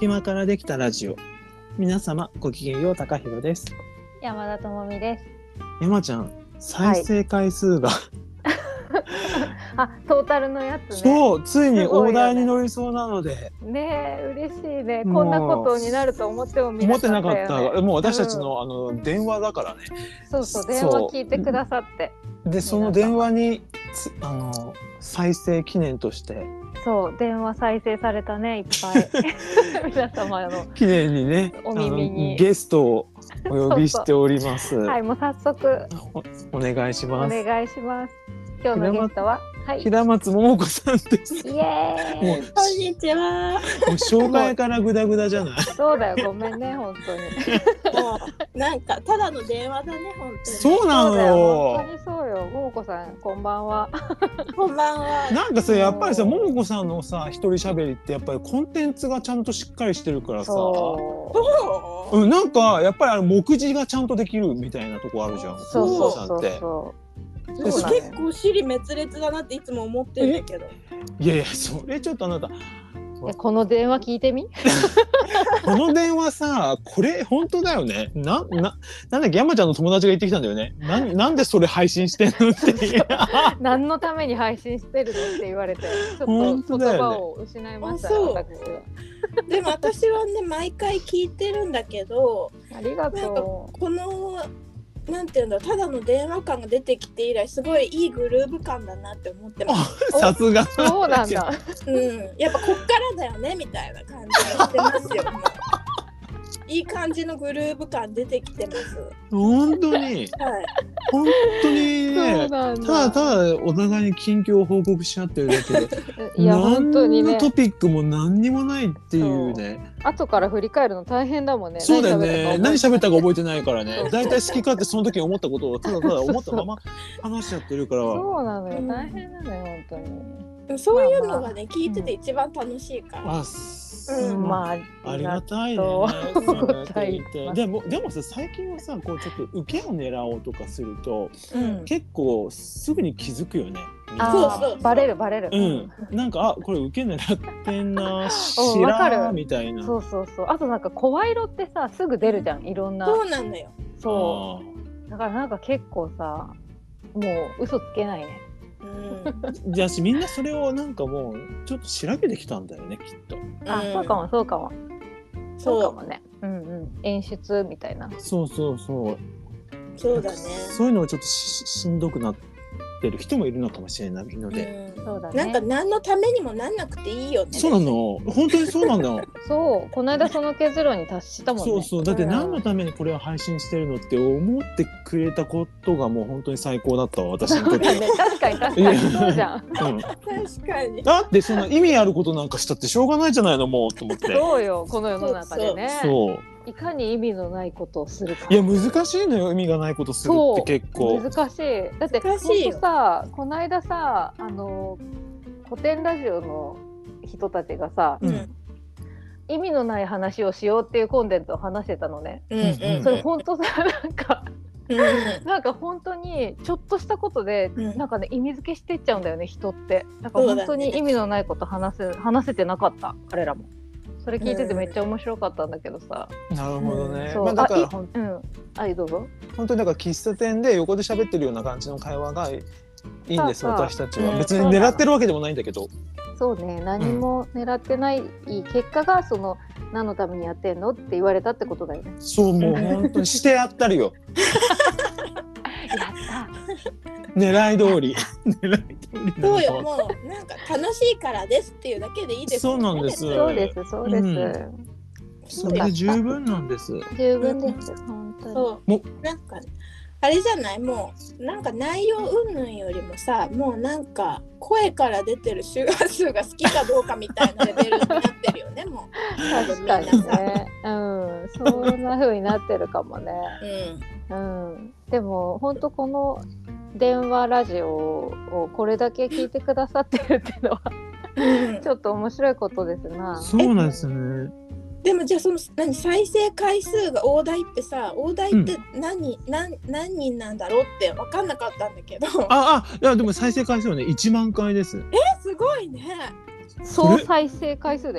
隙間からできたラジオ。皆様ごきげんよう、高弘です。 山田智美です。 山ちゃん、再生回数が、 あ、トータルのやつね。 そう、ついに大台に乗りそうなので。 ねえ、嬉しいね。 もうこんなことになると思ってもみなかったよね。 思ってなかった。もう私たちの、電話だからね。 そうそう、電話聞いてくださって。 で、その電話に再生記念として。 そう、電話再生されたね、いっぱい。皆様の記念にね、 お耳にゲストをお呼びしております。 はい、もう早速お願いします。 お願いします。今日のゲストは、はい、 平松桃子さんです。 イエーイ。 こんにちは。 もう紹介からグダグダじゃない。 そうだよ、ごめんね、本当に。 もうなんかただの電話だね、本当に。 そうなのよ。 本当にそうよ。桃子さん、こんばんは。 こんばんは。 なんかさ、やっぱりさ、桃子さんのさ、一人喋りってやっぱりコンテンツがちゃんとしっかりしてるからさ。なんかやっぱり目次がちゃんとできるみたいなとこあるじゃん。 そうさんって。 結構尻滅裂だなっていつも思ってるんだけど。 いやいや、それちょっとあなた。 この電話聞いてみ。 この電話さ、これ本当だよね。なんだっけ、山ちゃんの友達が言ってきたんだよね。なんでそれ配信してんのって。 何のために配信してるのって言われて、ちょっと言葉を失いました。私は。 でも私はね、毎回聞いてるんだけど。 ありがとう。このなんていうんだ、ただの電話感が出てきて以来すごいいいグルーヴ感だなって思ってます。 さすが。 そうなんだ。 やっぱこっからだよねみたいな感じがしてますよ。いい感じのグルーヴ感出てきてます。 本当に。はい。本当にね。ただお互いに近況を報告し合ってるだけで。 いや本当にね。 何のトピックも何にもないっていうね。 後から振り返るの大変だもんね。 そうだよね。何喋ったか覚えてないからね。だいたい好き勝手その時に思ったことをただ思ったまま話しちゃってるから。 そうなのよ。大変なのよ本当に。 そういうのがね、聞いてて一番楽しいから。 まあ、ありがたいね。でもさ、最近はさ、こうちょっと受けを狙おうとかすると、結構すぐに気づくよね。 そうバレる。 なんかこれ受け狙ってんな、知らんみたいな。 そう。あとなんか声色ってさ、すぐ出るじゃん、いろんな。 そうなのよ。 そう。だからなんか結構さ、もう嘘つけないね。 じゃあみんなそれをなんかもうちょっと調べてきたんだよね、きっと。 そうかもね。演出みたいな。 そうだね。 そういうのをちょっとしんどくなってる人もいるのかもしれないので、 なんか何のためにもなんなくていいよね。 そうなの、本当にそうなの。 そう、この間その結論に達したもんね。 だって何のためにこれを配信してるのって思ってくれたことがもう本当に最高だったわ、私にとって。 確かにそうじゃん。 確かに。 だってその意味あることなんかしたってしょうがないじゃないの、もうと思って。 そうよ、この世の中でね。 そう。 いかに意味のないことをするか。 いや難しいのよ、意味がないことするって結構難しい。だって本当さ、この間さ、古典ラジオの人たちがさ、意味のない話をしようっていうコンテンツを話してたのね。それ本当さ、なんか本当にちょっとしたことで、なんかね、意味付けしてっちゃうんだよね、人って。なんか本当に意味のないこと話せてなかった、彼らも。それ聞いててめっちゃ面白かったんだけどさ。 なるほどね。 だからどうぞ。 本当にだから喫茶店で横で喋ってるような感じの会話がいいんです、私たちは。別に狙ってるわけでもないんだけど。 そうね、何も狙ってない結果がその何のためにやってんのって言われたってことだよね。 そう、もう本当にしてやったるよ。 やった。 狙い通り。 そうよ、もうなんか楽しいからですっていうだけでいいですよね。 そうなんです。 そうです。 それで十分なんです。 十分です。本当に。 そう。なんかあれじゃない、もうなんか内容云々よりもさ、もうなんか声から出てる周波数が好きかどうかみたいなレベルになってるよね、もう。 確かにね。そんな風になってるかもね。でも本当この電話ラジオをこれだけ聞いてくださってるっていうのはちょっと面白いことですな。 そうなんですね。 でもじゃあその再生回数が大台ってさ、大台って何人なんだろうって分かんなかったんだけど。 いやでも再生回数はね1万回です。 すごいね。 総再生回数だよね。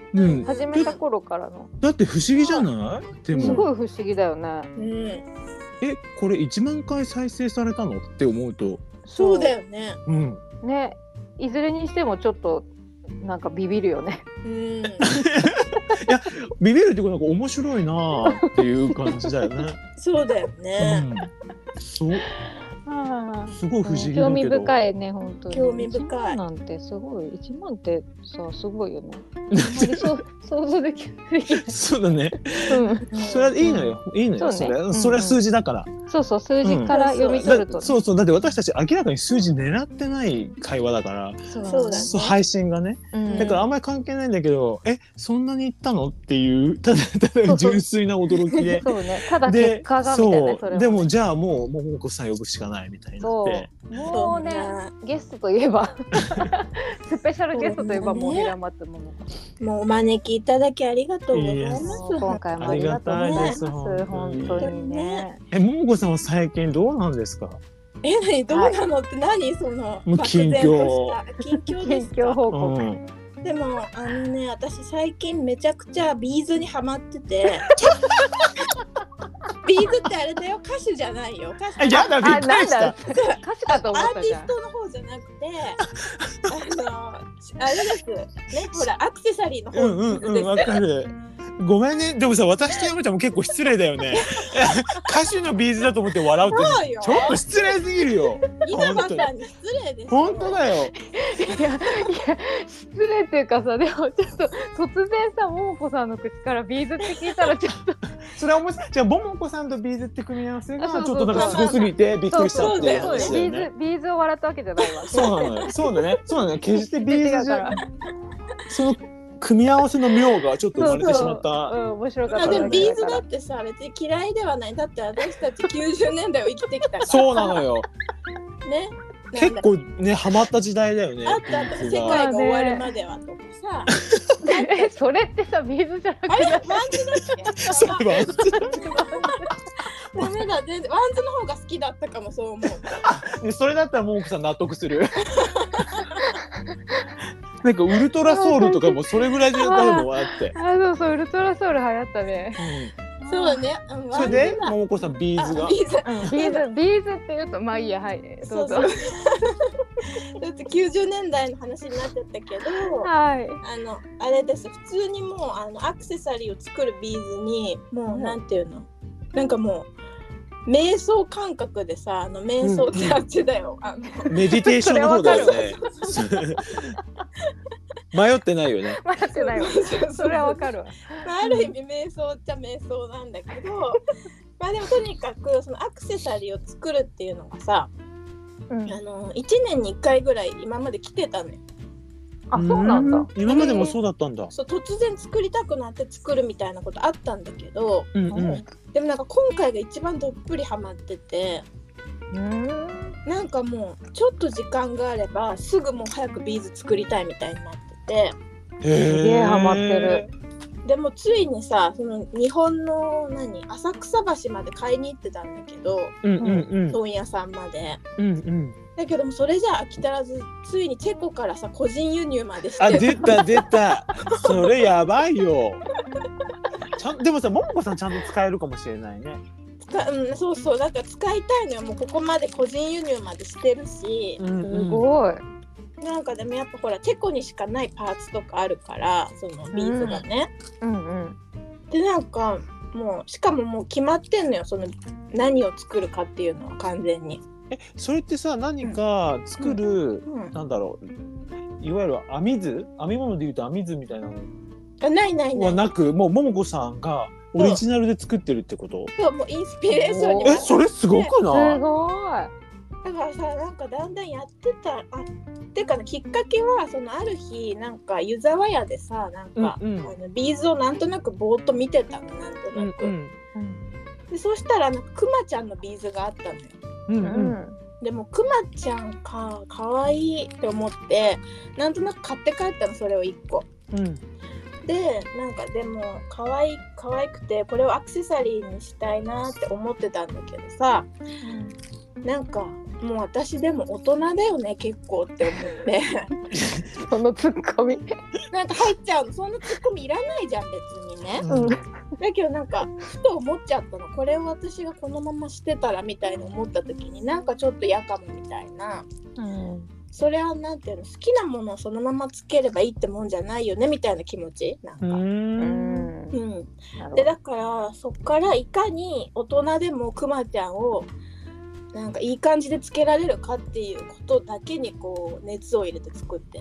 うん、 始めた頃からの。 だって不思議じゃない？でもすごい不思議だよね。 これ1万回再生されたのって思うと。 そうだよね。 ね、いずれにしてもちょっとなんかビビるよね。 いや、ビビるってことなんか面白いなっていう感じだよね。 そうだよね。 そう。すごい不思議だけど。 興味深いね、本当に。 興味深い。 1万なんてすごい、1万ってさ、すごいよね。あんまり想像できない。 そうだね。それはいいのよ。いいのよ。それは数字だから。 そうそう、数字から読み取ると。 そうそう、だって私たち明らかに数字狙ってない会話だから。 そうだね。 配信がね。だからあんまり関係ないんだけど、そんなにいったのっていう、ただ純粋な驚きで。 そうね。ただ結果がみたいな、それ。 でもじゃあもう桃子さん呼ぶしかないみたいになって。 もうね、ゲストといえばスペシャルゲストといえばもう平松桃子さん。 もうお招きいただきありがとうございます。 今回もありがとうございます。本当にね。 桃子さんは最近どうなんですか？ 何どうなのって何その近況ですか？ 報告。 でも私最近めちゃくちゃビーズにハマってて。ビーズってあれだよ、歌手じゃないよ。 やだ、びっくりした。 歌手かと思った。 アーティストの方じゃなくて、あれですね、ほらアクセサリーの方です。 わかる。ごめんね、でもさ、私と山ちゃんも結構失礼だよね。歌手のビーズだと思って笑うってちょっと失礼すぎるよ。 稲葉さんに失礼です。 本当だよ。 いや失礼っていうかさ、でもちょっと突然さ、桃子さんの口からビーズって聞いたらちょっとそれは面白い。じゃあ桃子さんとビーズって組み合わせがちょっとなんかすごすぎてびっくりしたっていう話だよね。 ビーズを笑ったわけじゃないわ。 そうなのよ。そうだね。決してビーズじゃその組み合わせの妙がちょっと生まれてしまった。 面白かった。 でもビーズだってさ、別に嫌いではない。だって私たち90年代を生きてきたから。 そうなのよ。 ね。 結構ね、ハマった時代だよね。 あった。世界が終わるまではとかさ。 それってさ、ビーズじゃなくて。 あれ、ワンズだっけ？ そう、ワンズ。 ダメだ、全然ワンズの方が好きだったかも、そう思う。それだったら桃子さん納得する。なんかウルトラソウルとかもそれぐらいでやったのもあって。 そう、ウルトラソウル流行ったね。 そうだね。 それで桃子さんビーズが。 ビーズって言うとまあいいや、はい。どうぞ。 だって90年代の話になっちゃったけど、 はい。 あれです。普通にもうアクセサリーを作るビーズにもうなんていうの、なんかもう瞑想感覚でさ、瞑想ってあっちだよ。 メディテーションの方だよね。迷ってないよね。 迷ってないわ。それはわかるわ。 ある意味瞑想っちゃ瞑想なんだけど、まあでもとにかくそのアクセサリーを作るっていうのがさ、1年に1回ぐらい今まで来てたのよ。 あ、そうなんだ。 今までもそうだったんだ。 そう、突然作りたくなって作るみたいなことあったんだけど、でもなんか今回が一番どっぷりハマってて、なんかもうちょっと時間があればすぐもう早くビーズ作りたいみたいになってて、 すげえハマってる。 でもついにさ、その日本の浅草橋まで買いに行ってたんだけど、問屋さんまで。だけどもそれじゃ飽き足らず、ついにチェコからさ個人輸入までして。 あ、出た。それやばいよ。でもさ、桃子さんちゃんと使えるかもしれないね。 そうだから使いたいのよ。もうここまで個人輸入までしてるし、 すごい。 なんかでもやっぱほらチェコにしかないパーツとかあるから、そのビーズがね。でなんかもうしかももう決まってんのよ、その何を作るかっていうのは完全に。 それってさ、何か作る、なんだろう、いわゆる編み物でいうと編み図みたいなのないはなく、もう桃子さんがオリジナルで作ってるってこと？ そう、もうインスピレーションに。 それすごくない？ すごい。 だからさ、なんかだんだんやってた。っていうかね、きっかけはそのある日なんか湯沢屋でさ、なんか、ビーズをなんとなくぼーっと見てたの、なんとなく。でそうしたらなんかくまちゃんのビーズがあったのよ。でもくまちゃんかわいいって思って、なんとなく買って帰ったの、それを1個。でなんかでも可愛くてこれをアクセサリーにしたいなって思ってたんだけどさ、なんかもう私でも大人だよね結構って思ってそのツッコミなんか入っちゃうの。そんなツッコミいらないじゃん別にね、だけどなんかふと思っちゃったの。これを私がこのまましてたらみたいに思った時になんかちょっと嫌かもみたいな、それはなんていうの、好きなものをそのままつければいいってもんじゃないよねみたいな気持ちなんかでだからそっからいかに大人でもくまちゃんをなんかいい感じでつけられるかっていうことだけにこう熱を入れて作ってん。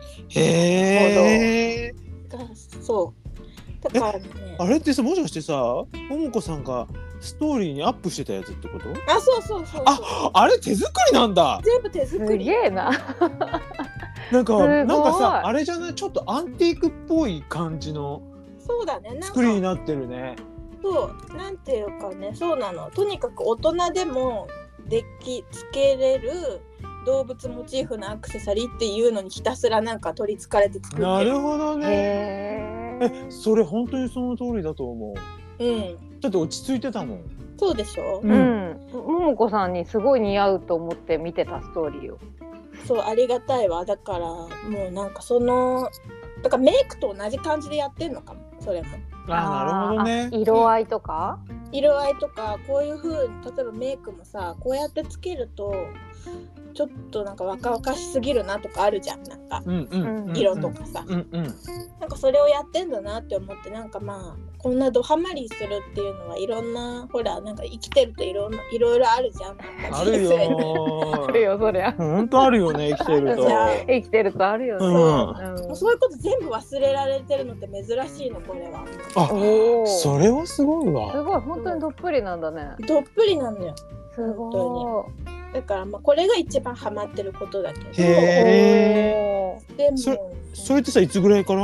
へー。そうだからね。 あれってさ、もしかしてさ、ももこさんがストーリーにアップしてたやつってこと？ あ、そうあれ手作りなんだ。 全部手作り。 すげえななんかさ、あれじゃない、ちょっとアンティークっぽい感じのそうだね、なんか作りになってるね。 そうなんていうかね、そうなの。とにかく大人でもつけれる動物モチーフのアクセサリーっていうのにひたすらなんか取りつかれて作ってる。 なるほどね。それ本当にその通りだと思う。だって落ち着いてたもん。 そうでしょ。 ももこさんにすごい似合うと思って見てたストーリーを。 そう、ありがたいわ。だからもうなんかだからメイクと同じ感じでやってんのかも、それも。 なるほどね。 色合いとか、 こういう風に例えばメイクもさ、こうやってつけるとちょっとなんか若々しすぎるなとかあるじゃん、なんか色とかさ、なんかそれをやってんだなって思って、なんかまあこんなドハマりするっていうのはいろんな、ほらなんか生きてるといろいろあるじゃん。 あるよあるよ、そりゃ本当あるよね、生きてると生きてるとあるよね。 そういうこと全部忘れられてるのって珍しいの、これは。 それはすごいわ。 すごい、本当にどっぷりなんだね。 どっぷりなんだよ、 すごい。だからまあこれが一番ハマってることだけど。でもそれってさ、いつぐらいから？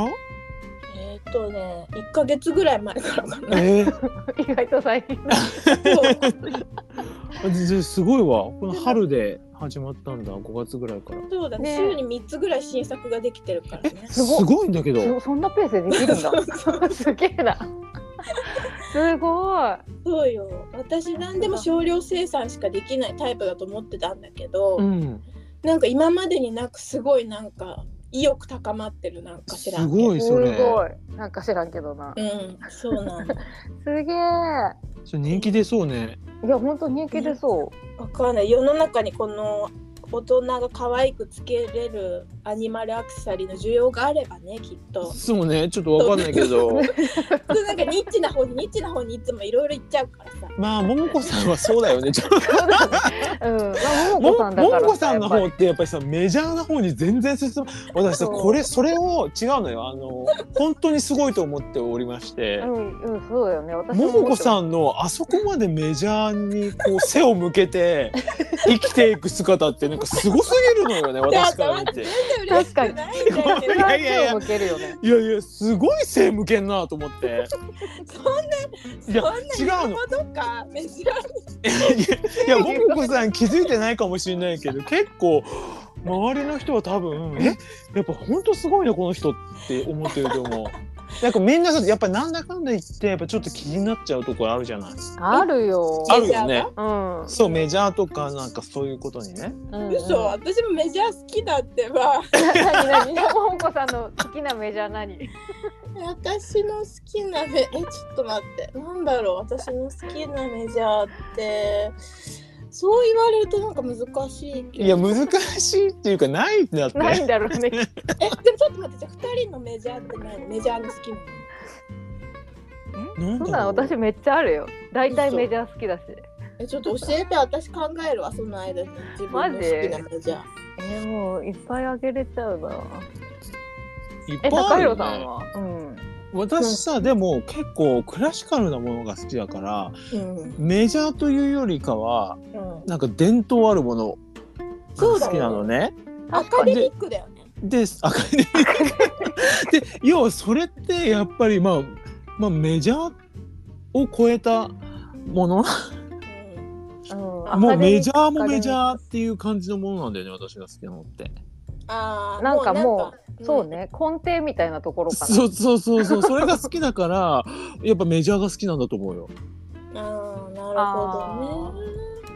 1ヶ月ぐらい前からかな。 意外と最近すごいわ。この春で始まったんだ、5月ぐらいから。 そうだね、週に3つぐらい新作ができてるからね。 すごいんだけど。 そんなペースでできるんだすげえな。すごい。 そうよ、私なんでも少量生産しかできないタイプだと思ってたんだけど、なんか今までになくすごいなんか意欲高まってる、なんか知らんけど。 すごいそれ。 すごい。なんか知らんけどな。 そうなんだ。 すげえ。 それ人気出そうね。 いや、本当人気出そう。 わかんない。世の中にこの大人が可愛くつけれるアニマルアクセサリーの需要があればね、きっと。 そうね、ちょっとわかんないけどなんかニッチな方にいつもいろいろ言っちゃうからさ。 まあももこさんはそうだよね。ちょっとももこさんの方ってやっぱりさ、メジャーな方に全然進む。私さ、それを違うのよ。本当にすごいと思っておりまして。 そうだよね。私ももこさんのあそこまでメジャーにこう背を向けて生きていく姿ってなんかすごすぎるのよね、私から見て。 確かに。 いやすごい背向けんなと思って。 そんな違うの。 いやももこさん気づいてないかもしれないけど、結構周りの人は多分やっぱ本当すごいねこの人って思ってると思う。なんかみんなやっぱなんだかんだ言ってやっぱちょっと気になっちゃうところあるじゃない。 あるよ。 あるよね。そう、メジャーとかなんかそういうことにね。 嘘、私もメジャー好きだってば。 何ももこさんの好きなメジャー何？ 私の好きなちょっと待って、なんだろう、私の好きなメジャーってそう言われるとなんか難しいけど。 いや難しいっていうかないんだって。 ないんだろうね。 でもちょっと待って、じゃあ2人のメジャーって何？メジャーの好きなの？ そうだ、私めっちゃあるよ。大体メジャー好きだし。 ちょっと教えて、私考えるわ、その間に自分の好きなメジャー。 もういっぱいあげれちゃうな。 いっぱいあるよね。 高弘さんは？ 私さ、でも結構クラシカルなものが好きだから、メジャーというよりかは、なんか伝統あるものが好きなのね。 アカデミックだよね。 アカデミックで、要はそれってやっぱりまあメジャーを超えたものもうメジャーもメジャーっていう感じのものなんだよね、私が好きなのって。 なんかもうそうね、根底みたいなところかな。 そうそれが好きだからやっぱメジャーが好きなんだと思うよ。 なるほどね。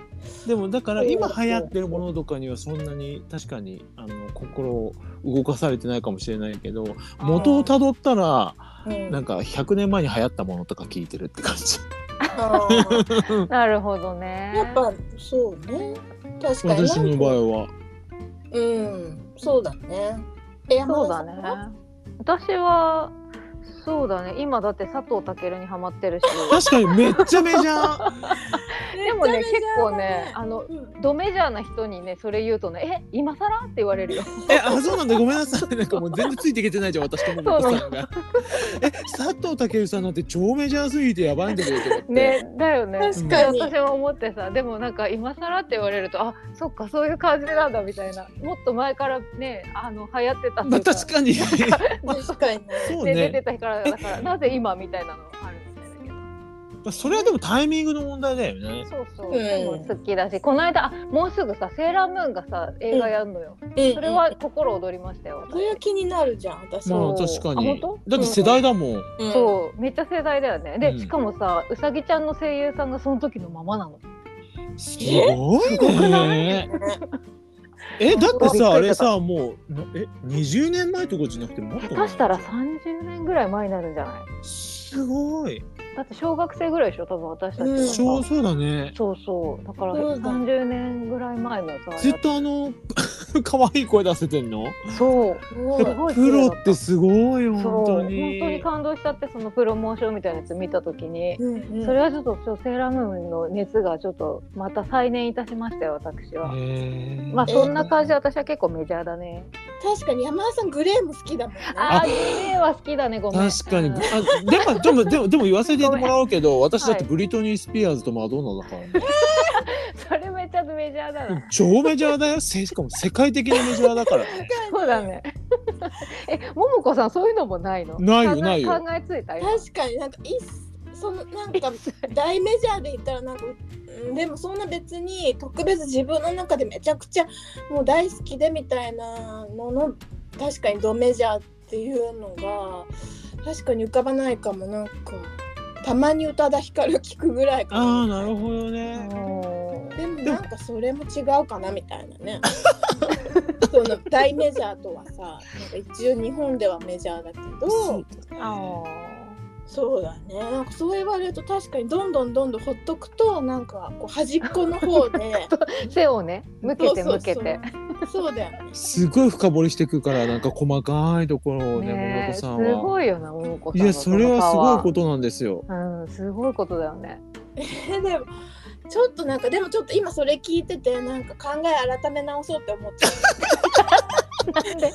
でもだから今流行ってるものとかにはそんなに確かに心を動かされてないかもしれないけど、元をたどったらなんか100年前に流行ったものとか聞いてるって感じ。 なるほどね。 やっぱそうね。確かに。 私の場合は。 そうだね。 そうだね。私はそうだね。今だって佐藤健にハマってるし。 確かにめっちゃメジャー。 でもね、結構ね、ドメジャーな人にねそれ言うとね、今更って言われるよ。 そうなんだ、ごめんなさい。なんかもう全然ついていけてないじゃん、私とももこさんが。佐藤健さんなんて超メジャーすぎてやばいんだけどと思って。 ね、だよね。 確かに。 私も思ってさ、でもなんか今更って言われると、あ、そっかそういう感じなんだみたいな。もっと前からね、流行ってた。 まあ確かに。 確かにね。 そうね。 出てたからだからなぜ今みたいなのある。 それはでもタイミングの問題だよね。 そうそう。でも好きだし、この間もうすぐさセーラームーンがさ映画やるのよ。それは心躍りましたよ。 それは気になるじゃん私。 まあ確かに。だって世代だもん。 そうめっちゃ世代だよね。でしかもさうさぎちゃんの声優さんがその時のままなの。 すごいね。だってさあれさもう20年前とかじゃなくてもっと下手したら30年ぐらい前になるんじゃない？ すごい。 だって小学生ぐらいでしょ多分私たちは。 そうだね。 そうそうだから30年ぐらい前のさ。 ずっと可愛い声出せてんの？ そう。すごい。 プロってすごいよ本当に。 本当に感動しちゃってそのプロモーションみたいなやつ見たときに、それはちょっとセーラームーンの熱がちょっとまた再燃いたしましたよ私は。まあそんな感じで私は結構メジャーだね。 確かに山田さんグレーも好きだもんね。 グレーは好きだねごめん。 確かに。でも言わせてもらうけど私だってブリトニー・スピアーズとマドンナだからね。 それめっちゃメジャーだな。 超メジャーだよ。しかも世界的なメジャーだからね。 そうだね。ももこさんそういうのもないの？ ないよ。 考えついた？ 確かになんかなんか大メジャーで言ったらなんかでもそんな別に特別自分の中でめちゃくちゃもう大好きでみたいなのの確かにドメジャーっていうのが確かに浮かばないかも。なんかたまに宇多田ヒカル聞くぐらいかな。 なるほどね。 でもなんかそれも違うかなみたいなね。その大メジャーとはさなんか一応日本ではメジャーだけどそうだね。なんかそう言われると確かにどんどんほっとくとなんかこう端っこの方で背をね向けてそうだよね。 すごい深掘りしてくからなんか細かいところをねももこさんはすごいよなももこさん。 いやそれはすごいことなんですよ。 すごいことだよね。 でもちょっとなんかでもちょっと今それ聞いててなんか考え改め直そうって思っちゃう。なんで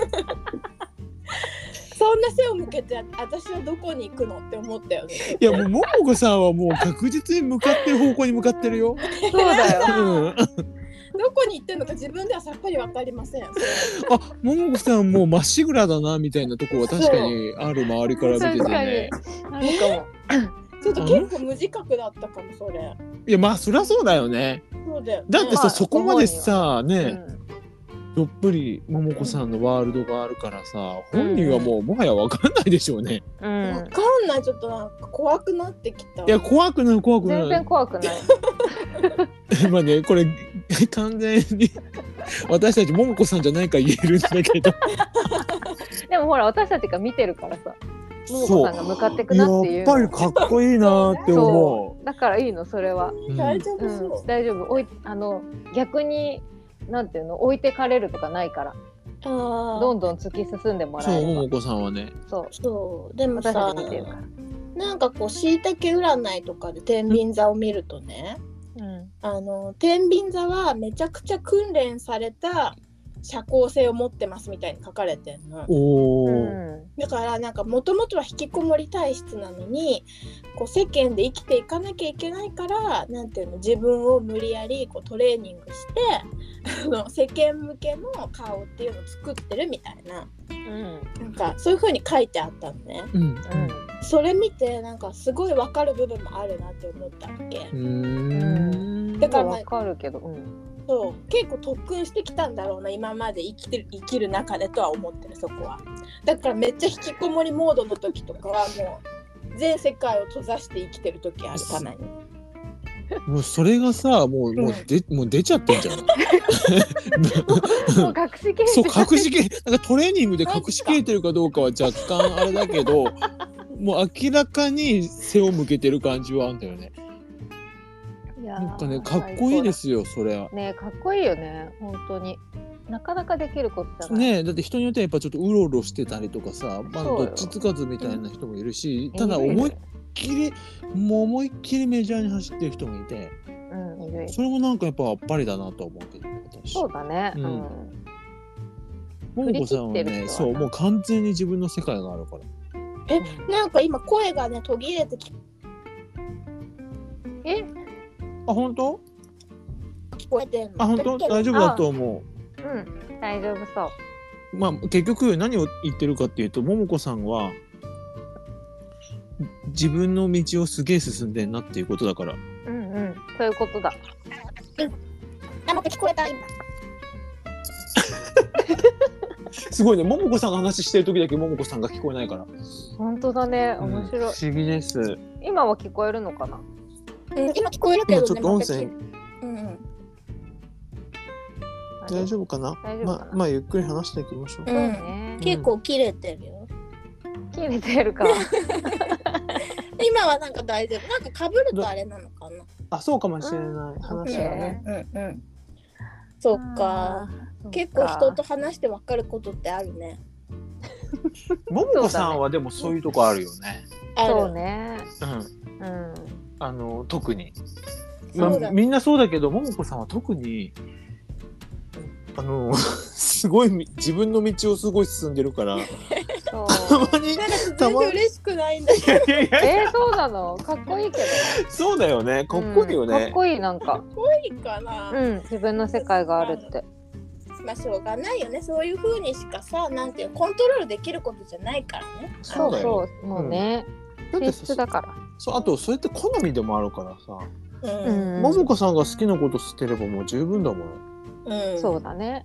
そんな背を向けて私はどこに行くのって思ったよね。 いやもうももこさんはもう確実に向かってる方向に向かってるよ。 そうだよ。 どこに行ってるのか自分ではさっぱりわかりません。 ももこさんもうまっしぐらだなみたいなところは確かにある周りから見ててね。 あるかも。 ちょっと結構無自覚だったかもそれ。 いやまあそりゃそうだよね。 そうだよね。 だってさそこまでさね。どっぷりももこさんのワールドがあるからさ、本人はもうもはやわかんないでしょうね。 わかんない。ちょっとなんか怖くなってきた。 いや怖くない。 全然怖くない。 まあねこれ完全に私たちももこさんじゃないから言えるんだけど。 でもほら私たちが見てるからさ。ももこさんが向かってくなっていう。 やっぱりかっこいいなって思う。 だからいいのそれは。 大丈夫そう。 大丈夫。逆に。なんていうの置いてかれるとかないからどんどん突き進んでもらえる。 そうももこさんはね。 そうでもさなんかこうしいたけ占いとかで天秤座を見るとね、天秤座はめちゃくちゃ訓練された社交性を持ってますみたいに書かれてんの。だからなんかもともとは引きこもり体質なのにこう世間で生きていかなきゃいけないからなんていうの自分を無理やりこうトレーニングして世間向けの顔っていうのを作ってるみたいな、なんかそういう風に書いてあったのね。それ見てなんかすごい分かる部分もあるなって思ったわけ。 だから分かるけど。 そう結構特訓してきたんだろうな今まで生きる中でとは思ってるそこは。だからめっちゃ引きこもりモードの時とかはもう全世界を閉ざして生きてる時あるたまに。 もうそれがさもう出ちゃってんじゃん。 もう隠しきれそう隠しきれなんかトレーニングで隠しきれてるかどうかは若干あれだけどもう明らかに背を向けてる感じはあるんだよね。なんかねかっこいいですよそれは。 ねかっこいいよね本当に。なかなかできることじゃない。 ねだって人によってはやっぱちょっとうろうろしてたりとかさ、まあ、どっちつかずみたいな人もいるし、ただ思いっきりメジャーに走ってる人もいて、いるそれもなんかやっぱバリだなと思うけど私。 そうだね。 ももこさんはねそうもう完全に自分の世界があるから。 なんか今声がね途切れてきあ本当？ 聞こえてんの？ あ本当？大丈夫だと思う。 大丈夫そう。 まあ結局何を言ってるかっていうとももこさんは自分の道をすげえ進んでんなっていうことだから。 そういうことだ。 あまた聞こえた今。 すごいねももこさんが話してる時だけももこさんが聞こえないから。 本当だね面白い。 不思議です。 今は聞こえるのかな？ 今聞こえるけどね。 ちょっと音声。大丈夫かな？まあゆっくり話していきましょう。 結構切れてるよ。 切れてるか。 今はなんか大丈夫。なんか被るとあれなのかな。 あ、そうかもしれない話はね。 そっか。結構人と話して分かることってあるね。 ももこさんはでもそういうとこあるよね。 そうね。 特に。みんなそうだけどももこさんは特に。すごい自分の道をすごい進んでるからたまに全然嬉しくないんだけどそうなのかっこいいけどそうだよねかっこいいよね、 かっこいいなんかかっこいいかな自分の世界があるってまあしょうがないよねそういう風にしかさなんていうコントロールできることじゃないからねそうもうね性質だからそうあとそれって好みでもあるからさももこさんが好きなことしてればもう十分だもんそうだね。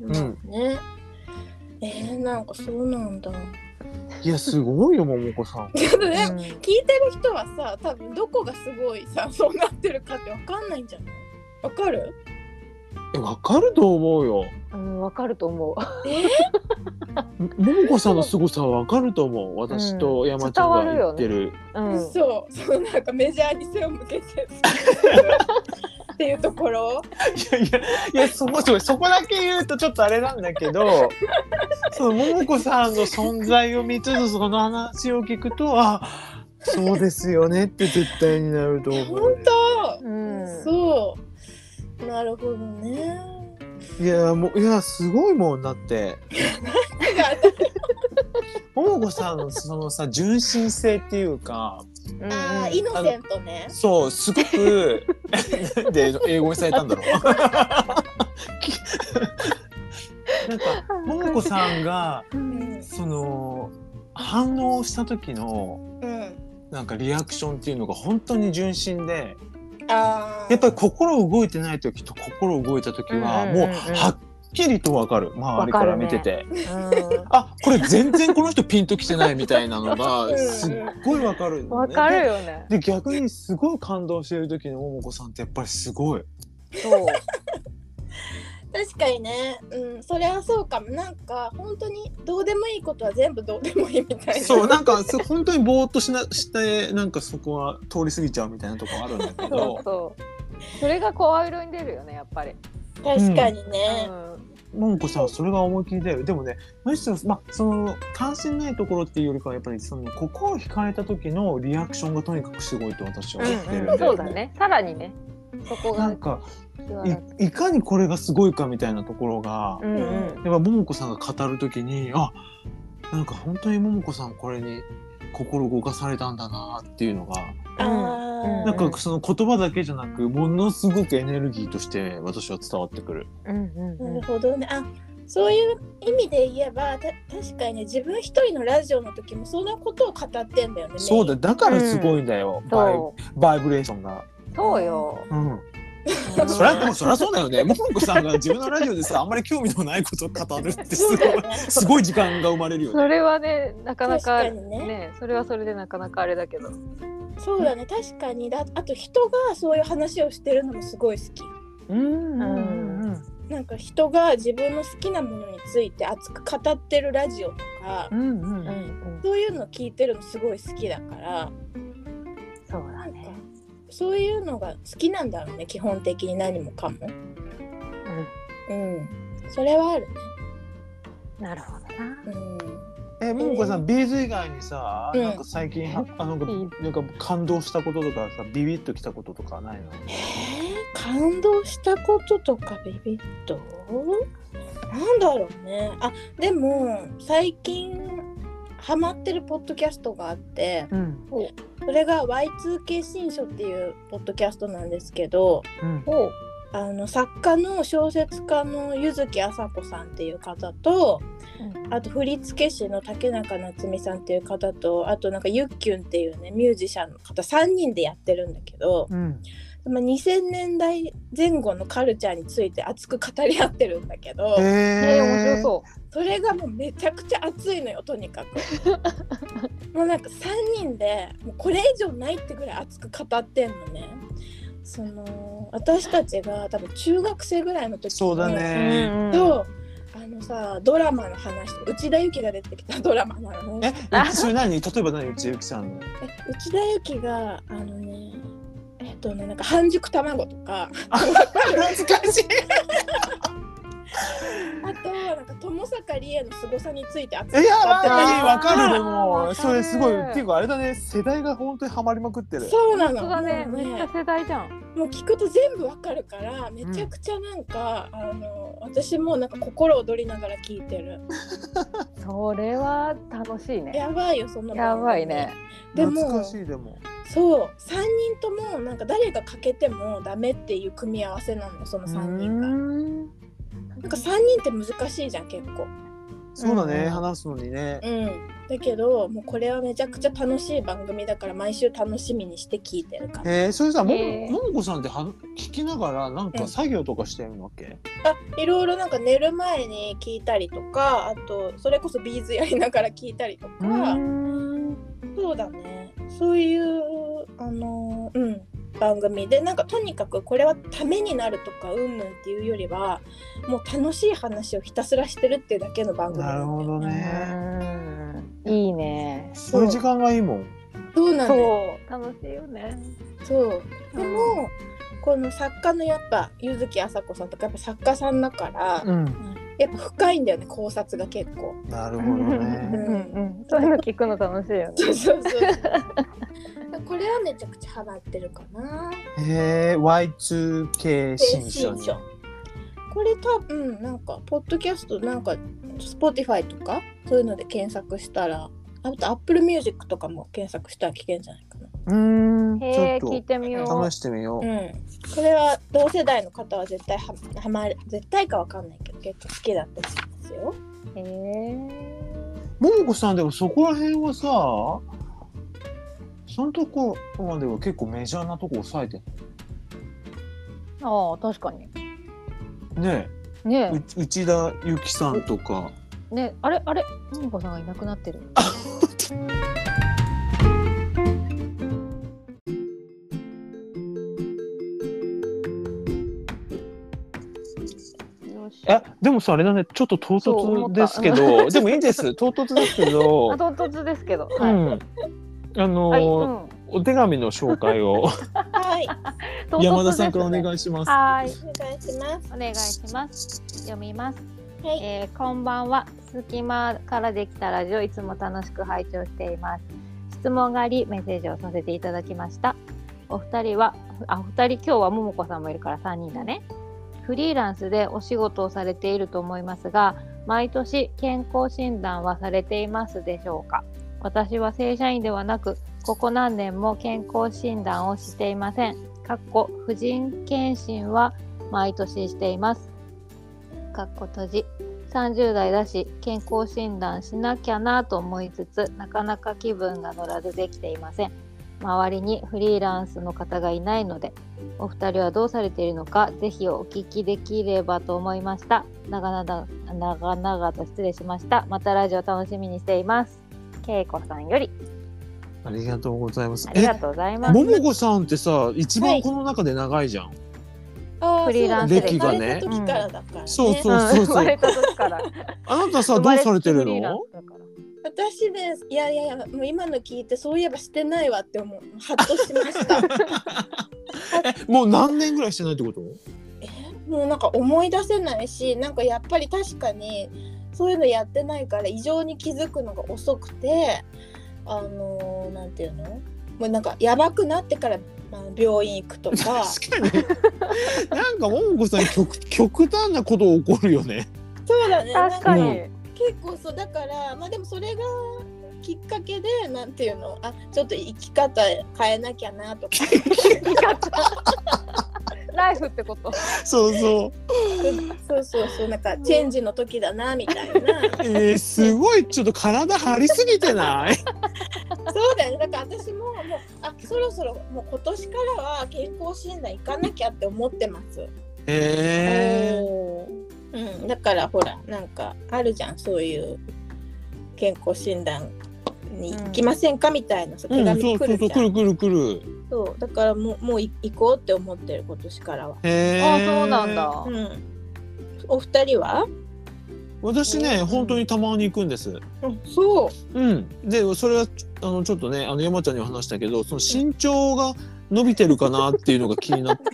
なんかそうなんだ。 いやすごいよももこさん。 聞いてる人はさ、多分どこがすごいさそうなってるかってわかんないんじゃない？わかる？ わかると思うよ。 わかると思う。 ももこさんの凄さはわかると思う。私と山ちゃんが言ってる。 そうなんかメジャーに背を向けて。っていうところいやそこだけ言うとちょっとあれなんだけどそのももこさんの存在を見つつその話を聞くとそうですよねって絶対になると思う。 本当、そうなるほどね。 いやすごいもんだってももこさんのそのさ純真性っていうかイノセントね。 そうすごくなんで英語にされたんだろうなんかももこさんがその反応した時のなんかリアクションっていうのが本当に純真でやっぱり心動いてない時と心動いた時はもうはっきりと分かる周りから見てて、これ全然この人ピンときてないみたいなのがすっごい分かる、 分かるよね。 で逆にすごい感動してる時のももこさんってやっぱりすごいそう確かにね、それはそうかも。なんか本当にどうでもいいことは全部どうでもいいみたいな。 そうなんか本当にぼーっとしてなんかそこは通り過ぎちゃうみたいなとこあるんだけどそれが声色に出るよねやっぱり。 確かにね。 ももこさんはそれが思い切りだよ。でもねむしろその関心ないところっていうよりかはやっぱりその心惹かれた時のリアクションがとにかくすごいと私は思ってるんで、 そうだねさらにねそこがなんかいかにこれがすごいかみたいなところが、やっぱももこさんが語る時になんか本当にももこさんこれに心動かされたんだなっていうのがなんかその言葉だけじゃなくものすごくエネルギーとして私は伝わってくる。 なるほどね。そういう意味で言えば確かにね自分一人のラジオの時もそんなことを語ってんだよね。 そうだからすごいんだよ、バイブレーションが。 そうよ。 そりゃそうだよね。ももこさんが自分のラジオでさあんまり興味のないことを語るってすごい時間が生まれるよね。 それはねなかなかねそれはそれでなかなかあれだけど。 そうだね、確かに。あと人がそういう話をしてるのもすごい好き。なんか人が自分の好きなものについて熱く語ってるラジオとか、そういうの聞いてるのすごい好きだから。 そうだね。 そういうのが好きなんだろうね、基本的に何もかも。それはあるね。 なるほどな。 ももこさん、ビーズ以外にさ、なんか最近なんか感動したこととかさ、ビビッときたこととかないの？ 感動したこととかビビッとなんだろうね。でも最近ハマってるポッドキャストがあって、それが Y2K 新書っていうポッドキャストなんですけど、作家の小説家の柚木麻子さんっていう方と、あと振付師の竹中夏実さんっていう方と、あとなんかゆっきゅんっていうねミュージシャンの方3人でやってるんだけど、2000年代前後のカルチャーについて熱く語り合ってるんだけど、 面白そう。 それがもうめちゃくちゃ熱いのよ、とにかく。もうなんか3人でもうこれ以上ないってぐらい熱く語ってんのね。私たちが多分中学生ぐらいの時に、 そうだね。 ドラマの話、内田有紀が出てきたドラマの話。 それ何？例えば何？内田有紀さんの。 内田有紀がなんか半熟卵とか。 懐かしい。 あとなんか友坂理恵の凄さについて熱く語ってわかる。でもそれすごいっていうかあれだね、世代が本当にハマりまくってる。 そうなの。 そうだね、めっちゃ世代じゃん。 もう聞くと全部わかるからめちゃくちゃなんか、私もなんか心躍りながら聞いてる。 それは楽しいね。 やばいよ、そのやばいね。 でも懐かしい。でもそう、3人ともなんか誰が欠けてもダメっていう組み合わせなの、その3人が。なんか3人って難しいじゃん、結構。 そうだね、話すのにね。 だけどもうこれはめちゃくちゃ楽しい番組だから毎週楽しみにして聞いてるから。 それさ、ももこさんって聞きながらなんか作業とかしてるわけ？ いろいろなんか寝る前に聞いたりとか、あとそれこそビーズやりながら聞いたりとか。そうだね、そういう番組で、なんかとにかくこれはためになるとかうんぬんっていうよりはもう楽しい話をひたすらしてるっていうだけの番組。 なるほどね。 いいね。 そういう時間がいいもん。 そうなんだよ。 そう楽しいよね。 そうでも、この作家のやっぱ柚木麻子さんとかやっぱ作家さんだから、やっぱ深いんだよね、考察が結構。 なるほどね。 そういうの聞くの楽しいよね。 そうこれはめちゃくちゃハマってるかな。 Y2K 新書。 これ多分なんかポッドキャストなんか Spotify とかそういうので検索したら、あと Apple Music とかも検索したら聞けるんじゃないかな。 ちょっと聞いてみよう。 試してみよう。 これは同世代の方は絶対ハマる、絶対かわかんないけど結構好きだったりしますよ。 ももこさんでもそこら辺はさ、そのとこまでは結構メジャーなとこ抑えてる。 確かに。 ね内田有紀さんとか。 あれももこさんがいなくなってる。 でもさ、あれだね、ちょっと唐突ですけど、でもいいんです。唐突ですけど。 唐突ですけど。 お手紙の紹介を山田さんからお願いします。 お願いします。読みます。こんばんは。隙間からできたラジオ、いつも楽しく拝聴しています。質問がありメッセージをさせていただきました。お二人今日はももこさんもいるから3人だね。フリーランスでお仕事をされていると思いますが、毎年健康診断はされていますでしょうか？私は正社員ではなく、ここ何年も健康診断をしていません。婦人検診は毎年しています。閉じ。30代だし健康診断しなきゃなと思いつつ、なかなか気分が乗らずできていません。周りにフリーランスの方がいないので、お二人はどうされているのか、ぜひお聞きできればと思いました。長々と失礼しました。またラジオ楽しみにしています。けいこさんより。 ありがとうございます。 ありがとうございます。 ももこさんってさ、一番この中で長いじゃん。 フリーランス歴がね。 生まれた時からだからね。 そうそうそうそう。 生まれた時から。 あなたさ、どうされてるの？ 私です。いや、もう今の聞いて、そういえばしてないわって思う。ハッとしました。 もう何年ぐらいしてないってこと？ もうなんか思い出せないし、なんかやっぱり確かにそういうのやってないから異常に気づくのが遅くて、なんていうの？もうなんかやばくなってから病院行くとか。 確かに。なんかももこさん極端なこと起こるよね。 そうだね。 確かに。 結構そうだから、でもそれがきっかけでなんていうの、ちょっと生き方変えなきゃなとか。 ライフってこと。 そうそうなんかチェンジの時だなみたいな。 すごいちょっと体張りすぎてない？ そうだよね。だから私もそろそろもう今年からは健康診断行かなきゃって思ってます。だからほらなんかあるじゃん、そういう健康診断に行きませんかみたいな手紙来るじゃん。 そう来る。 そうだからもう行こうって思ってる、今年からは。 そうなんだ。 お二人は？ 私ね、本当にたまに行くんです。 そう。 でそれはちょっとね山ちゃんには話したけど、その身長が伸びてるかなっていうのが気になって。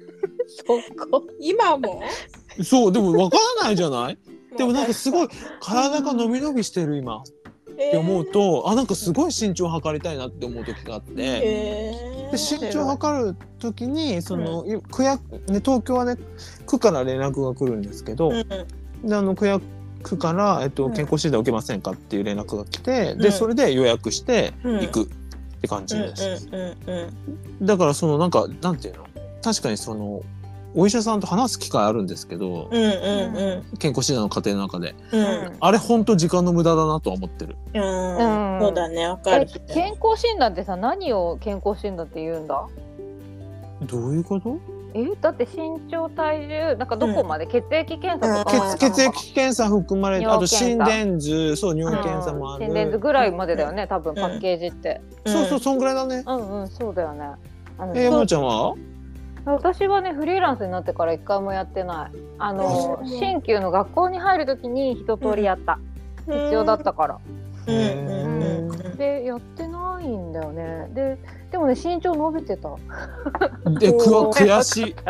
今も？ そうでもわからないじゃない？でもなんかすごい体が伸びしてる今。って思うと、なんかすごい身長測りたいなって思う時があって、で身長測る時にその、区役ね、東京はね区から連絡が来るんですけど、で区役から、健康診断受けませんかっていう連絡が来て、でそれで予約して行くって感じです。だからそのなんていうの、確かにそのお医者さんと話す機会あるんですけど、健康診断の過程の中で、あれ本当時間の無駄だなとは思ってる。 そうだね、わかる。 健康診断ってさ、何を健康診断って言うんだ？ どういうこと？ だって身長体重なんかどこまで、血液検査とか、 血液検査含まれて、あと心電図、そう尿検査もある。 心電図ぐらいまでだよね、多分パッケージって。 そうそんぐらいだね。 そうだよね。 山ちゃんは？ 私はねフリーランスになってから一回もやってない。新旧の学校に入るときに一通りやった、必要だったから。でやってないんだよね。でもね身長伸びてた。 で悔しい。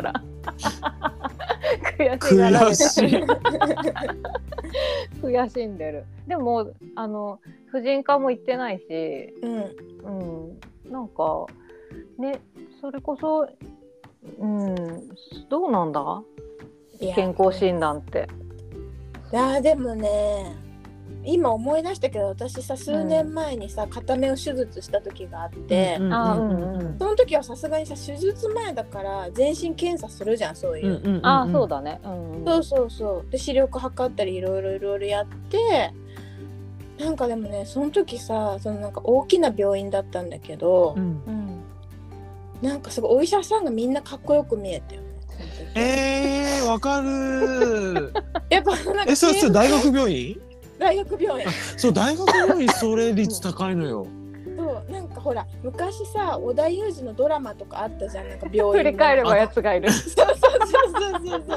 悔しんでる。でも婦人科も行ってないし、なんかね、それこそどうなんだ？健康診断って。 いやでもね、今思い出したけど、私さ数年前にさ片目を手術した時があって、その時はさすがにさ手術前だから全身検査するじゃん、そういう。 そうだね。 そうで視力測ったりいろいろやって、なんかでもねその時さ、そのなんか大きな病院だったんだけど、なんかすごいお医者さんがみんなかっこよく見えたよね。 わかる。 やっぱなんかそう大学病院？ 大学病院。 そう大学病院それ率高いのよ。 そうなんかほら昔さ織田裕二のドラマとかあったじゃん、なんか病院振り返ればやつがいる。 そう懐かしい。 そうなんか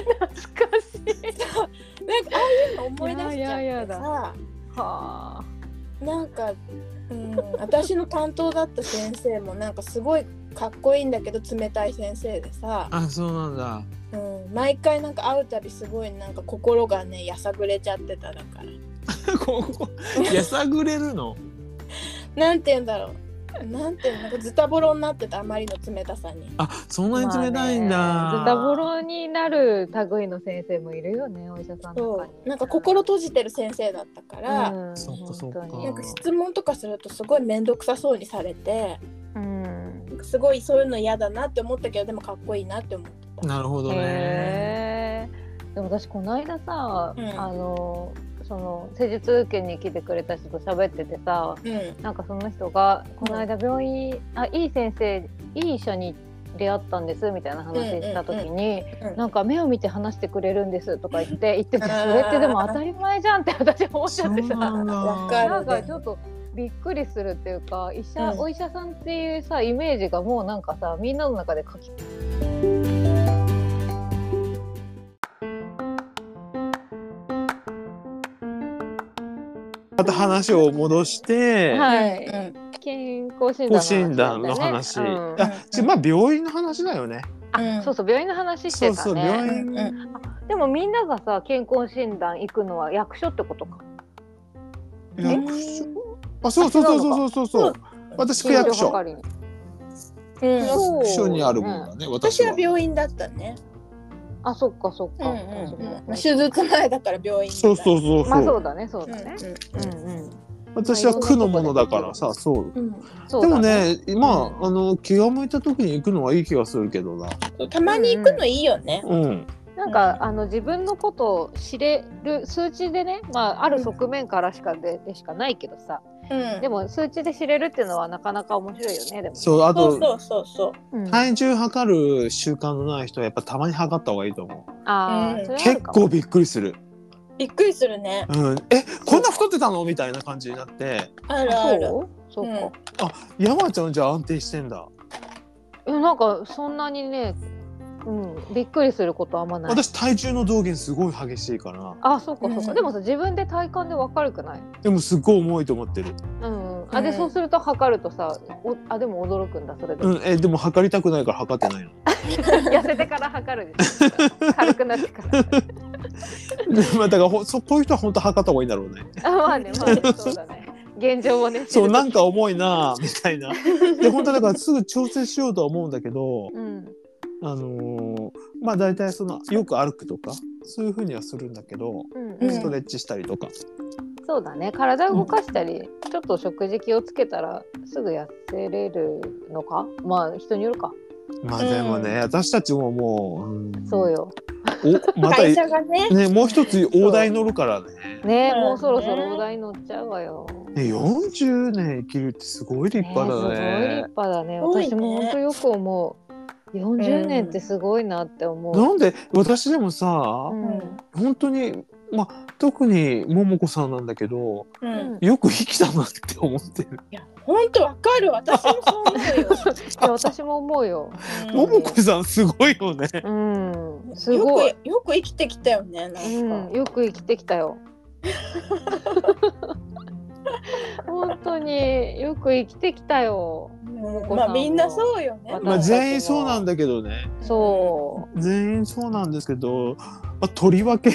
ああいうの思い出しちゃってさ、なんか、私の担当だった先生もなんかすごいかっこいいんだけど冷たい先生でさ、 そうなんだ。 毎回なんか会うたびすごいなんか心がねやさぐれちゃってた。だからやさぐれるの？ なんて言うんだろう、なんかズタボロになってた、あまりの冷たさに。 そんなに冷たいんだ。 ズタボロになる類の先生もいるよね、お医者さんとかに。 なんか心閉じてる先生だったから、なんか質問とかするとすごい面倒くさそうにされて、すごいそういうの嫌だなって思ったけど、でもかっこいいなって思ってた。 なるほどね。 でも私この間さ、その施術受けに来てくれた人と喋っててさ、なんかその人がこの間病院、いい先生、いい医者に出会ったんですみたいな話した時に、なんか目を見て話してくれるんですとか言っても、それってでも当たり前じゃんって私は思っちゃってさ、なんかちょっとびっくりするっていうか、お医者さんっていうさイメージがもうなんかさみんなの中でまた話を戻して、 はい、健康診断の話、まあ病院の話だよね。 そうそう、病院の話してたね。病院、でもみんながさ健康診断行くのは役所ってことか。 役所？そう。私区役所。役所にあるもんだね。 私は病院だったね。 そっか。 手術前だから病院。 そう。 まあそうだね。 私は区のものだからさ、そう。でもね、まあ気が向いた時に行くのはいい気がするけどな。 たまに行くのいいよね。 なんか自分のことを知れる数値でね、まあある側面からしかないけどさ。でも数値で知れるっていうのはなかなか面白いよね。でもそう、あとそう体重測る習慣のない人はやっぱたまに測った方がいいと思う。結構びっくりする。 びっくりするね。 こんな太ってたのみたいな感じになって。 ある。 そうか。 山ちゃんじゃあ安定してんだ。 なんかそんなにね、びっくりすることあんまない。 私体重の増減すごい激しいから。 そうか。でもさ自分で体感でわかるくない？ でもすっごい重いと思ってる。 でそうすると測るとさ、でも驚くんだそれで。 でも測りたくないから測ってないの。 痩せてから測るでしょ。軽くなってから。 だからこういう人は本当測った方がいいんだろうね。 まあね、そうだね。現状をね。 そうなんか重いなみたいな。で本当だからすぐ調整しようとは思うんだけど、まあ大体よく歩くとかそういう風にはするんだけど、ストレッチしたりとか。 そうだね。体を動かしたり、ちょっと食事気をつけたらすぐ痩せれるのか。まあ人によるか。 まあでもね、私たちももう、 そうよ。 また会社がね、 もう一つ大台乗るからね。 もうそろそろ大台乗っちゃうわよ。 40年生きるってすごい立派だね。 すごい立派だね。私も本当よく思う。40年ってすごいなって思う。 なんで私でもさ、本当に特に桃子さんなんだけど、よく生きたなって思ってる。 いや本当わかる。私もそう思うよ。 私も思うよ。 桃子さんすごいよね。 すごい。 よく生きてきたよね。 よく生きてきたよ。本当によく生きてきたよ。 みんなそうよね。 全員そうなんだけどね。全員そうなんですけど、とりわけ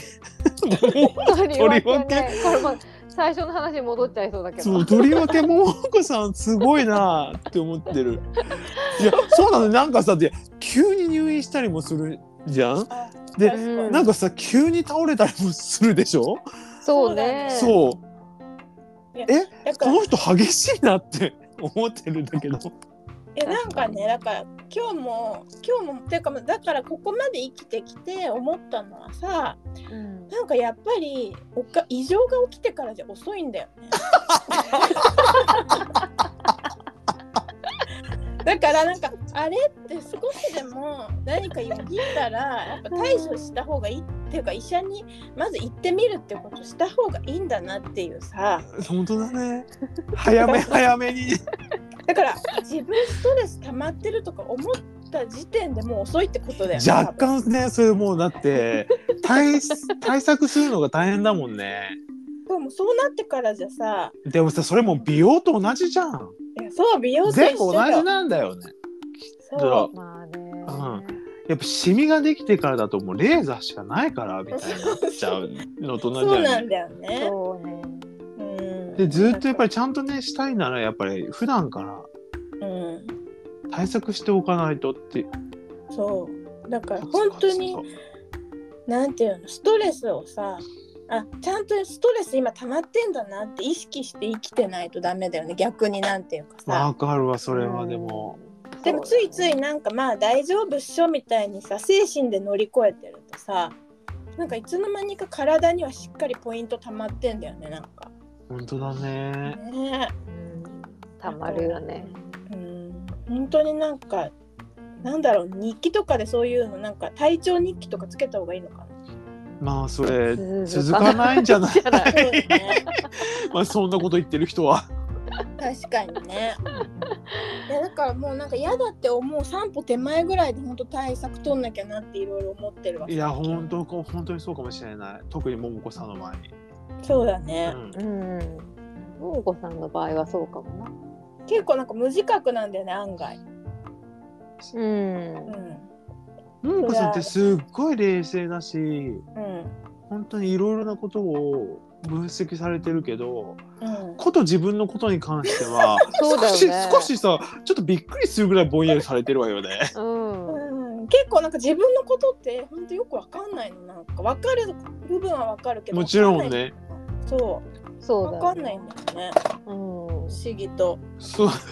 最初の話に戻っちゃいそうだけど。 とりわけ桃子さんすごいなって思ってる。いやそうなの。なんかさ急に入院したりもするじゃん。でなんかさ急に倒れたりもするでしょ。 そうね。 この人激しいなって思ってるんだけど。 なんかね、だから今日もっていうか、だからここまで生きてきて思ったのはさ、なんかやっぱり異常が起きてからじゃ遅いんだよね。だからなんかあれって少しでも何かよぎったらやっぱ対処した方がいいっていうか、医者にまず行ってみるってことした方がいいんだなっていうさ。 本当だね。早めに。 だから自分ストレス溜まってるとか思った時点でもう遅いってことだよね。 若干ね、それもうだって対策するのが大変だもんね。 でもそうなってからじゃさ。 でもさ、それも美容と同じじゃん。 そう、美容と全部同じなんだよね。 そう。 まあね。 やっぱシミができてからだともうレーザーしかないからみたいになっちゃうのと同じだよね。 そうなんだよね。 そうね。 でずっとやっぱりちゃんとねしたいならやっぱり普段から対策しておかないとって。 そうだから本当になんていうの、ストレスをさ、ちゃんとストレス今溜まってんだなって意識して生きてないとダメだよね。逆になんていうかさ。 わかるわそれは。でもついついなんかまあ大丈夫っしょみたいにさ精神で乗り越えてるとさ、なんかいつの間にか体にはしっかりポイント溜まってんだよね。なんか本当だね。 溜まるよね。 本当になんかなんだろう、日記とかでそういうのなんか体調日記とかつけた方がいいのかな。 まあそれ続かないんじゃない。まあそんなこと言ってる人は確かにね。いやだからもうなんか嫌だって思う3歩手前ぐらいで本当対策取んなきゃなっていろいろ思ってるわけ。 いや本当にそうかもしれない。特に桃子さんの前に。 そうだね。 桃子さんの場合はそうかもな。 結構なんか無自覚なんだよね案外。 桃子さんってすっごい冷静だし、本当にいろいろなことを分析されてるけど、こと自分のことに関してはそうだよね、 少しさちょっとびっくりするぐらいぼんやりされてるわよね。 結構なんか自分のことって本当よくわかんないの。なんかわかる部分はわかるけどもちろんね。 そうわかんないんだよね。不思議と。 そう不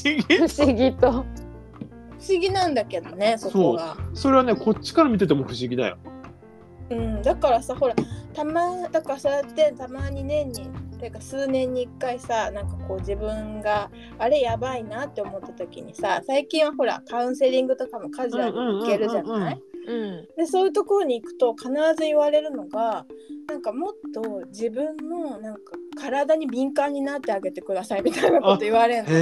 思議なんだけどね、そこが。 それはねこっちから見てても不思議だよ。 だからさほらだからそうやってたまに年にてか数年に1回さなんかこう自分があれやばいなって思った時にさ、最近はほらカウンセリングとかもカジュアルに行けるじゃない。でそういうところに行くと必ず言われるのがなんかもっと自分のなんか体に敏感になってあげてくださいみたいなこと言われるの。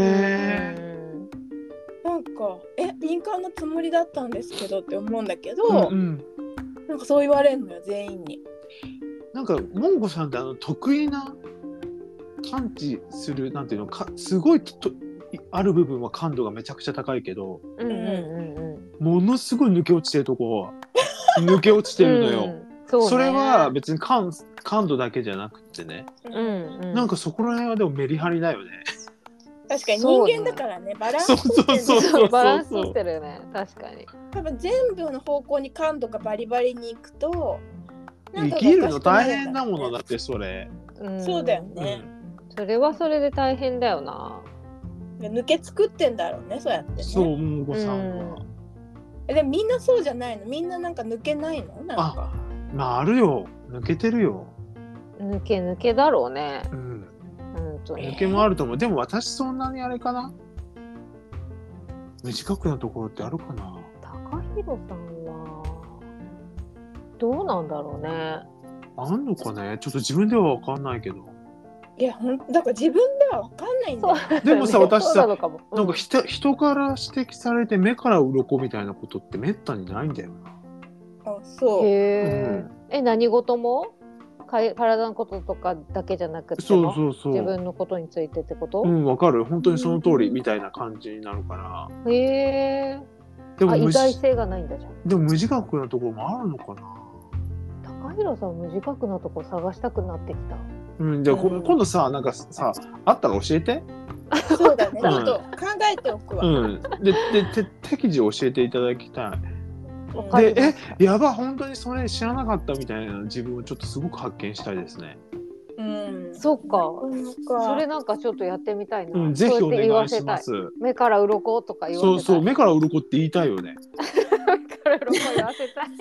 なんか敏感なつもりだったんですけどって思うんだけど、なんかそう言われるのよ全員に。 なんか桃子さんって得意な感知するなんていうのかすごいある部分は感度がめちゃくちゃ高いけど、ものすごい抜け落ちてるとこは抜け落ちてるのよ。それは別に感度だけじゃなくてね、なんかそこら辺はでもメリハリだよね。 確かに人間だからね、バランスバランス取ってるよね。確かに多分全部の方向に感度がバリバリにいくと生きるの大変なものだってそれ。 そうだよね、 それはそれで大変だよな。 抜け作ってんだろうねそうやってね。 そう桃子さんは。 でもみんなそうじゃないの？みんななんか抜けないの？なんかあるよ、抜けてるよ。 抜けだろうね。 抜けもあると思う。でも私そんなにあれかな、無自覚なところってあるかな。 高弘さんはどうなんだろうね。 あんのかね、ちょっと自分では分かんないけど。 いやだから自分では分かんないんだよ。 でもさ私さなんか人から指摘されて目から鱗みたいなことってめったにないんだよな。 あ、そう。 何事も体のこととかだけじゃなくても自分のことについてってこと？ 分かる。本当にその通りみたいな感じになるから。 でも意外性がないんだじゃん。 でも無自覚なところもあるのかな。 高弘さん無自覚なところ探したくなってきた。 じゃあ今度さなんかさあったら教えて。 そうだね。ちょっと考えておくわ。 で適時教えていただきたい。でやば本当にそれ知らなかったみたいな自分をちょっとすごく発見したいですね。 そっか。それなんかちょっとやってみたいな。 ぜひお願いします。 目から鱗とか言わせたい。 そう目から鱗って言いたいよね。 目から鱗言わせたい。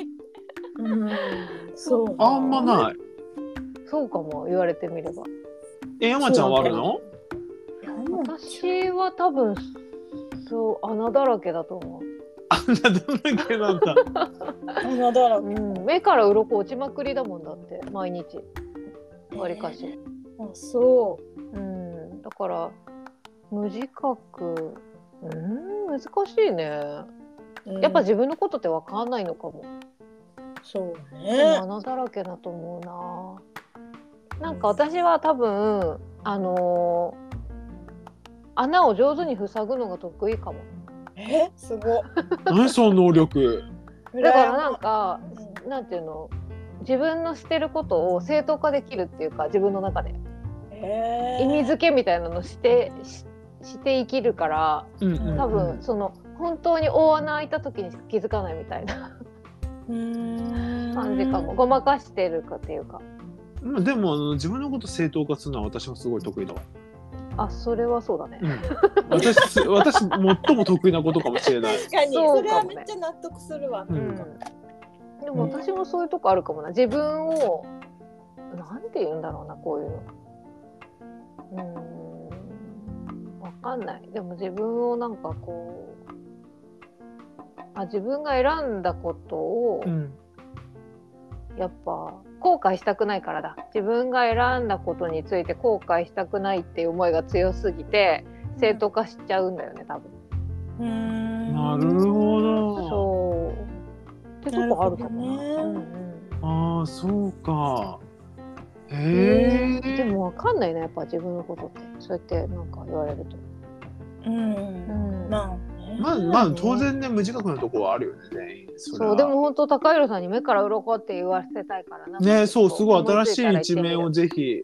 そう。 あんまない。 そうかも言われてみれば。 山ちゃんはあるの？ 私は多分穴だらけだと思う。 穴だらけなんだ。 穴だらけ。 目から鱗落ちまくりだもんだって毎日。わりかし。 あ、そう。 だから無自覚。難しいね。やっぱ自分のことって分かんないのかも。 そうね。 穴だらけだと思うな。なんか私は多分穴を上手に塞ぐのが得意かも。 すごい。 何その能力。 だからなんか、なんていうの、自分のしてることを正当化できるっていうか自分の中で、意味付けみたいなのして生きるから、多分その本当に大穴開いた時にしか気づかないみたいな感じかも。ごまかしてるかっていうか。 でも自分のこと正当化するのは私もすごい得意だわ。 あ、それはそうだね。 私最も得意なことかもしれない。 確かにそれはめっちゃ納得するわ。でも私もそういうとこあるかもな。自分をなんて言うんだろうな、こういうの。わかんない。でも自分をなんかこ自分が選んだことを、やっぱ後悔したくないからだ。自分が選んだことについて後悔したくないっていう思いが強すぎて正当化しちゃうんだよね、多分。 なるほど。 そうってとこあるかもね。 ああ、そうか。へえ。 でも分かんないね、やっぱ自分のことって。そうやってなんか言われると。 まあ当然ね、無自覚なところはあるよね、全員。 そう、でも本当高弘さんに目から鱗って言わせたいからな。 ね、そう、すごい新しい一面をぜひ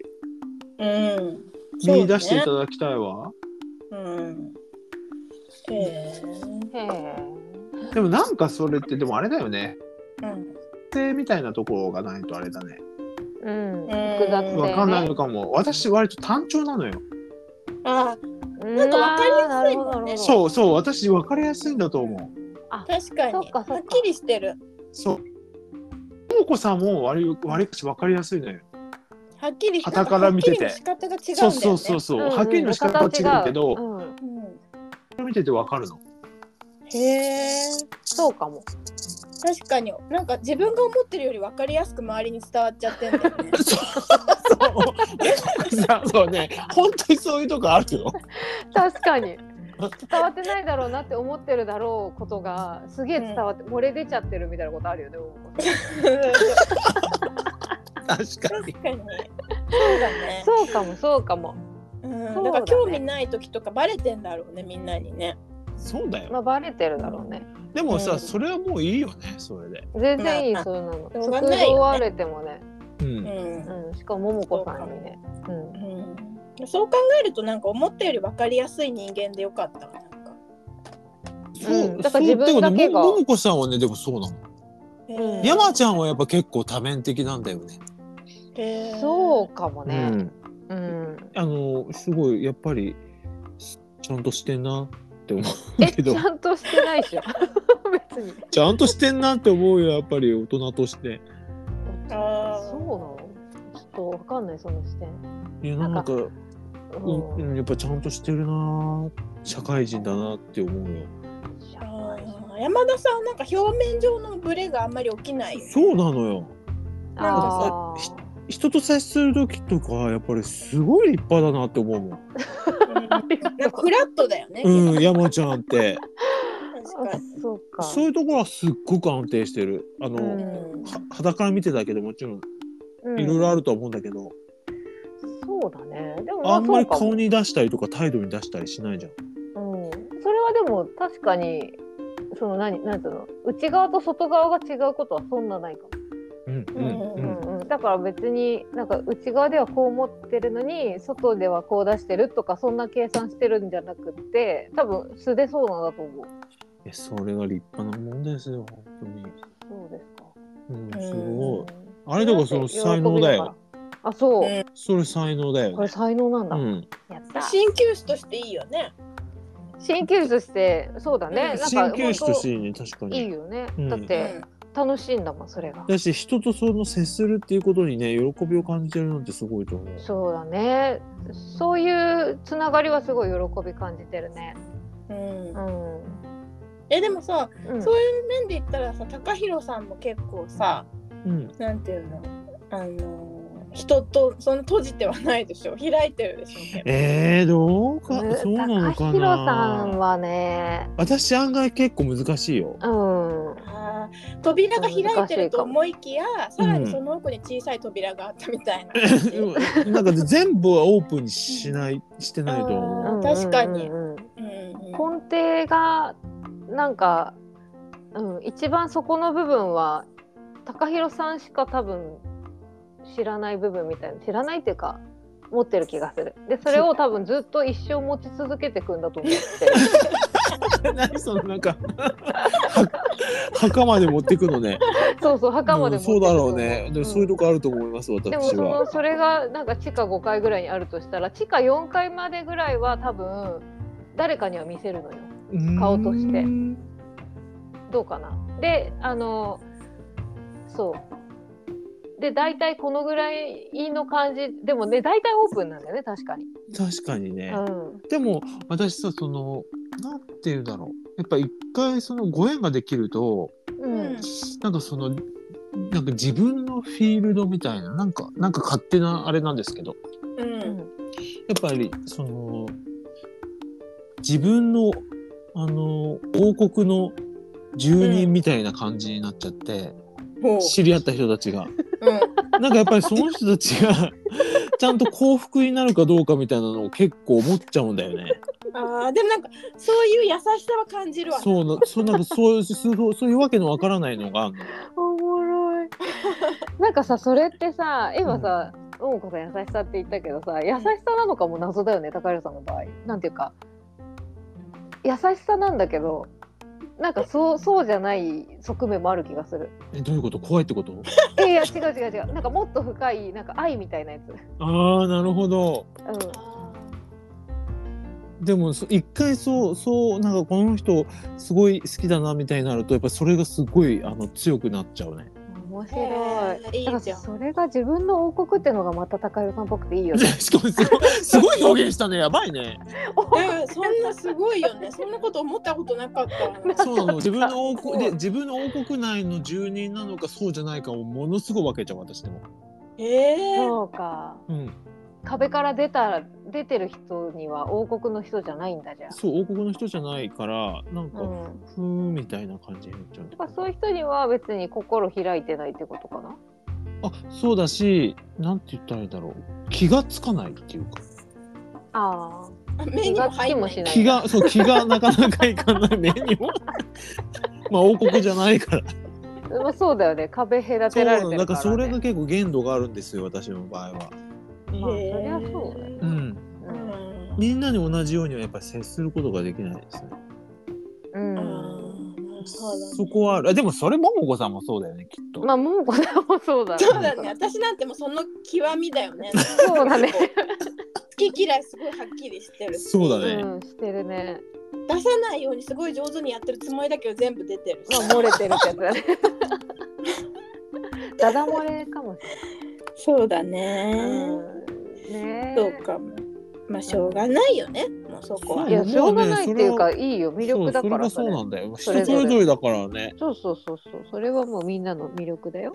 見出していただきたいわ。でもなんかそれってでもあれだよね。性みたいなところがないとあれだね。 複雑でね。 わかんないのかも。私割と単調なのよ。 ああ、なんかわかりやすいもんね。 そうそう、私わかりやすいんだと思う。 確かに。はっきりしてる。 そう。ともこさんも割かしわかりやすいのよ。 はっきり傍から見てて。 仕方が違うんだよね。 そう。はっきりの仕方は違うけど、見ててわかるの。 へえ。 そうかも。 確かに、なんか自分が思ってるより分かりやすく周りに伝わっちゃってんだよね。 そうね、本当にそういうとこあるよ。 確かに伝わってないだろうなって思ってるだろうことがすげえ伝わって、漏れ出ちゃってるみたいなことあるよね。 確かに。 そうだね。 そうかも。 だから興味ない時とかバレてんだろうね、みんなにね。 そうだよ。 まあバレてるだろうね。 でもさ、それはもういいよね、それで。 全然いい、そういうの。繕われてもね。しかももこさんにね。 そう考えるとなんか思ったより分かりやすい人間でよかったわ。なんか。 そう。 だから自分だけが。 ももこさんはね、でもそうなの。山ちゃんはやっぱ結構多面的なんだよね。 そうかもね。 すごいやっぱりちゃんとしてんなって思うけど。 ちゃんとしてないじゃん。別に。 ちゃんとしてんなって思うよ、やっぱり大人として。 そうなの？ちょっとわかんない、その視点。 いや、なんかやっぱちゃんとしてるな、社会人だなって思うよ。 山田さんなんか表面上のブレがあんまり起きないよね。 そうなのよ。なんかさ、人と接する時とかやっぱりすごい立派だなって思うもん。 なんかフラットだよね。 山ちゃんって。 そういうところはすっごく安定してる。肌から見てたけど、もちろんいろいろあるとは思うんだけど。 そうだね。でもあんまり顔に出したりとか態度に出したりしないじゃん。 それはでも確かにそのなんていうの、内側と外側が違うことはそんなないかも。だから別になんか内側ではこう思ってるのに外ではこう出してるとかそんな計算してるんじゃなくて、多分素でそうなんだと思う。 それが立派なもんですよ、本当に。 そうですか。 すごい。あれだからその才能だよ。 そう。 それ才能だよね。 これ才能なんだ。やった。 鍼灸師としていいよね。 鍼灸師としてそうだね。 鍼灸師としていいね、確かに。 いいよね。だって楽しいんだもん、それが。 だし人とその接するっていうことにね、喜びを感じてるなんてすごいと思う。 そうだね。そういうつながりはすごい喜び感じてるね。 でもさ、そういう面で言ったらさ、高弘さんも結構さ、なんていうの、人とその閉じてはないでしょ、開いてるでしょ。 どうか、そうなのかな。 高弘さんはね、 私案外結構難しいよ。 扉が開いてると思いきや、さらにその奥に小さい扉があったみたいな。 なんか全部はオープンにしてないと思う。 確かに。 根底がなんか、一番そこの部分は高弘さんしか多分知らない部分みたいな、知らないっていうか持ってる気がする。でそれを多分ずっと一生持ち続けていくんだと思って何そのなんか墓まで持っていくのね。 そう墓まで持っていく、 そうだろうね。でもそういうとこあると思います、私は。 でもそれがなんか地下5階ぐらいにあるとしたら、地下4階までぐらいは多分誰かには見せるのよ、顔として。どうかな。でそうで大体このぐらいの感じでもね、大体オープンなんだよね。確かにね、でも私さ、そのなんていうんだろう、やっぱ一回そのご縁ができると、なんかそのなんか自分のフィールドみたいななんか勝手なあれなんですけど、 うん、 やっぱりその自分の王国の住人みたいな感じになっちゃって、知り合った人たちが、なんかやっぱりその人たちがちゃんと幸福になるかどうかみたいなのを結構思っちゃうんだよね。 あでもなんかそういう優しさは感じるわ。 そうなんかそういうわけのわからないのがあるの。 おもろい。なんかさそれってさ今さ桃子さん優しさって言ったけどさ優しさなのかも謎だよね高弘さんの場合。なんていうか優しさなんだけどなんかそうじゃない側面もある気がする。 どういうこと？怖いってこと？ いや違うなんかもっと深いなんか愛みたいなやつ。 ああなるほど。でも一回そうなんかこの人すごい好きだなみたいになるとやっぱそれがすごい強くなっちゃうね。 面白い。だからそれが自分の王国っていうのがまた高弘さんっぽくていいよね。 しかもすごい表現したね。やばいね。 そんなすごいよね。そんなこと思ったことなかった。 そうなの。自分の王国内の住人なのかそうじゃないかをものすごい分けちゃう私でも。 そうか。壁から出てる人には王国の人じゃないんだじゃん。 そう王国の人じゃないからなんか、ふーんみたいな感じになっちゃう。 そういう人には別に心開いてないってことかな。 そうだしなんて言ったらいいだろう気がつかないっていうか。 目にも入もしない。 気がなかなかいかない目にも。まあ王国じゃないから。 そうだよね壁隔てられてるから、ね。 なんかそれが結構限度があるんですよ私の場合は。 まあそりゃそうだよ。 みんなに同じようにはやっぱり接することができないですね。そこはある。でもそれ桃子さんもそうだよねきっと。 まあ桃子さんもそうだね。 そうだね。私なんてもうその極みだよね。 そうだね。 好き嫌いすごいはっきりしてる。 そうだね。 してるね。 出さないようにすごい上手にやってるつもりだけど全部出てる。 漏れてるってやつだね。ダダ漏れかもしれない。 そうだね。そうかも。まあしょうがないよね。もうそこは。 いやしょうがないっていうかいいよ魅力だから。 そうなんだよ。人それぞれだからね。 そうそれはもうみんなの魅力だよ。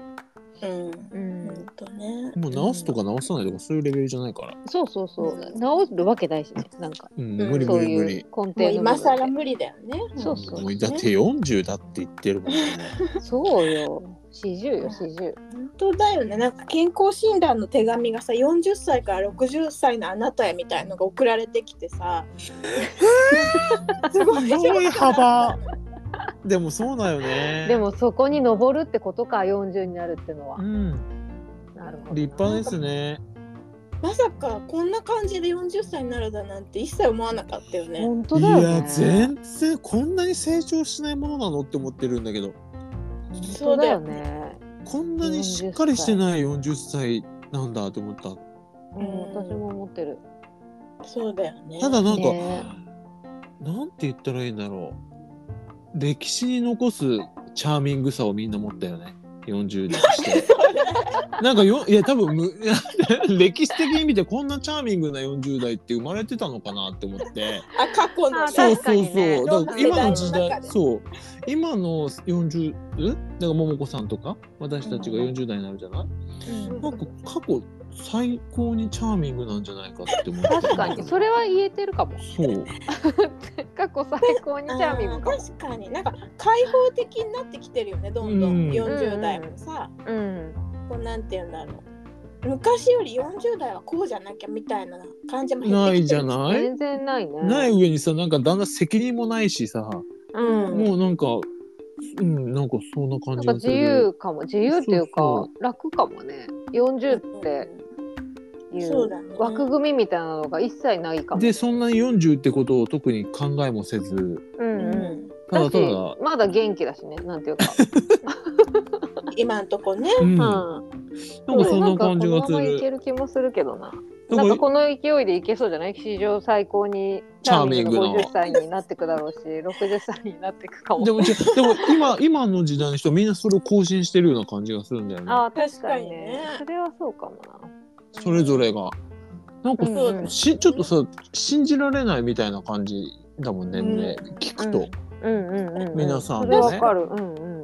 もう直すとか直さないとかそういうレベルじゃないから。 そう直るわけないしねなんか。 無理。 根底今更無理だよね。 そう。 だって40だって言ってるもんね。 そうよ。40よ40。 本当だよね。なんか健康診断の手紙がさ40歳から60歳のあなたへみたいのが送られてきてさ。 すごい幅。でもそうだよね。 でもそこに登るってことか40になるってのは。 なるほど。立派ですね。 まさかこんな感じで40歳になるだなんて一切思わなかったよね。 本当だよね。 いや全然こんなに成長しないものなのって思ってるんだけど。 そうだよね。 こんなにしっかりしてない40歳なんだと思った。 私も思ってる。 そうだよね。 ただなんか、なんて言ったらいいんだろう。歴史に残すチャーミングさをみんな持ったよね。40代してなんかいや多分歴史的に見てこんなチャーミングな40代って生まれてたのかなって思って過去のそうだから今の時代今の40だから桃子さんとか私たちが40代になるじゃない、なんか過去最高にチャーミングなんじゃないかって思って。 確かにそれは言えてるかも。 そう過去最高にチャーミングかも。 確かになんか開放的になってきてるよねどんどん40代もさ、こうなんて言うんだろう昔より40代はこうじゃなきゃみたいな感じもないじゃない。 全然ないね。 ない上にさなんかだんだん責任もないしさ、もうなんかなんかそんな感じがする。 自由かも。自由っていうか楽かもね。40っていう枠組みみたいなのが一切ないかも。 でそんなに40ってことを特に考えもせず、ただまだ元気だしねなんていうか今んとこね。 なんかそんな感じがする。 いける気もするけどな。なんかこの勢いでいけそうじゃない？史上最高にチャーミングな50歳になってくだろうし60歳になっていくかも。 でも今の時代の人みんなそれを更新してるような感じがするんだよね。 確かにね。それはそうかもな。 それぞれがなんかちょっとさ信じられないみたいな感じだもんね、聞くと。皆さんね。それわかる。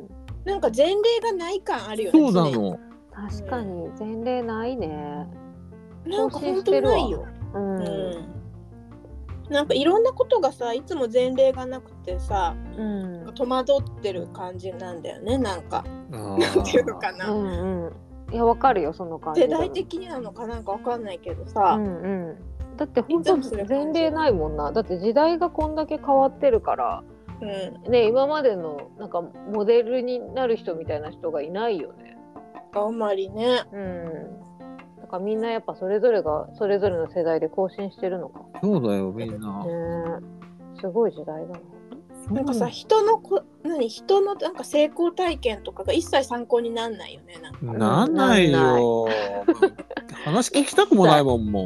なんか前例がない感あるよね。 そうなの。 確かに前例ないね。 なんか本当ないよ。なんかいろんなことがさ、いつも前例がなくてさ、戸惑ってる感じなんだよね。なんかなんていうのかな。 いやわかるよその感じ。 世代的になのかなんかわかんないけどさ。 だって本当前例ないもんな。だって時代がこんだけ変わってるから、ね、今までのなんかモデルになる人みたいな人がいないよね。 あんまりね。 だからみんなやっぱそれぞれがそれぞれの世代で更新してるのか。 そうだよみんな。 すごい時代だな。 なんかさ、人のなんか成功体験とかが一切参考になんないよね。 なんないよ。話聞きたくもないもんもう。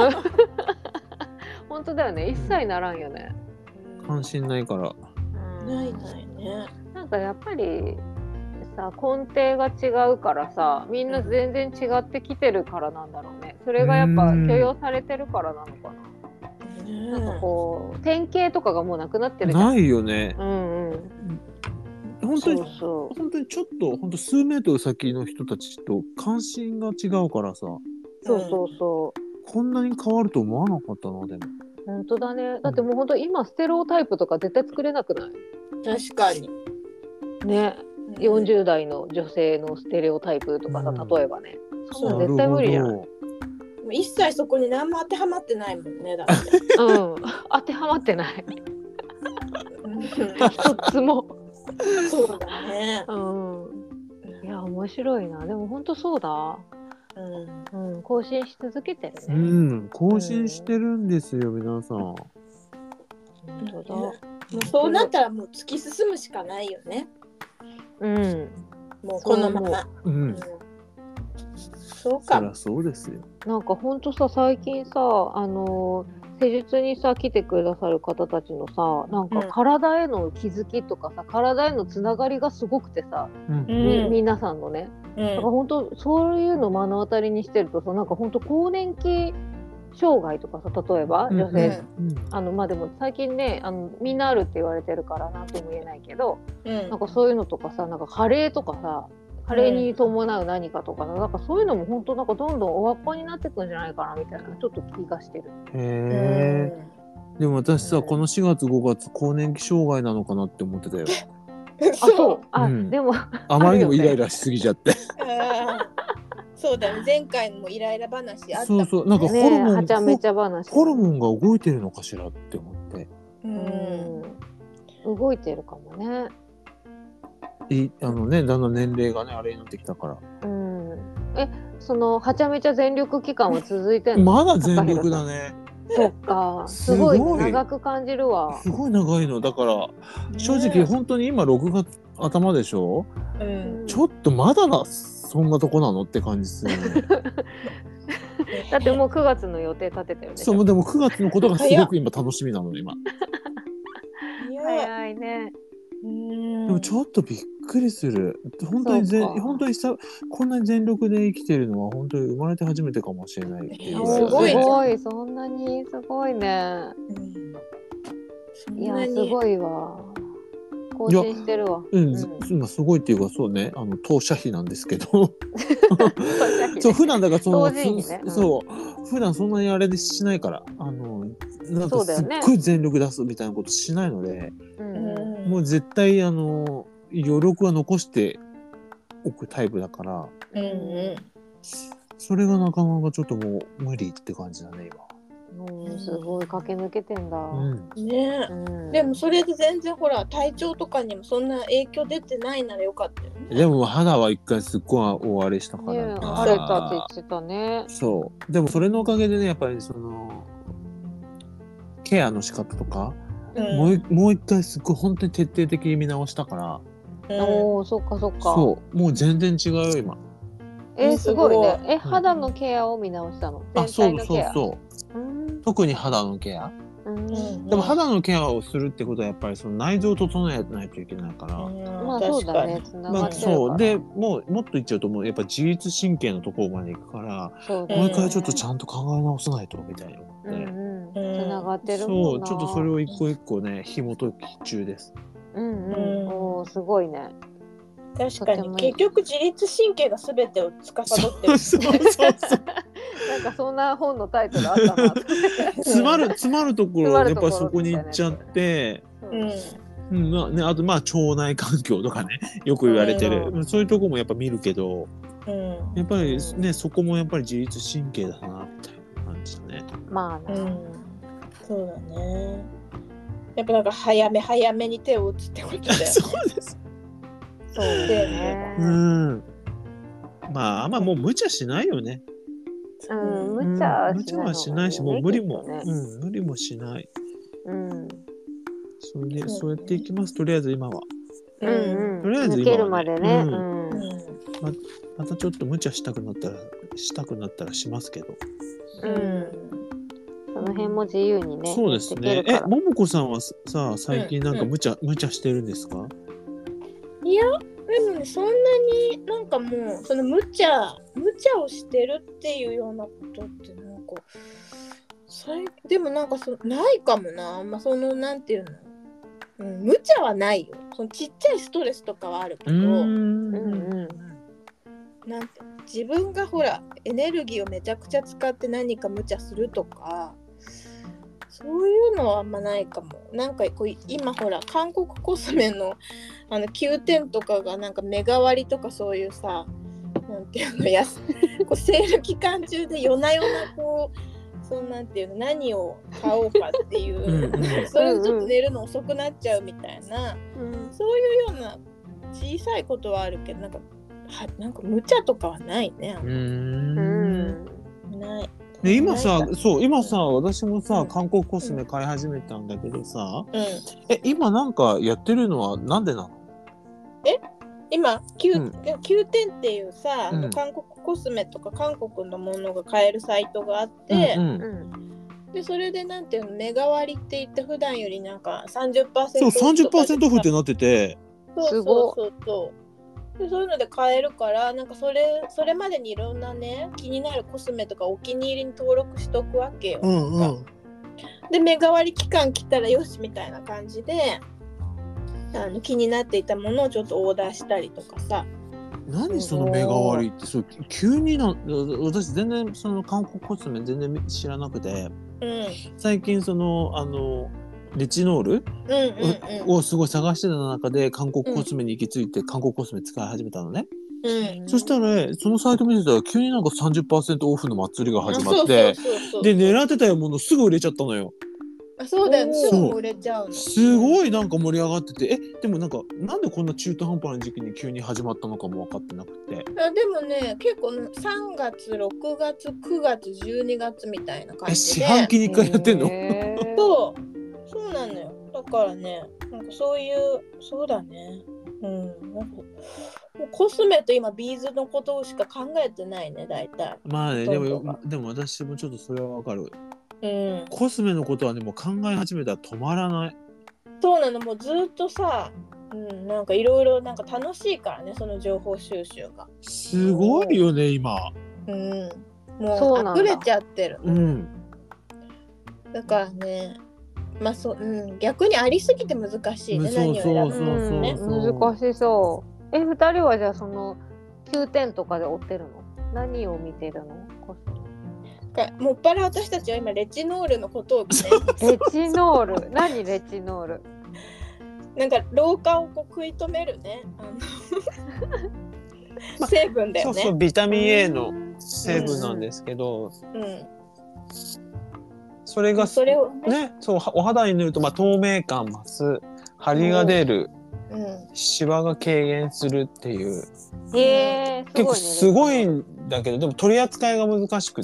本当だよね。一切ならんよね。 関心ないから。 ないね。 なんかやっぱりさ、根底が違うからさ、みんな全然違ってきてるからなんだろうね。それがやっぱ許容されてるからなのかな。なんかこう典型とかがもうなくなってるじゃん。 ないよね。本当にちょっと本当数メートル先の人たちと関心が違うからさ。こんなに変わると思わなかったな。でも本当だね。だってもう本当今ステレオタイプとか絶対作れなくない？ 確かにね。40代の女性のステレオタイプとかさ、例えばね、そんな絶対無理じゃない。 一切そこに何も当てはまってないもんね。だって当てはまってない一つも。 そうだね。 いや面白いな。でも本当そうだ。更新し続けてるね。 更新してるんですよ皆さん。本当だ。もうそうなったらもう突き進むしかないよね。もうこのまま。そうか。 そうですよ。 なんかほんとさ、最近さ、施術にさ来てくださる方たちのさ、なんか体への気づきとかさ、体へのつながりがすごくてさ、皆さんのね、なんかほんとそういうのを目の当たりにしてるとさ、なんかほんと更年期障害とかさ、例えば女性、まあでも最近ね、みんなあるって言われてるからなんとも言えないけど、なんかそういうのとかさ、なんか加齢とかさ、加齢に伴う何かとか、なんかそういうのも本当なんかどんどんおわっぱになってくんじゃないかなみたいなちょっと気がしてる。 でも私さ、この4月5月更年期障害なのかなって思ってたよ。 でもあまりにもイライラしすぎちゃって。 そうだね、前回もイライラ話あった。 そうなんかホルモン、 はちゃめちゃ話。 ホルモンが動いてるのかしらって思って。 動いてるかもね。 だんだん年齢がねあれになってきたから。 そのはちゃめちゃ全力期間は続いてんの？ まだ全力だね。 そっか、すごい長く感じるわ。 すごい長いのだから正直本当に今6月頭でしょ。ちょっとまだそんなとこなのって感じするね。 だってもう9月の予定立ててるでしょ。 そうでも9月のことがすごく今楽しみなの今。 早いね。 でもちょっとびっくりする。本当にこんなに全力で生きてるのは本当に生まれて初めてかもしれないっていう。 すごい、そんなにすごいね。いやすごいわ。更新してるわ。 今すごいっていうかそうね、当社費なんですけど。そう普段だから普段そんなにあれでしないからなんかすっごい全力出すみたいなことしないので、もう絶対余力は残しておくタイプだから、それがなかなかちょっともう無理って感じだね今。 すごい駆け抜けてんだ。 でもそれで全然ほら体調とかにもそんな影響出てないならよかったよね。 でも肌は一回すっごい大荒れしたから。 荒れたって言ってたね。 そうでもそれのおかげでねやっぱりそのケアの仕方とか、もう一回すっごい本当に徹底的に見直したから。 そっか。 そうもう全然違うよ今。 すごいね。肌のケアを見直したの？ そう特に肌のケア。でも肌のケアをするってことはやっぱりその内臓を整えないといけないから。 まあそうだね。つながってるから。 そうでもっと言っちゃうともうやっぱ自律神経のところまで行くから、もう一回ちょっとちゃんと考え直さないとみたいな思って。 つながってるもんな。 そうちょっとそれを一個一個ね紐解き中です。 すごいね。 確かに結局自律神経が全てを司ってる。 そうなんかそんな本のタイトルあったな詰まるところやっぱりそこに行っちゃって、まあね、あとまあ腸内環境とかねよく言われてる、そういうとこもやっぱ見るけど、やっぱりねそこもやっぱり自律神経だなみたいな感じだね。 まあね、 そうだね。やっぱなんか早めに手を打つってことだよね。 そうです。 そうね。 まあもう無茶しないよね。 無茶はしないし、もう無理もしない。それでそうやっていきます。とりあえず今は。とりあえず今はね。またちょっと無茶したくなったらしますけど。 その辺も自由にね。 そうですね。ももこさんはさ最近なんか無茶してるんですか？ いやでもねそんなになんかもうその無茶をしてるっていうようなことってなんかでもなんかないかもな。まあそのなんていうの、無茶はないよ。そのちっちゃいストレスとかはあるけど、なんて自分がほらエネルギーをめちゃくちゃ使って何か無茶するとか。そういうのはあんまないかも。なんかこう今ほら韓国コスメの9点とかがなんか目代わりとかそういうさなんていうのこうセール期間中で夜な夜なこうそうなんていうの何を買おうかっていうそれでちょっと寝るの遅くなっちゃうみたいな、そういうような小さいことはあるけどなんか無茶とかはないね。ない。 で今さ私もさ、韓国コスメ買い始めたんだけどさ、今なんかやってるのはなんでなの？ 今9点っていうさ、韓国コスメとか韓国のものが買えるサイトがあって、でそれでなんていうの目代わりって言って普段よりなんか 30% 30% オフってなってて、 そうでそういうので買えるからなんかそれまでにいろんなね気になるコスメとかお気に入りに登録しとくわけよ。で目代わり期間来たらよしみたいな感じで気になっていたものをちょっとオーダーしたりとかさ。 何その目代わりって急に私全然その韓国コスメ全然知らなくて、最近そのレチノール、をすごい探してた中で韓国コスメに行き着いて韓国コスメ使い始めたのね。そしたらそのサイト見てたら急になんか 30% オフの祭りが始まってで狙ってたものすぐ売れちゃったのよ。 そうだよね、すぐ売れちゃうの。 すごいなんか盛り上がっててでもなんでこんな中途半端な時期に急に始まったのかも分かってなくて。 でもね結構3月6月9月12月みたいな感じで四半期に1回やってんの？ そうなのよ。だからねなんかそうだね。なんかコスメと今ビーズのことしか考えてないね大体。 まあねでも私もちょっとそれは分かる。コスメのことはねもう考え始めたら止まらない。 そうなのもうずっとさ、なんかいろいろなんか楽しいからねその情報収集が。 すごいよね今。 もう溢れちゃってる。だからねまあ逆にありすぎて難しいね。何を選ぶね。 難しそう。2人はじゃあその9点とかで追ってるの？何を見てるの？コスメもっぱら私たちは今レチノールのことをねレチノール何レチノールなんか老化を食い止めるね成分だよね。 そうビタミン A の成分なんですけど、それをねお肌に塗ると透明感増す、張りが出る、シワが軽減するっていう、結構すごいんだけどでも取り扱いが難しくって、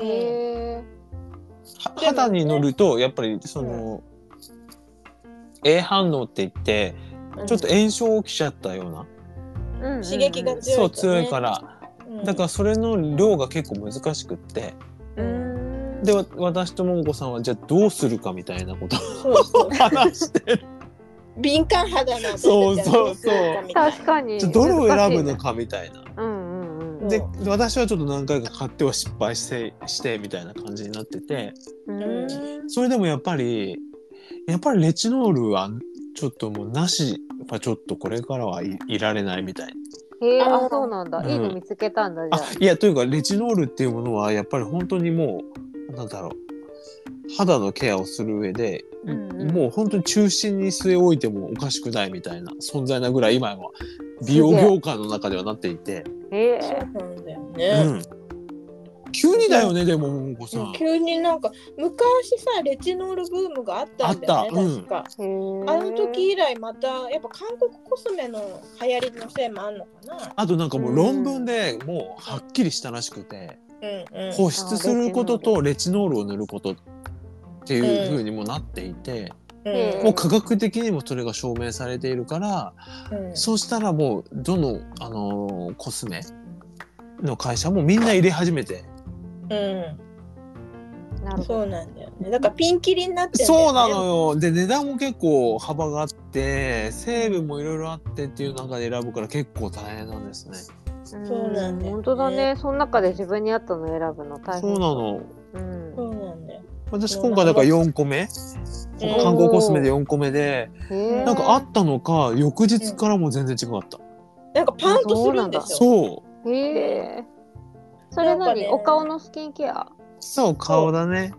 肌に塗るとやっぱりその、A 反応って言ってちょっと炎症起きちゃったような、 刺激が強い、 強いから、だからそれの量が結構難しくって、で私とももこさんはじゃあどうするかみたいなことを話してる。 敏感肌なんだ。 そう確かにどれを選ぶのかみたいな。で私はちょっと何回か買っては失敗してみたいな感じになってて、それでもやっぱりレチノールはちょっともうなしっぱちょっとこれからはいられないみたい。 あ、そうなんだ、いいの見つけたんだじゃあ。 いやというかレチノールっていうものはやっぱり本当にもうなんだろう、肌のケアをする上で、もう本当に中心に据え置いてもおかしくないみたいな存在なぐらい今は美容業界の中ではなっていて。 そうなんだよね。 急にだよねでももこさん。 急になんか昔さレチノールブームがあったんだよね確か。あの時以来またやっぱ韓国コスメの流行りのせいもあんのかな。 あとなんかもう論文でもうはっきりしたらしくて、保湿することとレチノールを塗ることっていう風にもなっていて、もう科学的にもそれが証明されているから、そうしたらもうどの、コスメの会社もみんな入れ始めて。 そうなんだよね。だからピンキリになってんだよね。 そうなのよ。で値段も結構幅があって成分もいろいろあってっていう中で選ぶから結構大変なんですね。 そうなんだよね。 本当だね。その中で自分に合ったの選ぶの大変。 そうなの。 そうなんだよ。 私今回だから4個目、韓国コスメで4個目で、なんかあったのか翌日からも全然違った。 なんかパンとするんですよ。 そう。 それ何？お顔のスキンケア？ そう顔だね。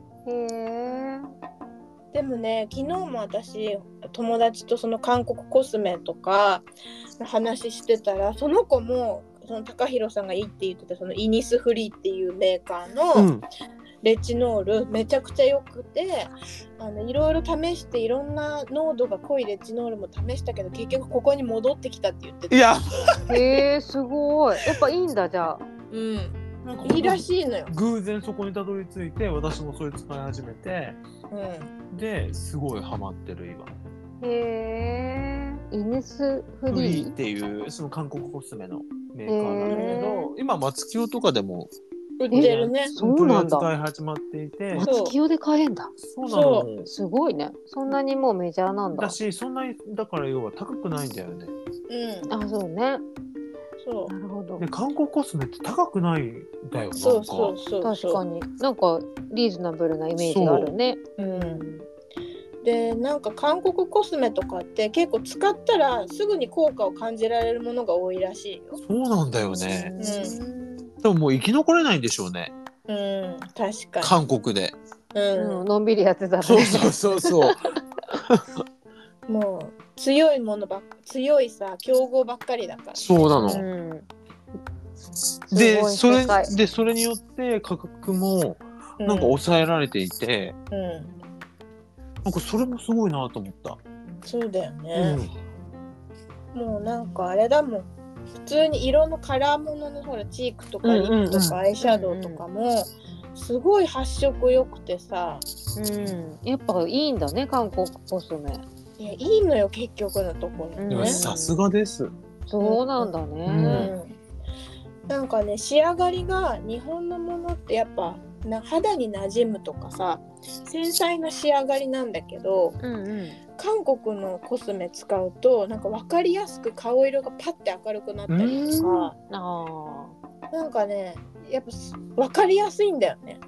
でもね昨日も私友達とその韓国コスメとか話してたらその子もその高弘さんがいいって言ってたそのイニスフリーっていうメーカーのレチノールめちゃくちゃ良くていろいろ試していろんな濃度が濃いレチノールも試したけど結局ここに戻ってきたって言ってた。 いやすごいやっぱいいんだじゃあ。 なんかいいらしいのよ。 偶然そこにたどり着いて私もそれ使い始めて、ですごいハマってる今。 イニスフリーっていうその韓国コスメのメーカーなんだけど、今松清とかでも売ってるね。 そうなんだ。 取り扱い始まっていて、 松清で買えんだ。 そうなの。 すごいね。そんなにもうメジャーなんだ。 だしそんなにだから要は高くないんだよね。 あ、そうね。 そう。 なるほど。 で韓国コスメって高くないんだよ。 そう確かになんかリーズナブルなイメージがあるね。 でなんか韓国コスメとかって結構使ったらすぐに効果を感じられるものが多いらしいよ。 そうなんだよね。でももう生き残れないんでしょうね。 確かに。 韓国で。 のんびりやってたね。 そう。 もう強いもの強いさ競合ばっかりだから。 そうなの。でそれによって価格もなんか抑えられていて、なんかそれもすごいなと思った。 そうだよね。もうなんかあれだもん。普通に色のカラーもののほらチークとかリップとかアイシャドウとかもすごい発色良くてさ、 やっぱいいんだね韓国コスメ。 いやいいのよ結局のところね。 さすがです。 そうなんだね。 なんかね仕上がりが日本のものってやっぱ肌に馴染むとかさ繊細な仕上がりなんだけど、韓国のコスメ使うとなんか分かりやすく顔色がパッて明るくなったりとか、なんかねやっぱ分かりやすいんだよね。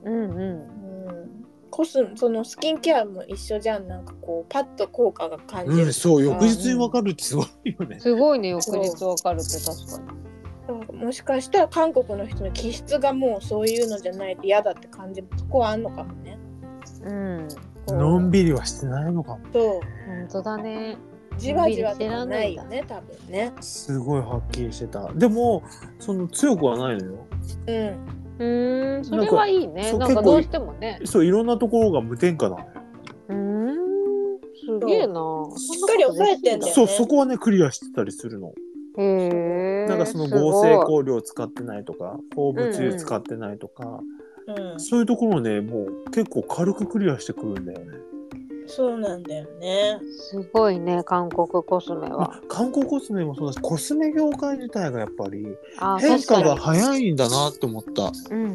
そのスキンケアも一緒じゃん。なんかこうパッと効果が感じる。 そう翌日に分かるってすごいよね。 すごいね翌日分かるって確かに。 もしかしたら韓国の人の気質がもうそういうのじゃないと嫌だって感じるとこはあんのかもね。 のんびりはしてないのかも。 そう本当だね。 じわじわとかないよね多分ね。 すごいはっきりしてた。でもその強くはないのよ。 それはいいね。なんかどうしてもね。 そういろんなところが無添加なのよ。 すげえな。 しっかり抑えてんだよね。 そうそこはねクリアしてたりするの。なんかその合成香料使ってないとか鉱物油使ってないとか、そういうところねもう結構軽くクリアしてくるんだよね。 そうなんだよね。 すごいね韓国コスメは。 韓国コスメもそうだしコスメ業界自体がやっぱり変化が早いんだなって思った。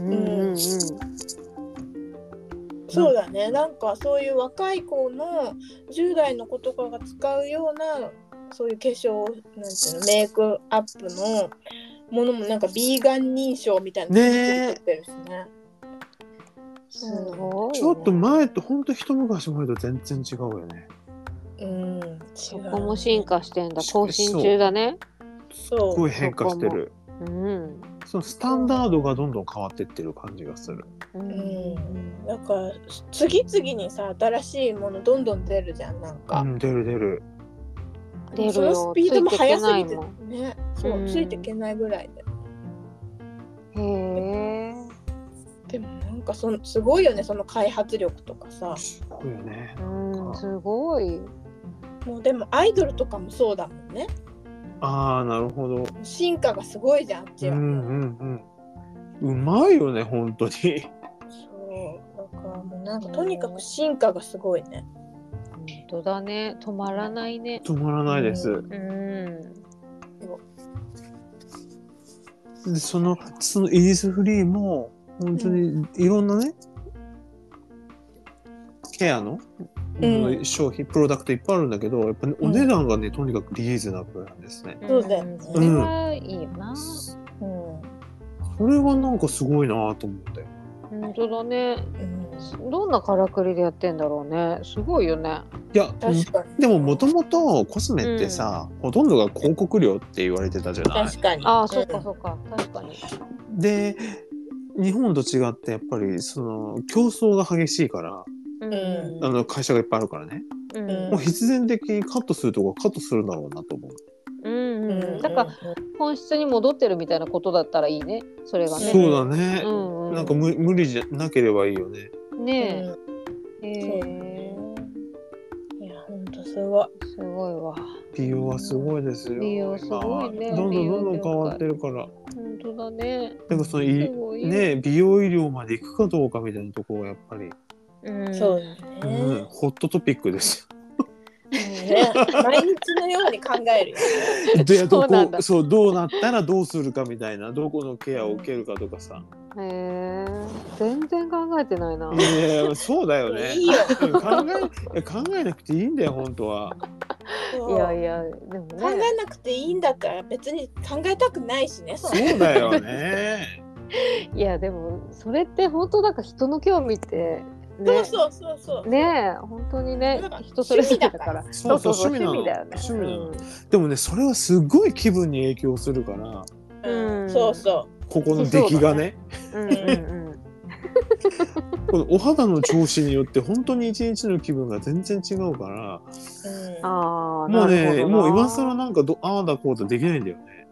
そうだね。なんかそういう若い子の10代の子とかが使うようなそういう化粧なんていうのメイクアップのものもなんかビーガン認証みたいなのついてるしね。 すごい、ね。 ちょっと前とほんと一昔前と全然違うよね。 そこも進化してんだ。更新中だね。 すごい変化してる。そのスタンダードがどんどん変わってってる感じがする。 だから次々にさ新しいものどんどん出るじゃんなんか。 出る。 そのスピードも速すぎてね。そうついていけないぐらいで。でもなんかすごいよねその開発力とかさ。 すごいよね。 すごい。 もうでもアイドルとかもそうだもんね。 なるほど。 進化がすごいじゃんあっちは。 うまいよね本当に。そうだからもうなんかとにかく進化がすごいね。 本当だね。止まらないね。 止まらないです。でそのイリスフリーも本当にいろんなね、ケアの商品プロダクトいっぱいあるんだけどやっぱ、お値段がねとにかくリーズナブルなんですね。 そうだよね。 それはいいよな。 それはなんかすごいなと思って。 本当だね。どんなからくりでやってんだろうね。すごいよね。 いやでももともとコスメってさ、ほとんどが広告料って言われてたじゃない。 確かに。 そうか確かに。 で日本と違ってやっぱりその競争が激しいから、会社がいっぱいあるからね、もう必然的にカットするとこカットするんだろうなと思う。 だから本質に戻ってるみたいなことだったらいいね。それがね。 そうだね。なんか無理じゃなければいいよね。 ねえ。 いや本当すごい。 すごいわ。 美容はすごいですよ。 美容すごいね。 どんどん変わってるから。 本当だね。 だからそのね美容医療まで行くかどうかみたいなところがやっぱり。 そうだね。 ホットトピックですよ。 毎日のように考えるよ。 でどうなったらどうするかみたいなどこのケアを受けるかとかさ。 全然考えてないな。 いやそうだよね。 いいよ。 考えなくていいんだよ本当は。 いやでもね。 考えなくていいんだから別に考えたくないしね。 そうだよね。 いやでもそれって本当なんか人の興味って。 そうね本当にね人それぞれだからそう趣味だよね。でもねそれはすごい気分に影響するからここの出来がねこのお肌の調子によって本当に一日の気分が全然違うからもうねもう今更なんかああだこうだできないんだよね。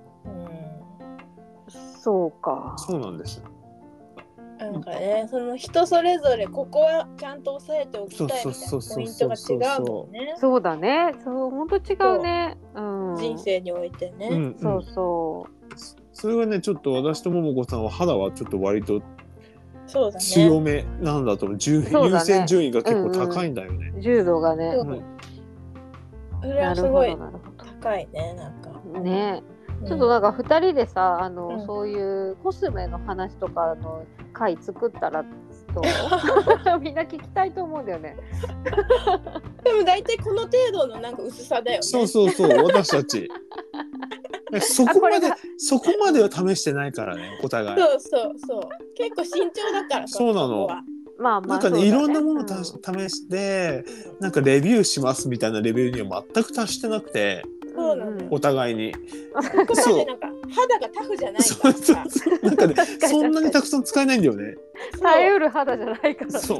そうか。 そうなんです。 なんかね、その人それぞれここはちゃんと押さえておきたいみたいなポイントが違うもんね。 そうだね。そう本当違うね。 人生においてね。 それはねちょっと私と桃子さんは肌はちょっと割と強めなんだと思う。優先順位が結構高いんだよね。 重度がね。 それはすごい高いねなんか。 ね。ちょっとなんか2人でさそういうコスメの話とかの回作ったらとみんな聞きたいと思うんだよね。 でも大体この程度のなんか薄さだよね。 そう私たちそこまでは試してないからねお互い。 そう結構慎重だからそうなの。なんかねいろんなもの試してなんかレビューしますみたいなレベルには全く達してなくて。 そうなの。 お互いに。 そう。なんか肌がタフじゃないからさ。 なんかねそんなにたくさん使えないんだよね。 耐えうる肌じゃないから。 そう。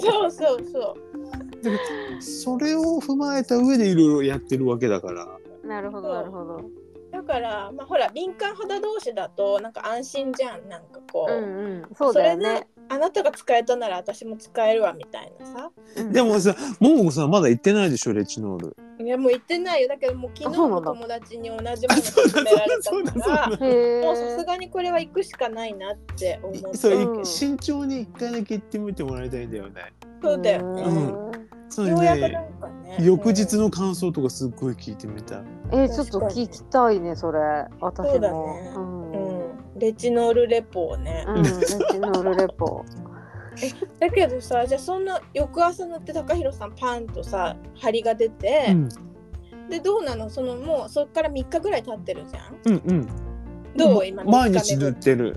それを踏まえた上でいろいろやってるわけだから。 なるほど。 だからほら敏感肌同士だとなんか安心じゃんなんかこう。 そうだよね。 あなたが使えたなら私も使えるわみたいなさ。 でもさ桃子さんまだ行ってないでしょレチノール。 いやもう行ってないよ。だけどもう昨日も友達に同じもの勧められたからもうさすがにこれは行くしかないなって思って。 慎重に一回だけ行ってみてもらいたいんだよね。 そうだよね。ようやくなんかね翌日の感想とかすっごい聞いてみたい。 ちょっと聞きたいねそれ私も。 そうだね。レチノールレポをね。 レチノールレポ。 だけどさじゃあそんな翌朝塗って高弘さんパンとさ張りが出て、でどうなのもうそっから3日ぐらい経ってるじゃん。どう今毎日塗ってる。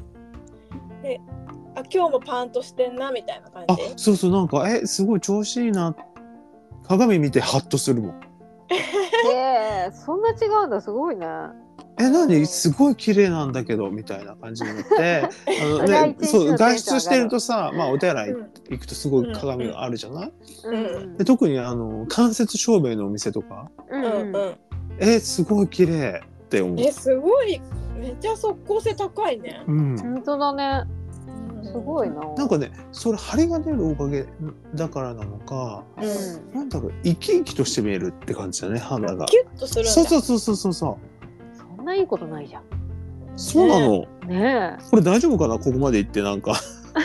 今日もパンとしてんなみたいな感じ。 そうなんかすごい調子いいな鏡見てハッとするもん。 そんな違うんだ、すごいね。 何すごい綺麗なんだけどみたいな感じになってそう外出してるとさ、まあ、お手洗い行くとすごい鏡があるじゃない、で特に間接照明のお店とか、すごい綺麗って思う。 すごいめっちゃ即効性高いね。 本当だね。すごいな。 なんかね、それ張りが出るおかげだからなのか、なんだろう、生き生きとして見えるって感じだね、肌が。 キュッとするんだ。 そう。 そんないいことないじゃん。 そうなの。 ねえ。 これ大丈夫かな、ここまで行ってなんか。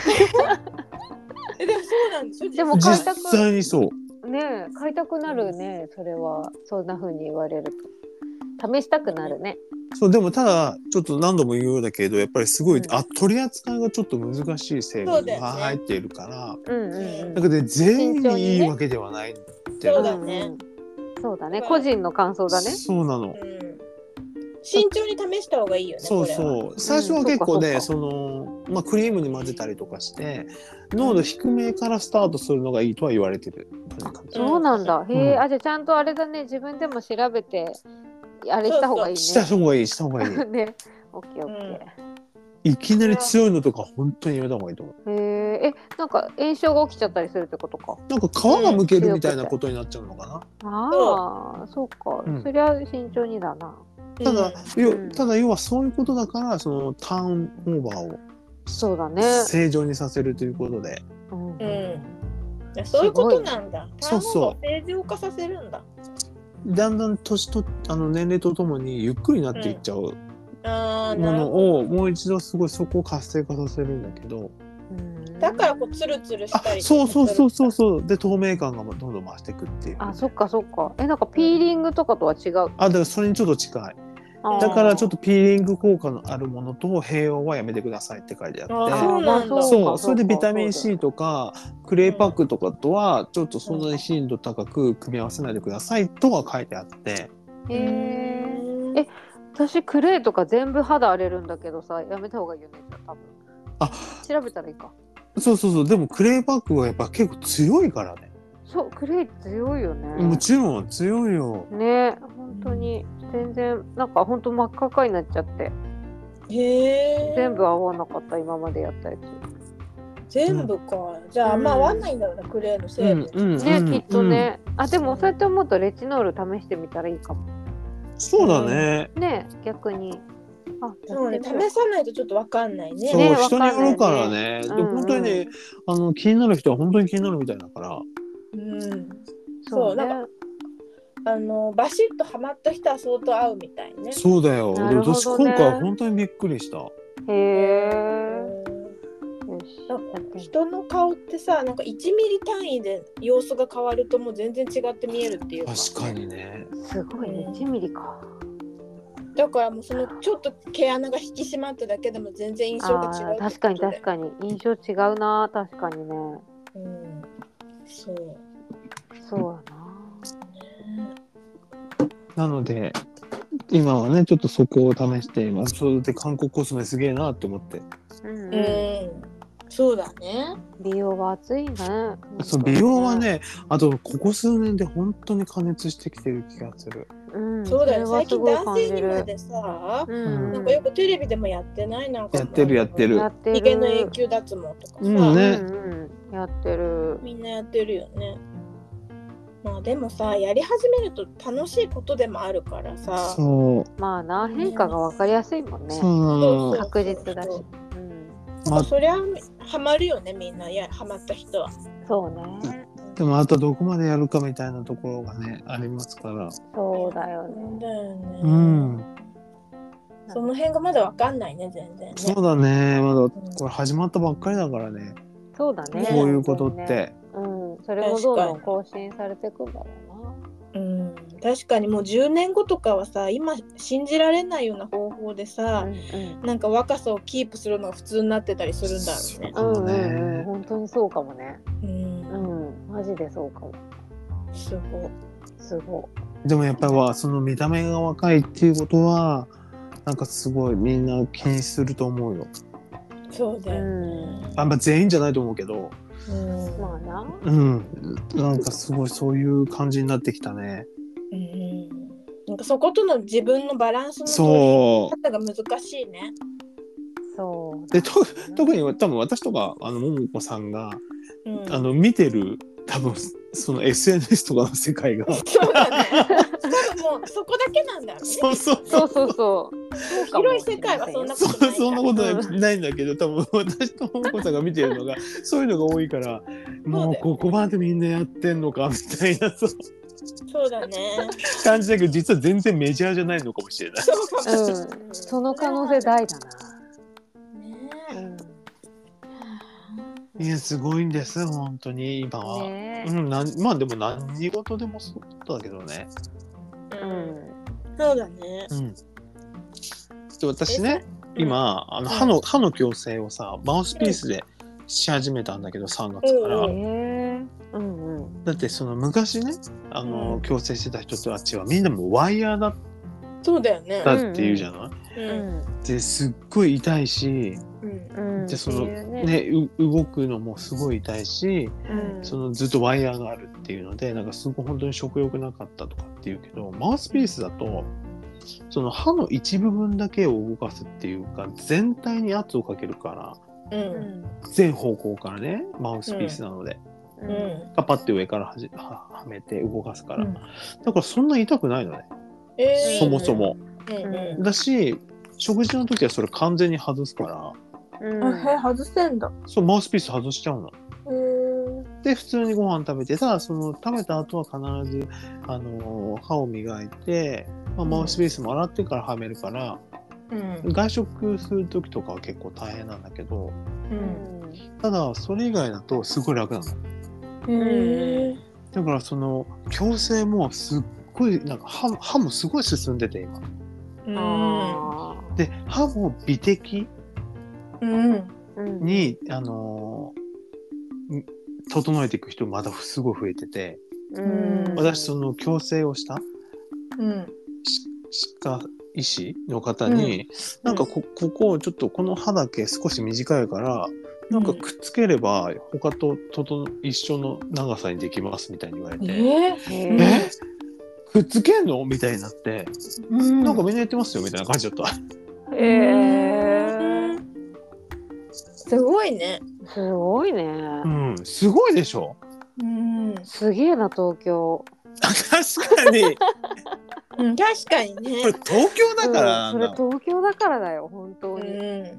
でもそうなんですよ。 でも実際にそう。 ねえ、買いたくなるね、それは。そんな風に言われると。試したくなるね。 そうでもただちょっと何度も言うようだけどやっぱりすごい、取り扱いがちょっと難しい成分が入っているから、だけど全員にいいわけではないっていう。 そうだね。 そうだね。個人の感想だね。 そうなの。 慎重に試した方がいいよね。 そう最初は結構ね、クリームに混ぜたりとかして濃度低めからスタートするのがいいとは言われてる。 そうなんだ。へえ、じゃあちゃんとあれだね、自分でも調べてあれした方がいいね。 した方がいいね。オッケー。 いきなり強いのとか本当にやめた方がいいと思う。 なんか炎症が起きちゃったりするってことか。 なんか皮がむけるみたいなことになっちゃうのかな。 ああ、そうか。そりゃ慎重にだな。 ただ要はそういうことだからそのターンオーバーをそうだね正常にさせるということで。 そういうことなんだ。 そう正常化させるんだ。 だんだん年と年齢とともにゆっくりになっていっちゃうものをもう一度すごいそこを活性化させるんだけど、 だからこうツルツルしたりそうで透明感がどんどん増していくっていう。 そっかなんかピーリングとかとは違う。 だからそれにちょっと近い。だからちょっとピーリング効果のあるものと併用はやめてくださいって書いてあって、それでビタミン C とかクレイパックとかとはちょっとそんなに頻度高く組み合わせないでくださいとは書いてあって。 私クレイとか全部肌荒れるんだけどさ、やめた方がいいよね多分。調べたらいいか。 そうでもクレイパックはやっぱ結構強いからね。 そうクレイ強いよね。 もちろん強いよね。本当に全然なんか本当真っ赤かになっちゃって、全部合わなかった今までやったやつ。 全部か。じゃああんま合わないんだろうな、クレイの成分ね、きっとね。でもそうやって思うとレチノール試してみたらいいかも。 そうだね。 ね、逆に。 そうね、試さないとちょっと分かんないね。 そう人によるからね。本当にね、気になる人は本当に気になるみたいだから。 そうなんかバシッとハマった人は相当合うみたいね。 そうだよ。私今回本当にびっくりした。 人の顔ってさ、なんか1ミリ単位で様子が変わるともう全然違って見えるっていうか。 確かにね。 すごいね、1ミリか。 だからもうそのちょっと毛穴が引き締まっただけでも全然印象が違う。 確かに印象違うな。確かにね。そうやな。なので今はねちょっとそこを試しています。それで韓国コスメすげえなって思って。 そうだね。 美容は熱いね。 美容はね、あとここ数年で本当に加熱してきてる気がする。 そうだよ。最近男性にまでさ、なんかよくテレビでもやってない？なんかやってる。 ヒゲの永久脱毛とかさ、 やってる。 みんなやってるよね。まあでもさ、やり始めると楽しいことでもあるからさ。 まあな、変化が分かりやすいもんね。確実だし。 そりゃハマるよね、みんなハマった人は。 そうね。 でもあとどこまでやるかみたいなところがねありますから。 そうだよね。 その辺がまだわかんないね、全然ね。 そうだね。まだこれ始まったばっかりだからね。 そうだね。 こういうことって。 それもどんどん更新されていくんだろうな。確かにもう10年後とかはさ、今信じられないような方法でさ、なんか若さをキープするのが普通になってたりするんだろうね。 本当にそうかもね。マジでそうかも。すごい。 でもやっぱりその見た目が若いっていうことはなんかすごいみんな気にすると思うよ。 そうだよね。 あんま全員じゃないと思うけど。 まあな。 なんかすごいそういう感じになってきたね。 なんかそことの自分のバランスの取り方が難しいね。 そうで特に多分私とかももこさんが、見てる多分その SNS とかの世界がそうだね。多分もうそこだけなんだよね。 そう広い世界はそんなことないから。 そんなことないんだけど、多分私とももこさんが見てるのがそういうのが多いから、もうここまでみんなやってんのかみたいなそうだね。 感じだけど、実は全然メジャーじゃないのかもしれない。 その可能性大だな。 いやすごいんです本当に今は、まあでも何事でもそうだけどね。 そうだね。 で私ね今歯の矯正をさマウスピースでし始めたんだけど3月から。だってその昔ね矯正してた人たちはみんなもワイヤーだったっていうじゃない。ですっごい痛いし。でその動くのもすごい痛いし、そのずっとワイヤーがあるっていうのでなんかすごい本当に食欲なかったとかっていうけど、マウスピースだとその歯の一部分だけを動かすっていうか全体に圧をかけるから、全方向からねマウスピースなので、パパって上からはめて動かすから、だからそんな痛くないのね、そもそも、だし食事の時はそれ完全に外すから。 外せんだ。 そうマウスピース外しちゃうの。で普通にご飯食べて、ただその食べた後は必ず歯を磨いて、マウスピースも洗ってからはめるから、外食する時とかは結構大変なんだけど、ただそれ以外だとすごい楽なの。だからその矯正もすっごいなんか歯もすごい進んでて今。で歯も美的に整えていく人まだすごい増えてて、私その矯正をした歯科医師の方に、なんかここをちょっとこの歯だけ少し短いからなんかくっつければ他と一緒の長さにできますみたいに言われて、くっつけんのみたいになって、なんかみんなやってますよみたいな感じだった。 すごいね。 すごいね。 すごいでしょ。 すげえな東京。 確かに。 確かにね。 これ東京だからそれ東京だからだよ本当に。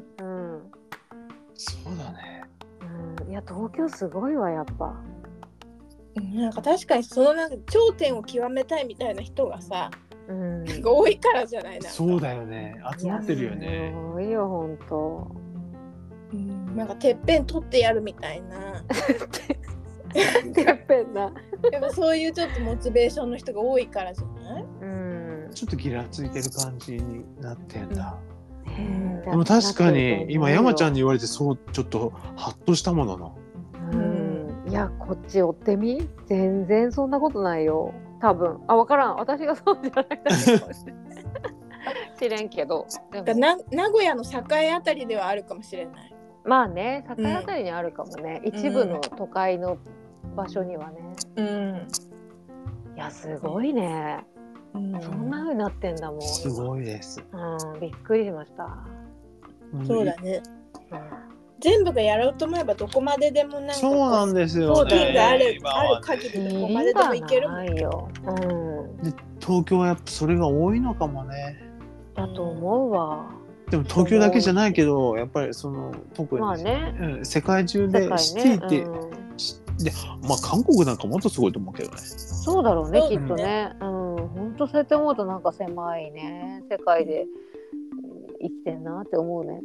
そうだね。 いや東京すごいわやっぱ。 なんか確かにそのなんか頂点を極めたいみたいな人がさ、なんか多いからじゃないな。 そうだよね。集まってるよね。 すごいよ本当。 なんかてっぺん取ってやるみたいな。 てっぺんな。 でもそういうちょっとモチベーションの人が多いからじゃない？ ちょっとギラついてる感じになってんだ。でも確かに今山ちゃんに言われてそうちょっとハッとしたものな。 いやこっち追ってみ、全然そんなことないよ多分。分からん、私がそうじゃないだけかもしれんけど、でも名古屋の栄あたりではあるかもしれない。 まあね栄あたりにあるかもね、一部の都会の場所にはね。いやすごいね。そんな風になってんだもん。 すごいです。 びっくりしました。 そうだね。全部がやろうと思えばどこまででもなんかそうなんですよね。 がある限りどこまででもいけるもん。 で東京はやっぱそれが多いのかもね。 だと思うわ。 でも東京だけじゃないけどやっぱりその特に、世界中でシティって、で韓国なんかもっとすごいと思うけどね。 そうだろうねきっとね。本当そうやって思うとなんか狭いね世界で生きてんなって思うね。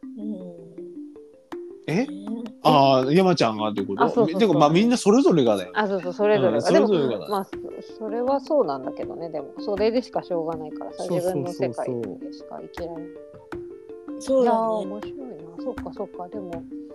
山ちゃんがってこと？でもみんなそれぞれがだよ。 そうそれぞれが。でもそれはそうなんだけどね。でもそれでしかしょうがないからさ、自分の世界でしか生きられない。 そうだね。 面白いな。そっかでも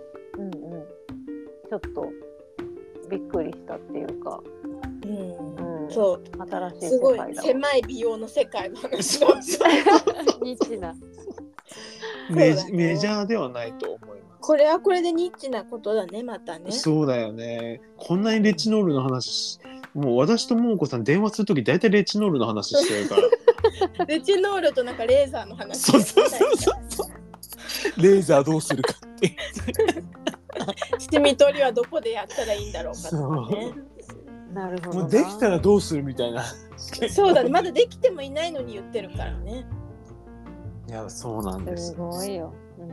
ちょっとびっくりしたっていうか。 そう新しいすごい世界だ。 狭い美容の世界の話。 ニッチな。 メジャーではないと思います。 これはこれでニッチなことだね、またね。 そうだよね。こんなにレチノールの話、もう私と桃子さん電話するとき大体レチノールの話してるから。 レチノールとなんかレーザーの話。 そう。レーザーどうするかって。 シミ取りはどこでやったらいいんだろうかとかね。 なるほど。 もうできたらどうするみたいな。 そうだね、まだできてもいないのに言ってるからね。 いや、そうなんです。 すごいよ。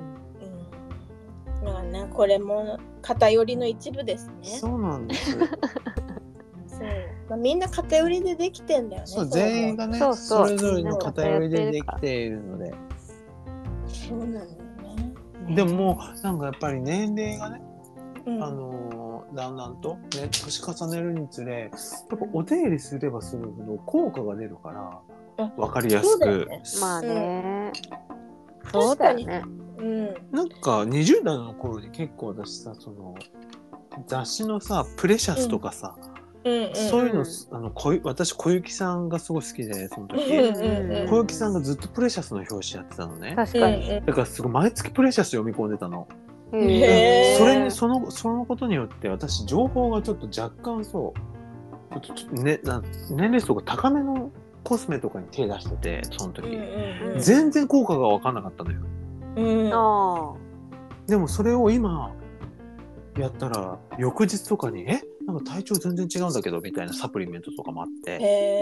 まあね、これも偏りの一部ですね。 そうなんです。 そう、まあ、みんな偏りでできてんだよね。 そう、全員がね、それぞれの偏りでできているので。 そうなんだよね。 でももうなんかやっぱり年齢がね、だんだんとね年重ねるにつれ、やっぱお手入れすればするほど効果が出るから分かりやすく。 まあね。そうだよね。 なんか20代の頃に結構私さ、その雑誌のさプレシャスとかさ、そういうの私小雪さんがすごい好きで、その時小雪さんがずっとプレシャスの表紙やってたのね。 確かに。 だからすごい毎月プレシャス読み込んでたの。そのことによって私情報がちょっと若干年齢層が高めのコスメとかに手出してて、その時、全然効果が分かんなかったのよ。でもそれを今やったら翌日とかになんか体調全然違うんだけどみたいなサプリメントとかもあって、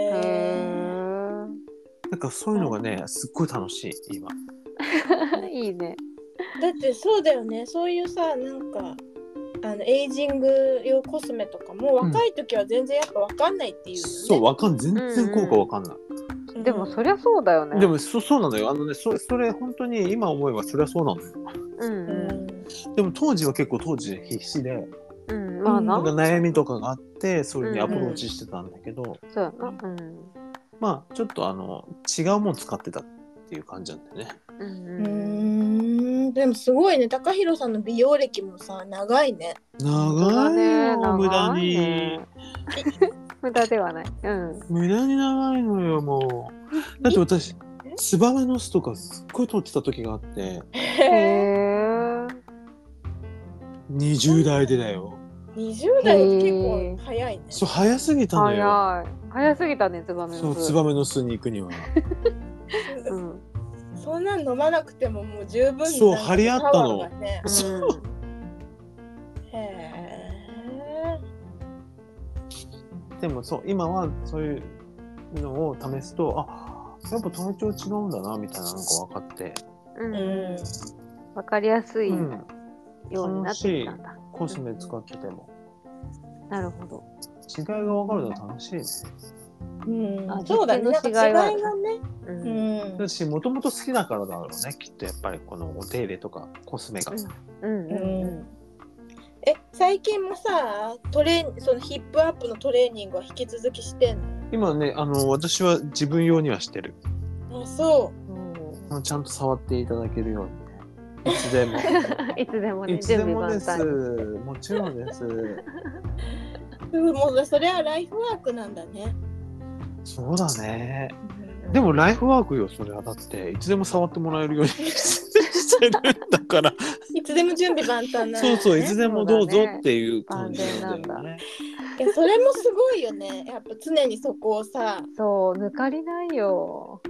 なんかそういうのがねすっごい楽しい今。 いいね。 だってそうだよね、そういうさ、なんかエイジング用コスメとかも若い時は全然やっぱ分かんないっていうよね。 そう、全然効果分かんない。 でもそりゃそうだよね。 でもそうなのよ。それ本当に今思えばそりゃそうなのよ。でも当時は結構必死で、 まあな、 悩みとかがあってそれにアプローチしてたんだけど、 そうやな。 まあちょっと違うもの使ってたっていう感じなんだよね。でもすごいね、高弘さんの美容歴もさ長いね。 長いよ、無駄に。 無駄ではない。 無駄に長いのよ、もう。だって私ツバメの巣とかすっごい取ってた時があって。20代でだよ。 20代って結構早いね。 そう、早すぎたのよ。 早すぎたね、ツバメの巣。 そう、ツバメの巣に行くには。 そんなん飲まなくてももう十分。 そう、張り合ったの。でもそう、今はそういうのを試すと、やっぱ体調違うんだなみたいなのが分かって、 分かりやすいようになってきたんだ。 コスメ使ってても。 なるほど。 違いが分かるのは楽しいね。 そうだね、なんか違いがね。 私もともと好きだからだろうね、きっとやっぱりこのお手入れとかコスメが。 最近もさ、そのヒップアップのトレーニングは引き続きしてんの？ 今ね、私は自分用にはしてる。 そう。 ちゃんと触っていただけるように、いつでも。 いつでもね、 いつでもです。もちろんです。 もうそれはライフワークなんだね。 そうだね。でもライフワークよ、それは。だっていつでも触ってもらえるようにしてるんだから。 いつでも準備万端なんだね。 そう、いつでもどうぞっていう感じなんだよね。 いや、それもすごいよね。やっぱ常にそこをさ。 そう、抜かりないよ。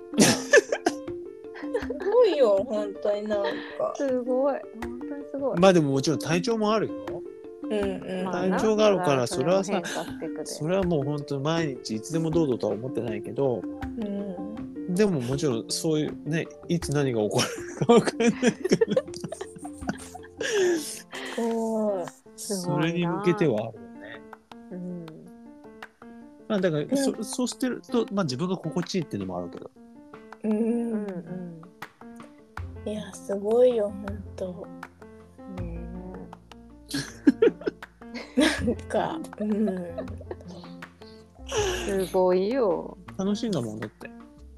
すごいよ、本当になんか。 すごい、本当にすごい。 まあでももちろん体調もあるよ。体調があるからそれはさ、それはもう本当に毎日いつでもどうぞとは思ってないけど、でももちろんそういうね、いつ何が起こるか分かんないからそれに向けてはあるよね。まあだからそうしてると、まあ自分が心地いいっていうのもあるけど。 いや、すごいよ、本当。なんか、 すごいよ。 楽しいんだもんだって。 いい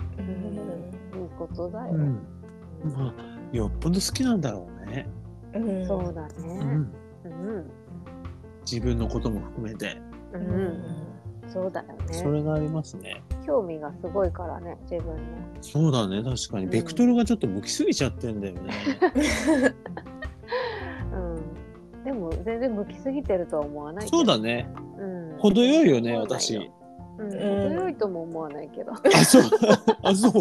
ことだよ。 まあよっぽど好きなんだろうね。 そうだね。 自分のことも含めて。 そうだよね。 それがありますね。 興味がすごいからね、自分の。 そうだね、確かにベクトルがちょっと向きすぎちゃってんだよね。 向きすぎてるとは思わないけど。 そうだね。 うん、 程よいよね、私。 うん、程よいとも思わないけど。 あ、そう。あ、そう。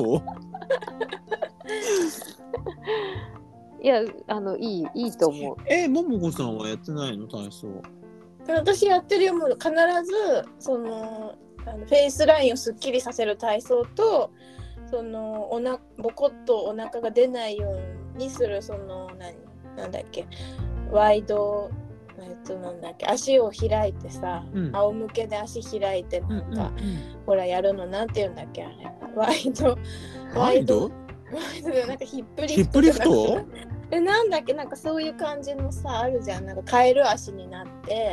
いや、いいと思う。 ももこさんはやってないの、体操？ 私やってるよ。もう必ずそのフェイスラインをすっきりさせる体操と、そのボコッとお腹が出ないようにする、そのなんだっけ、ワイド、なんだっけ、足を開いてさ、仰向けで足開いてなんか、ほらやるの、なんて言うんだっけ、あれ、ワイドでなんかヒップリフトで、なんだっけ、なんかそういう感じのさあるじゃん。なんかカエル足になって、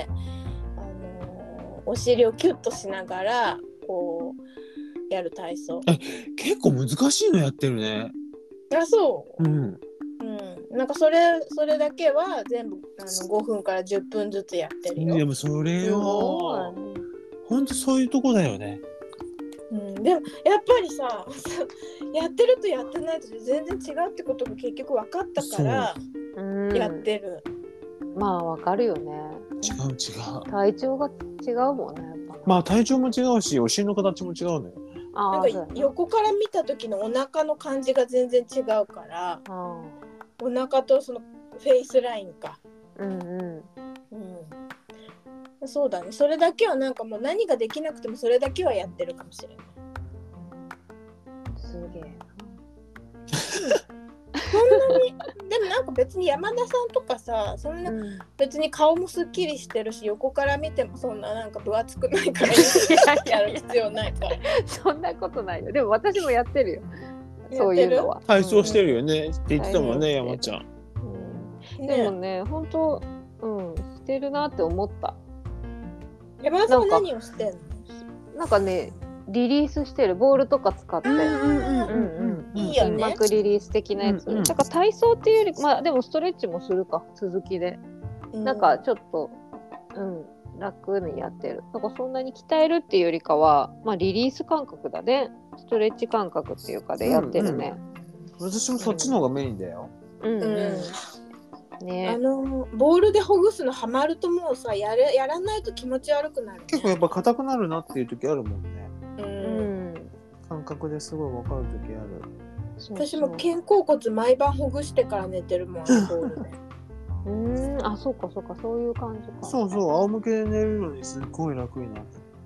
お尻をキュッとしながらこうやる体操。 結構難しいのやってるね。 あ、そう。なんかそれだけは全部5分から10分ずつやってるよ。 でもそれは本当そういうとこだよね。 でもやっぱりさやってるとやってないと全然違うってことが結局分かったからやってる。 まあ分かるよね。 違う。 体調が違うもんね。やっぱまあ体調も違うし、お尻の形も違うのよ。 なんか横から見た時のお腹の感じが全然違うから、お腹とそのフェイスラインか。そうだね。それだけはなんかもう何ができなくてもそれだけはやってるかもしれない。 すげえな。 そんなにでもなんか別に山田さんとかさ、そんな別に顔もすっきりしてるし、横から見てもそんななんか分厚くないからやる必要ないから。 そんなことないよ。でも私もやってるよ。そういうのは。 体操してるよねって言ってたもんね、山ちゃん。 でもね、本当してるなって思った。 山田さんは何をしてんの？ なんかね、リリースしてる、ボールとか使って、 いいよね。 筋膜リリース的なやつ。だから体操っていうより、まあでもストレッチもするか、続きで。なんかちょっと楽にやってる。だからそんなに鍛えるっていうよりかは、まあリリース感覚だね。ストレッチ感覚っていうかでやってるね。 私もそっちの方がメインだよ。 ね、 ボールでほぐすのハマるともうさ、やらないと気持ち悪くなる、ね。 結構やっぱ硬くなるなっていう時あるもんね。感覚ですごい分かる時ある。 私も肩甲骨毎晩ほぐしてから寝てるもん、ボールで。 あ、そうかそういう感じか。 そう仰向けで寝るのにすっごい楽になる。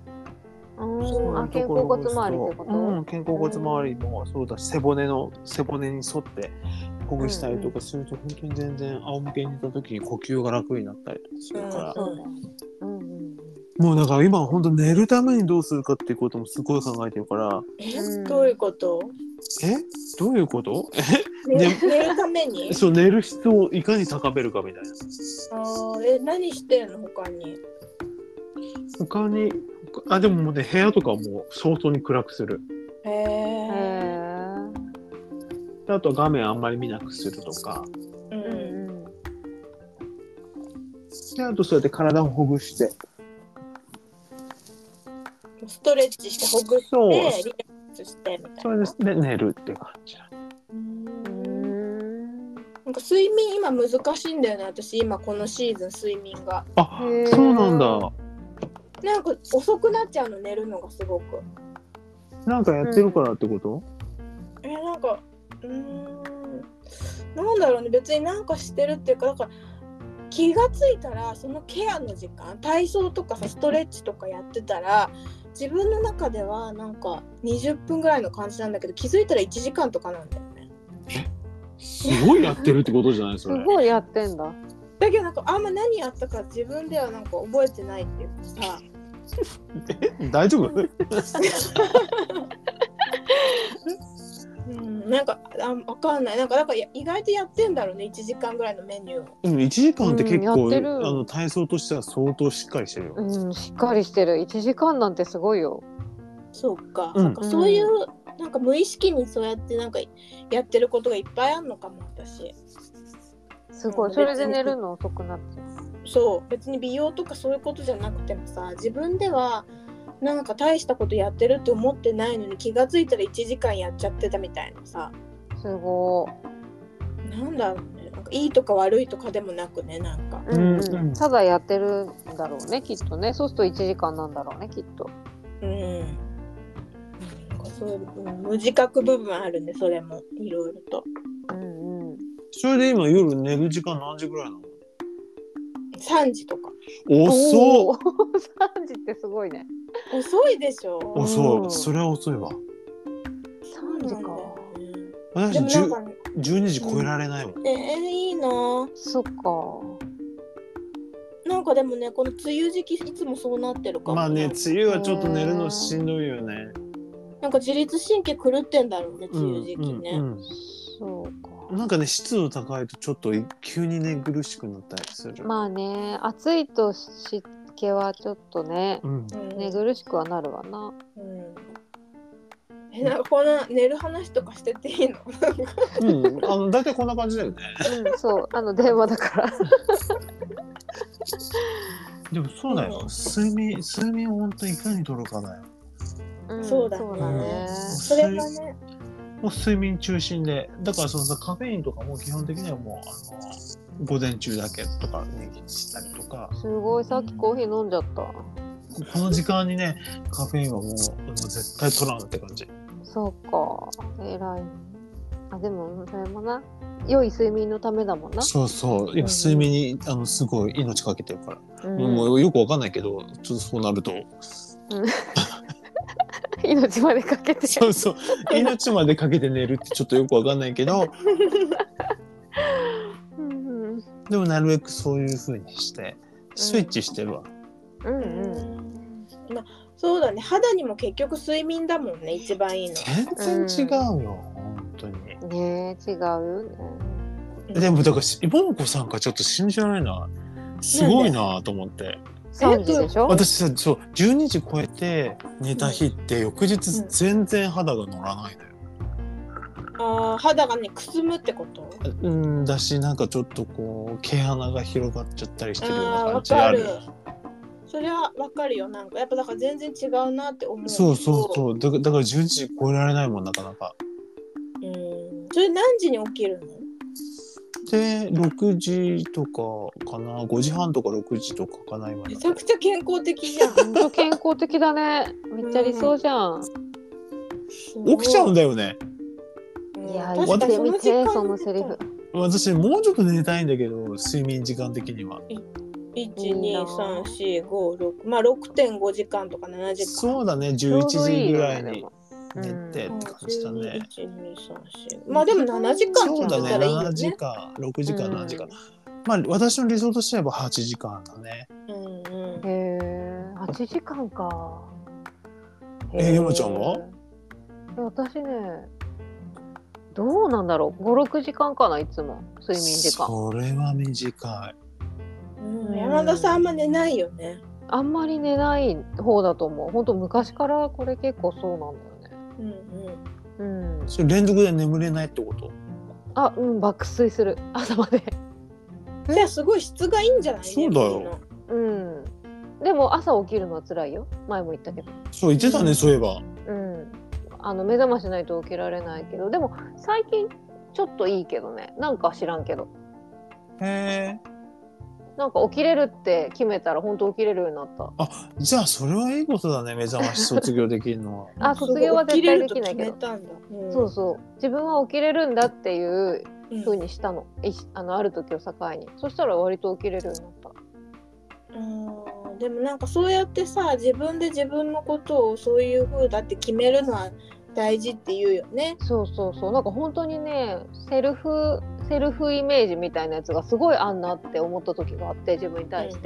肩甲骨周りってこと？ 肩甲骨周りもそうだし、背骨に沿ってほぐしたりとかすると、本当に全然仰向けに寝た時に呼吸が楽になったりとかするから、もうだから今は本当寝るためにどうするかっていうこともすごい考えてるから。 どういうこと？ どういうこと？ 寝るために？ そう、寝る質をいかに高めるかみたいな。 何してんの他に？ でももうね、部屋とかも相当に暗くする。あと画面あんまり見なくするとか。で、あとそうやって体をほぐして。 ストレッチしてほぐしてリラックスしてみたいな。 それで寝るっていう感じ。 なんか睡眠今難しいんだよね。私今このシーズン睡眠が。 あ、そうなんだ。 なんか遅くなっちゃうの、寝るのがすごく。 なんかやってるからってこと？ なんかなんだろうね、別になんかしてるっていうか、だから気がついたらそのケアの時間、体操とかさストレッチとかやってたら自分の中ではなんか20分ぐらいの感じなんだけど、気づいたら1時間とかなんだよね。 すごいやってるってことじゃないそれ。 すごいやってんだ。 だけどなんかあんま何やったか自分ではなんか覚えてないっていうかさ。 大丈夫？ なんかわかんない。なんか意外とやってんだろうね、1時間ぐらいのメニューを。 1時間って結構、体操としては相当しっかりしてるよ。 しっかりしてる。1時間なんてすごいよ。 そうか。なんかそういうなんか無意識にそうやってなんかやってることがいっぱいあるのかも、私。 すごい。それで寝るの遅くなっちゃう。 そう、別に美容とかそういうことじゃなくてもさ、自分ではなんか大したことやってるって思ってないのに気がついたら1時間やっちゃってたみたいなさ。 すごい。なんだろうね。 なんかいいとか悪いとかでもなくね、なんか、 ただやってるんだろうねきっとね。そうすると1時間なんだろうねきっと。 なんかそういう、無自覚部分あるんで、それもいろいろと。 それで今夜寝る時間何時ぐらいなの ？3時とか。 遅っ。 3時ってすごいね。 遅いでしょ。 遅い。それは遅いわ。 3時か。 私12時超えられないもん。 いいな。 そっか。 なんかでもね、この梅雨時期いつもそうなってるかも。 まあね、梅雨はちょっと寝るのしんどいよね。 なんか自律神経狂ってんだろうね、梅雨時期ね。 そうか。 なんかね、湿度高いとちょっと急に寝苦しくなったりする。 まあね、暑いと湿気はちょっとね、寝苦しくはなるわな。 なんかこんな寝る話とかしてていいの？だいたいこんな感じだよね。 そう、電話だから。 でもそうだよ。睡眠を本当にいかに取るかだよ。 そうだね。それがね。 もう睡眠中心で、だからそのさカフェインとかも基本的にはもう午前中だけとかにしたりとか。 すごい、さっきコーヒー飲んじゃった。 この時間にね、カフェインはもう絶対取らんって感じ。 そうか、偉い。でもそれもな、良い睡眠のためだもんな。 そうそう、今睡眠にすごい命かけてるから、もうよくわかんないけど、ちょっとそうなると、 命までかけて。 そうそう、命までかけて寝るってちょっとよくわかんないけど、でもなるべくそういう風にしてスイッチしてるわ。 まあそうだね、肌にも結局睡眠だもんね、一番いいの。 全然違うよ、本当に。 ね、違うよね。 でもだからイボンコさんかちょっと信じられない。すごいなと思って。 3時でしょ？ 私さ、そう12時超えて寝た日って翌日全然肌が乗らないのよ。 肌がねくすむってこと？ だし、なんかちょっとこう毛穴が広がっちゃったりしてるような感じある。 それはわかるよ。なんかやっぱだから全然違うなって思う。 そうだから12時超えられないもん、なかなか。 それ何時に起きるの？ で6時とかかな、5時半とか6時とかかな今。 めちゃくちゃ健康的じゃん。 本当健康的だね。めっちゃ理想じゃん。 起きちゃうんだよね。 いや、言ってみてそのセリフ。 私もうちょっと寝たいんだけど、睡眠時間的には。 1,2,3,4,5,6 まあ 6.5 時間とか7時間。 そうだね、11時ぐらいに寝てって感じだね。 まあでも7時間そうだね、7時間6時間7時間。まあ私の理想としては8時間だね。 へえ、8時間か。 山ちゃんは？ 私ね、どうなんだろう、5、6時間かな、いつも睡眠時間。 それは短い。 山田さんあんま寝ないよね。 あんまり寝ない方だと思う。本当昔からこれ結構そうなんだよね。 それ連続で眠れないってこと？ 爆睡する、朝まで。 じゃあすごい質がいいんじゃない？ そうだよ。 でも朝起きるのは辛いよ。前も言ったけど。 そう言ってたね、そういえば。 目覚ましないと起きられないけど、でも最近ちょっといいけどね。なんか知らんけど。 へえ。 なんか起きれるって決めたら本当起きれるようになった。 じゃあそれはいいことだね、目覚まし卒業できるのは。 卒業は絶対できないけど。そうそう。自分は起きれるんだっていう風にしたの。ある時を境に。そしたら割と起きれるようになった。 でもなんかそうやってさ、自分で自分のことをそういう風だって決めるのは大事って言うよね。 そうなんか本当にね、セルフイメージみたいなやつがすごいあんなって思った時があって、自分に対して、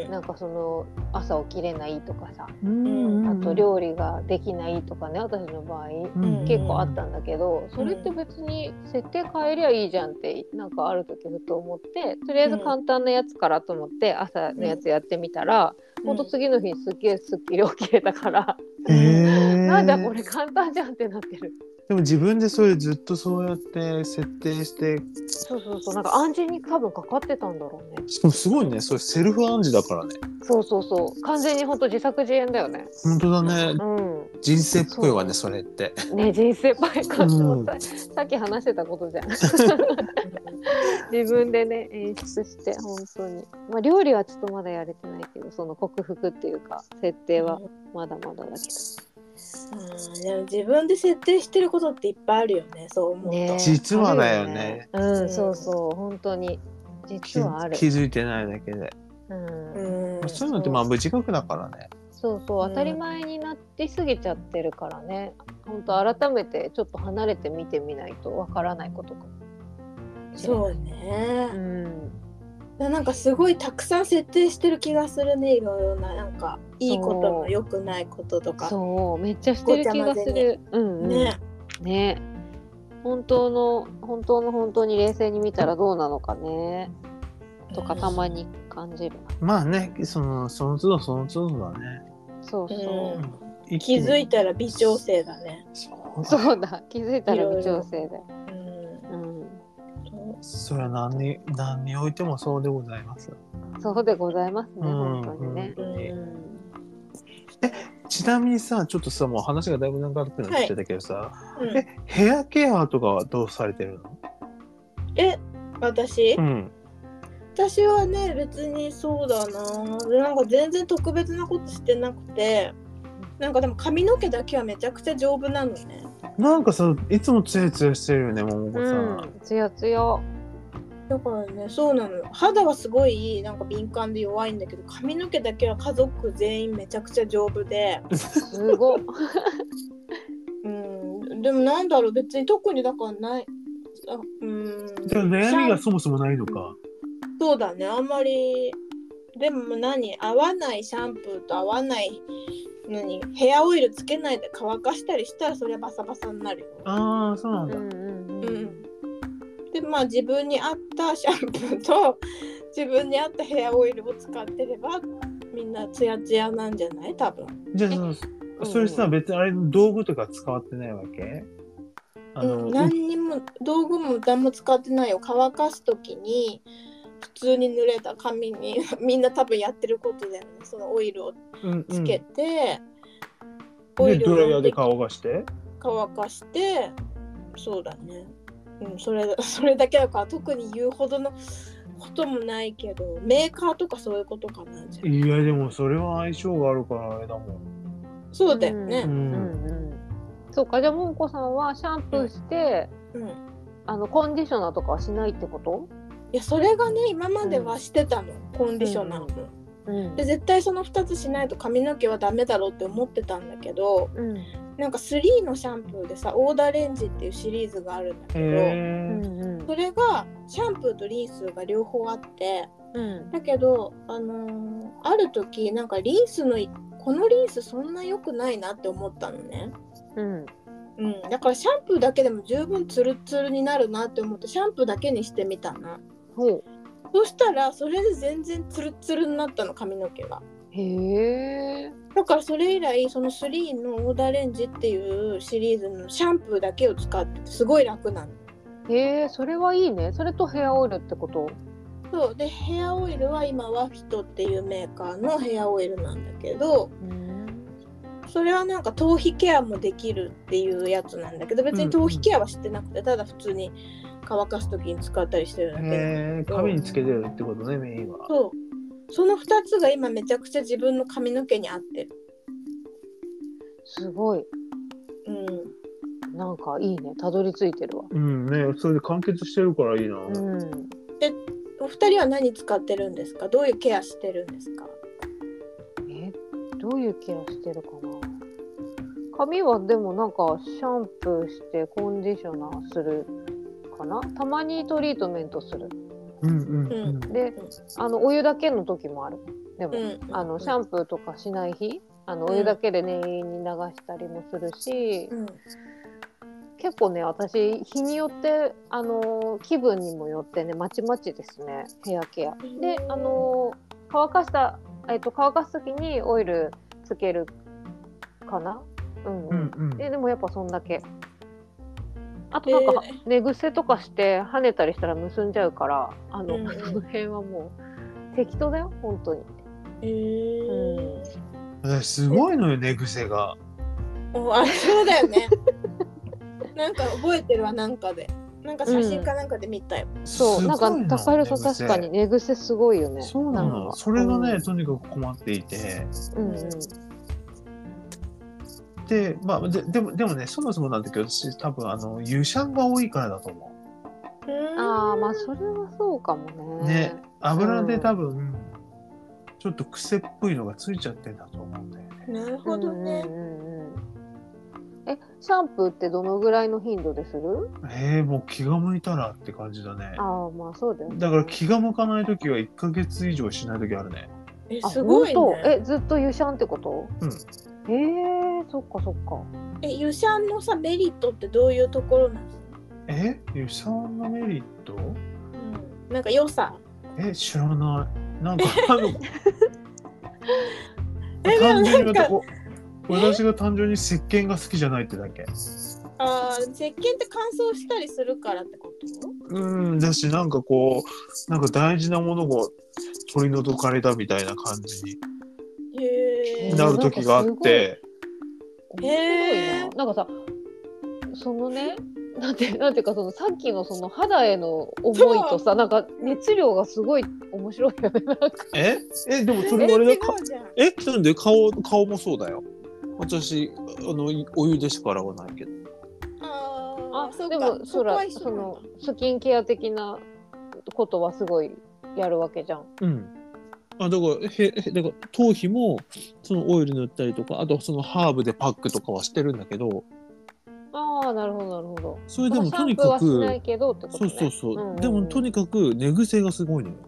なんかその朝起きれないとかさ、あと料理ができないとかね、私の場合、結構あったんだけど、それって別に設定変えりゃいいじゃんってなんかある時ふと思って、とりあえず簡単なやつからと思って朝のやつやってみたら、ほんと次の日すっげえすっきり起きれたからなんだこれ簡単じゃんってなってる。 でも自分でそれずっとそうやって設定して、 そうなんか暗示に多分かかってたんだろうね。 しかもすごいね、それセルフ暗示だからね。 そう完全に本当自作自演だよね。 本当だね。人生っぽいわね、それって。 ね、人生っぽいかと思った。さっき話してたことじゃん。 自分でね演出して本当に、まあ、料理はちょっとまだやれてないけど、その克服っていうか設定はまだまだだけど、 でも自分で設定してることっていっぱいあるよね、そう思うと、 ね、実はだよね。 うん、そうそう本当に実はある。 気づいてないだけで、そういうのってまあ無自覚だからね。 そうそう、当たり前になって過ぎちゃってるからね、本当改めてちょっと離れて見てみないとわからないことかも。 そうね、なんかすごいたくさん設定してる気がするね、いろいろな、なんかいいことも良くないこととか。 そうめっちゃしてる気がする。ね本当に冷静に見たらどうなのかねとかたまに感じる。 まあね、その都度だね。 そうそう、 気づいたら微調整だね。 そうだ、気づいたら微調整だよ。 それは何においてもそうでございます。 そうでございますね、本当にね。 ちなみにさ、ちょっとさ、もう話がだいぶ長くなっちゃったけどさ、ヘアケアとかはどうされてるの？ 私？私はね、別にそうだな、なんか全然特別なことしてなくて、なんかでも髪の毛だけはめちゃくちゃ丈夫なのね。 なんかさ、いつもツヤツヤしてるよね、ももこさん。 ツヤツヤ。 だからね、そうなの。肌はすごいなんか敏感で弱いんだけど、髪の毛だけは家族全員めちゃくちゃ丈夫で。 すごっ。 でもなんだろう、別に特にだからない。 じゃあ悩みがそもそもないのか。 そうだね、あんまり。でも合わないシャンプーと合わないヘアオイルつけないで乾かしたりしたらそれはバサバサになるよ。 ああ、そうなんだ。 でまあ自分に合ったシャンプーと自分に合ったヘアオイルを使ってればみんなツヤツヤなんじゃない？多分。 じゃあそれさ、別にあれ道具とか使ってないわけ？ 何にも道具も何も使ってないよ。乾かすときに普通に濡れた髪にみんな多分やってることだよね。そのオイルをつけて、 オイルをドライヤーで乾かしてそうだね。それだけだから特に言うほどのこともないけど、メーカーとかそういうことかな。 いやでもそれは相性があるからあれだもん。 そうだよね。 そうか、じゃあもんこさんはシャンプーして、コンディショナーとかはしないってこと？ いや、それがね、今まではしてたの、コンディショナーも。で絶対その2つしないと髪の毛はダメだろうって思ってたんだけど、なんか3のシャンプーでさ、オーダーレンジっていうシリーズがあるんだけど、それがシャンプーとリンスが両方あって、だけど、ある時なんかこのリンスそんな良くないなって思ったのね。だからシャンプーだけでも十分ツルツルになるなって思ってシャンプーだけにしてみたの。そしたらそれで全然ツルツルになったの、髪の毛が。だからそれ以来その3のオーダーレンジっていうシリーズのシャンプーだけを使っててすごい楽なの。 それはいいね。それとヘアオイルってこと？ そうで、ヘアオイルは今ワフィトっていうメーカーのヘアオイルなんだけど、それはなんか頭皮ケアもできるっていうやつなんだけど、別に頭皮ケアはしてなくて、ただ普通に乾かすときに使ったりしてるだけ。 髪につけてるってことね、メインは。 その2つが今めちゃくちゃ自分の髪の毛に合ってる。 すごい。なんかいいね、たどり着いてるわ。 それで完結してるからいいな。 で、お二人は何使ってるんですか？どういうケアしてるんですか？ どういうケアしてるかな。髪はでもなんかシャンプーしてコンディショナーするかな。たまにトリートメントする。で、お湯だけの時もある。でも、シャンプーとかしない日、お湯だけで念入りに流したりもするし、結構ね、私日によって気分にもよってね、まちまちですね、ヘアケアで。乾かす時にオイルつけるかな。でもやっぱそんだけ。あとなんか寝癖とかして跳ねたりしたら結んじゃうから、その辺はもう適当だよ、本当に。 すごいのよ、寝癖が。 そうだよね。なんか覚えてるわ、なんかで。 なんか写真かなんかで見たよ。 そう、なんか高弘さん確かに寝癖すごいよね。 そうなの。それがね、とにかく困っていて。で、まあでもね、そもそもなんだけど、私多分油シャンが多いからだと思う。 ああ、まあそれはそうかもね。 ね、油で多分ちょっと癖っぽいのがついちゃってんだと思うんだよね。 なるほどね。 シャンプーってどのぐらいの頻度でする？ もう気が向いたらって感じだね。 ああ、まあそうだよね。 だから気が向かないときは1ヶ月以上しないときあるね。 すごいね。 ずっと油シャンってこと？そっかそっか。 油シャンのさメリットってどういうところなの？ 油シャンのメリット？ なんか良さ？ 知らない。なんか単純に私が単純に石鹸が好きじゃないってだけ。 石鹸って乾燥したりするからってこと？ だし、なんかこうなんか大事なものを取り除かれたみたいな感じになる時があって。 なんかさ、そのね、なんていうか、そのさっきのその肌への思いとさ、なんか熱量がすごい面白いよね。なんかでもそれあれだ。なんで顔もそうだよ。私お湯でしか洗わないけど。 でもそのスキンケア的なことはすごいやるわけじゃん。 だから頭皮もそのオイル塗ったりとか、あとそのハーブでパックとかはしてるんだけど。 なるほどなるほど。 それでもとにかくそうでもとにかく寝癖がすごいのよ。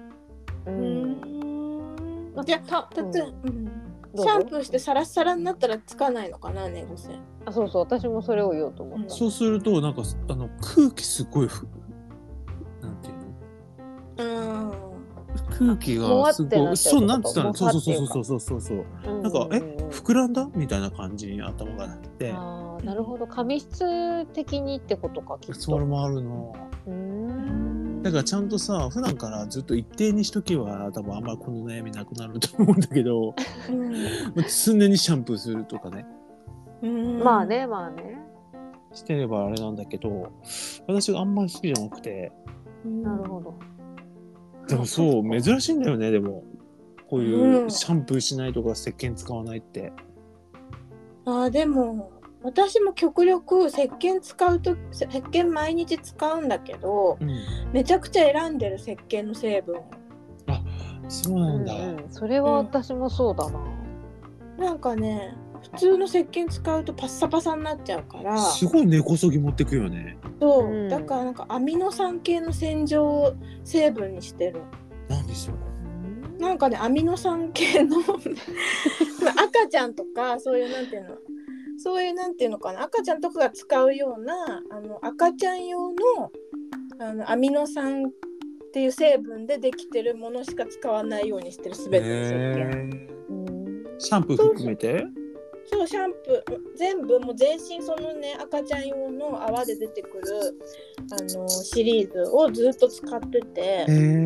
じゃあシャンプーしてサラッサラになったらつかないのかな、寝癖。 そう私もそれを言おうと思った。 そうするとなんか空気すごいなんていうの？空気がすごいなんつったの？そうなんか膨らんだみたいな感じに頭がなって。 なるほど、髪質的にってことか、きっと。 それもあるの。だからちゃんとさ、普段からずっと一定にしとけば多分あんまりこの悩みなくなると思うんだけど、常にシャンプーするとかね。 まあねしてればあれなんだけど、私があんまり好きじゃなくて。 なるほど。 でもそう珍しいんだよね。でもこういうシャンプーしないとか石鹸使わないって。 でも私も極力石鹸毎日使うんだけど、めちゃくちゃ選んでる石鹸の成分。 そうなんだ。 それは私もそうだな。 なんかね、普通の石鹸使うとパッサパサになっちゃうから。 すごい根こそぎ持ってくよね。 そうだからなんかアミノ酸系の洗浄成分にしてる。 なんでしょう。 なんかね、アミノ酸系の赤ちゃんとかそういうなんていうのかな、赤ちゃんとかが使うような赤ちゃん用のアミノ酸っていう成分でできてるものしか使わないようにしてる、すべての石鹸。 シャンプー含めて？ そうシャンプー全部もう全身そのね赤ちゃん用の泡で出てくるシリーズをずっと使ってて。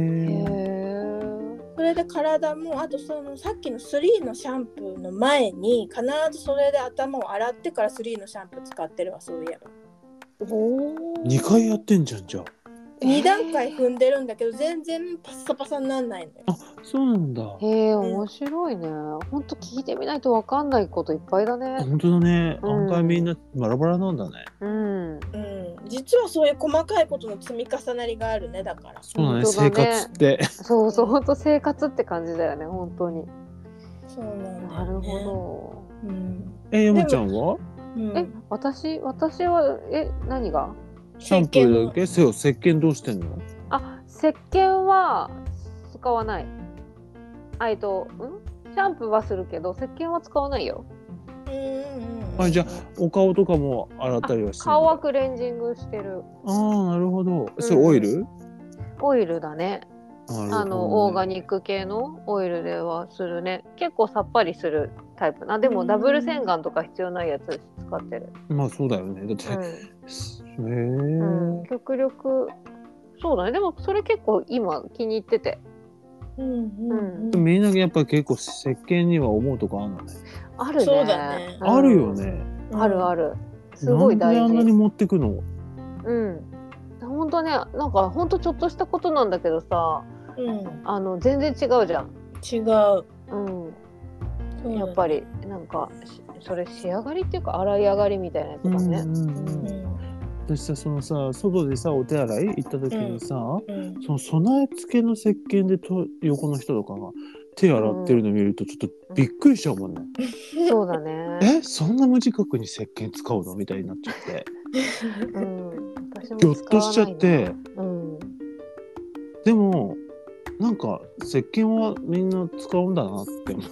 それで体もあとそのさっきの3のシャンプーの前に必ずそれで頭を洗ってから3のシャンプー使ってるわ、そういえば。 2回やってんじゃん。じゃあ 2段階踏んでるんだけど全然パッサパサにならないのよ。 そうなんだ。 面白いね。ほんと聞いてみないと分かんないこといっぱいだね。 本当だね。案外みんなバラバラなんだね。 実はそういう細かいことの積み重なりがあるね。だからそうだね、生活って。 そうほんと生活って感じだよね、本当に。 そうなんだよね。 なるほど。山ちゃんは？ 私は何が？ シャンプーだけ？石鹸どうしてんの？ 石鹸は使わない。シャンプーはするけど石鹸は使わないよ。 じゃあお顔とかも洗ったりはしてる？ 顔はクレンジングしてる。 なるほど。それオイル？ オイルだね。オーガニック系のオイルではするね。結構さっぱりするタイプな。でもダブル洗顔とか必要ないやつ使ってる。 まあそうだよね。だって極力そうだね。でもそれ結構今気に入ってて。 みんなやっぱり結構石鹸には思うとこあるのね。 あるね。 そうだね。 あるよね。 ある。すごい大事。 なんであんなに持ってくの？ 本当ね、なんか本当ちょっとしたことなんだけどさ、全然違うじゃん。 違う。 やっぱりなんかそれ仕上がりっていうか洗い上がりみたいなやつがね。 私さ、そのさ、外でさお手洗い行った時にさ、その備え付けの石鹸で横の人とかが手洗ってるの見るとちょっとびっくりしちゃうもんね。 そうだね。 そんな無自覚に石鹸使うのみたいになっちゃって。 ぎょっとしちゃって。でもなんか石鹸はみんな使うんだなって思って。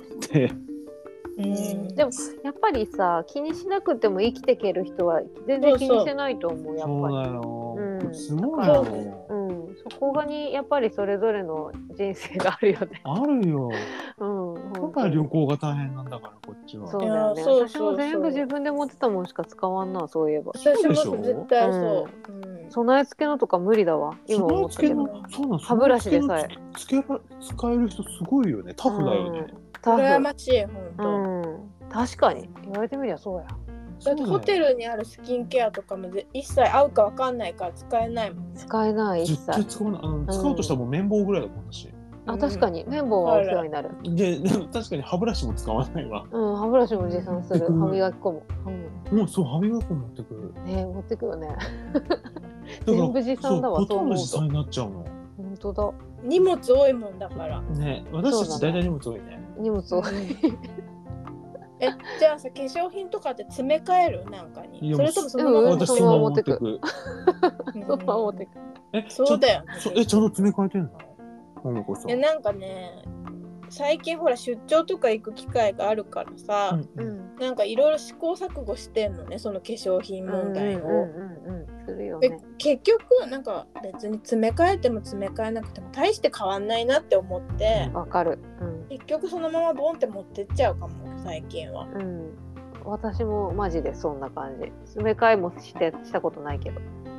でもやっぱりさ、気にしなくても生きていける人は全然気にしてないと思う。やっぱりそうだよ、すごいよ。 そこがにやっぱりそれぞれの人生があるよね。 あるよ。だから旅行が大変なんだからこっちは。 そうだよね。私も全部自分で持ってたもんしか使わんな、そういえば。 私も絶対そう。 備え付けのとか無理だわ。今思ったけど。歯ブラシでさえ使える人すごいよね。タフだよね。 羨ましい、 本当。確かに言われてみりゃそうや。 だってホテルにあるスキンケアとかも一切合うか分かんないから使えないもんね。 使えない。 絶対使わない。使うとしたらもう綿棒ぐらいだもん私。 確かに綿棒はお世話になる。 で確かに歯ブラシも使わないわ。 歯ブラシも持参する。歯磨き粉も。 もうそう歯磨き粉持ってくる。 持ってくよね。全部持参だわ。 ほとんど持参になっちゃうの。 本当だ。 荷物多いもんだから。 ね、私たち大体荷物多いね。 荷物多い。 じゃあさ、化粧品とかって詰め替えるなんかに。それともそのまま私そのまま持ってく。 そのまま持ってく。 そうだよね。 ちゃんと詰め替えてんの？ なんかね、最近ほら出張とか行く機会があるからさ、なんかいろいろ試行錯誤してんのね、その化粧品問題を。で結局なんか別に詰め替えても詰め替えなくても大して変わんないなって思って。 わかる。 結局そのままボンって持ってっちゃうかも最近は。 私もマジでそんな感じ。詰め替えもしたことないけど。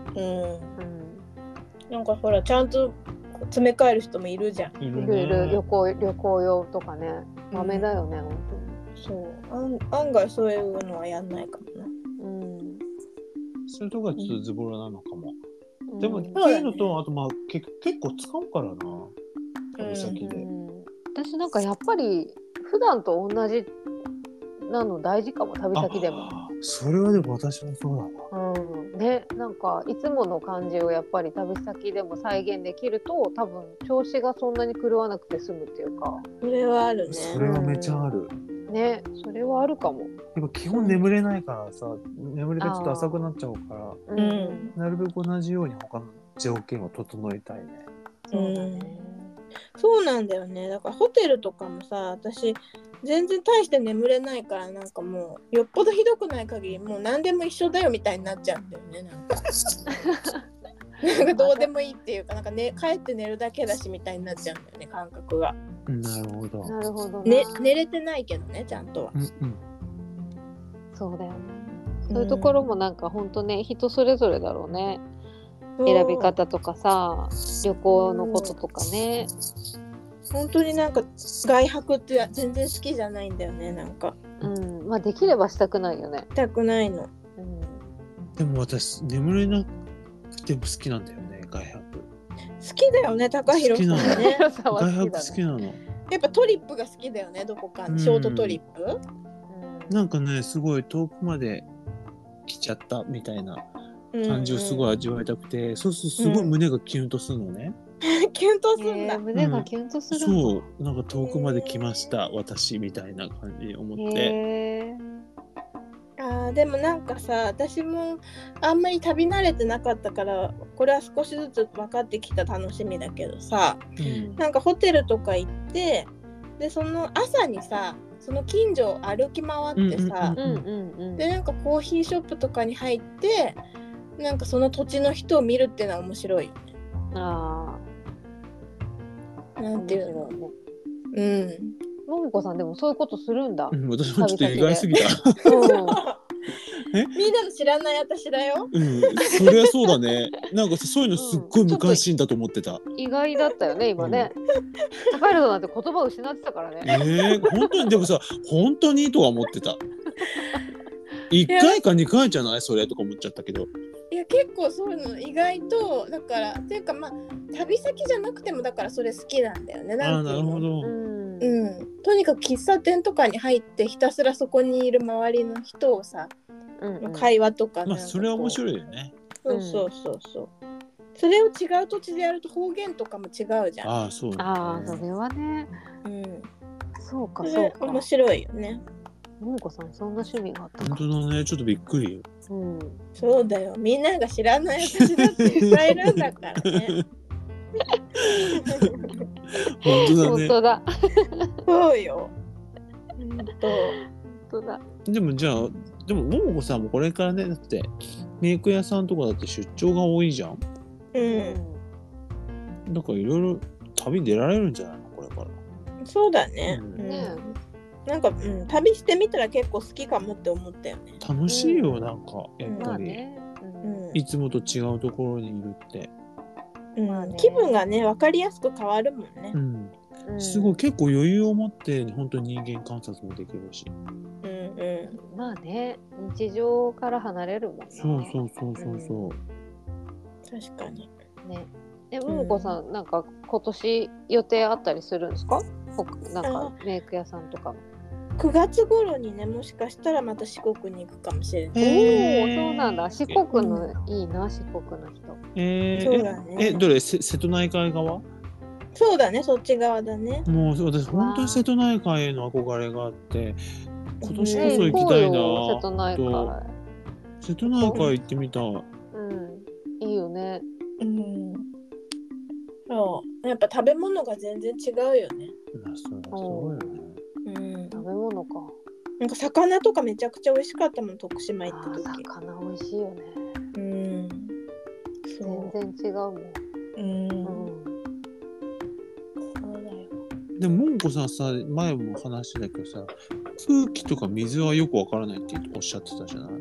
なんかほらちゃんと詰め替える人もいるじゃん。 いる旅行用とかね。豆だよね、本当に。 そう案外そういうのはやんないかもな。 そういうとこがちょっとズボラなのかも。でもっていうのと、あと結構使うからな、旅先で。 私なんかやっぱり普段と同じなの大事かも、旅先でも。 それはでも私もそうだわ。 ね、なんかいつもの感じをやっぱり旅先でも再現できると、多分調子がそんなに狂わなくて済むっていうか。 それはあるね。 それはめちゃある。 ね、それはあるかも。 やっぱ基本眠れないからさ、眠りがちょっと浅くなっちゃうから、なるべく同じように他の条件を整えたいね。 そうなんだよね。だからホテルとかもさ、私全然大して眠れないから、なんかもうよっぽどひどくない限りもう何でも一緒だよみたいになっちゃうんだよね。なんかどうでもいいっていうか、なんかね、帰って寝るだけだしみたいになっちゃうんだよね、感覚が。 なるほど。 なるほど。 寝れてないけどね、ちゃんとは。 そうだよね。そういうところもなんか本当ね、人それぞれだろうね。選び方とかさ、旅行のこととかね。 本当になんか外泊って全然好きじゃないんだよね、なんか。 まあできればしたくないよね。 したくないの。 でも私眠れなくても好きなんだよね、外泊。 好きだよね、高弘さんね。 外泊好きなの。 やっぱトリップが好きだよね、どこかにショートトリップ。 なんかね、すごい遠くまで来ちゃったみたいな感じをすごい味わいたくて、そうするとすごい胸がキュンとするのね。 キュンとするんだ。 胸がキュンとする。 そう、なんか遠くまで来ました私みたいな感じで思って。 でもなんかさ、私もあんまり旅慣れてなかったから、これは少しずつ分かってきた楽しみだけどさ、なんかホテルとか行って、でその朝にさ、その近所を歩き回ってさ、でなんかコーヒーショップとかに入って、なんかその土地の人を見るっていうのは面白いよね。なんていうの。 ももこさんでもそういうことするんだ。 私もちょっと意外すぎた。 みんなの知らない私だよ。 そりゃそうだね。なんかそういうのすっごい無関心だと思ってた。 意外だったよね今ね。高弘なんて言葉を失ってたからね。 本当にでもさ、本当にとは思ってた。1回か2回じゃないそれとか思っちゃったけど。 いや結構そういうの意外とだからっていうかまあ旅先じゃなくてもだからそれ好きなんだよね。 なるほど。 とにかく喫茶店とかに入ってひたすらそこにいる周りの人をさ、会話とかまあそれは面白いよね。 そう。それを違う土地でやると方言とかも違うじゃん。 そうだね。それはね。そうか。 面白いよね。 もこさんそんな趣味があったか。 本当だね、ちょっとびっくりよ。 そうだよ、みんなが知らない私だっていっぱいいるんだからね。 本当だね。 そうよ。 本当だ。 でもじゃあももこさんもこれからね、だってメイク屋さんとかだって出張が多いじゃん。だからいろいろ旅に出られるんじゃないのこれから。 そうだね。なんか、旅してみたら結構好きかもって思ったよね。 楽しいよ、なんかやっぱり、いつもと違うところにいるって、 気分がね分かりやすく変わるもんね。 すごい結構余裕を持って本当に人間観察もできるし、 まあね、日常から離れるもんね。 そう。 確かにね。ももこさん、なんか今年予定あったりするんですか？なんかメイク屋さんとかも。 9月頃にね、もしかしたらまた四国に行くかもしれない。 そうなんだ。四国のいいな、四国の人。 そうだね。 どれ瀬戸内海側？ そうだね、そっち側だね。 もう私本当に瀬戸内海への憧れがあって、今年こそ行きたいな。 瀬戸内海。 瀬戸内海行ってみたい。 いいよね。 そうやっぱ食べ物が全然違うよね。 そうよね。 食べ物か。 なんか魚とかめちゃくちゃ美味しかったもん、徳島行った時。 魚美味しいよね。全然違うもん。 そうだよ。 でももんこさんさ、前も話してたけどさ、空気とか水はよくわからないっておっしゃってたじゃない？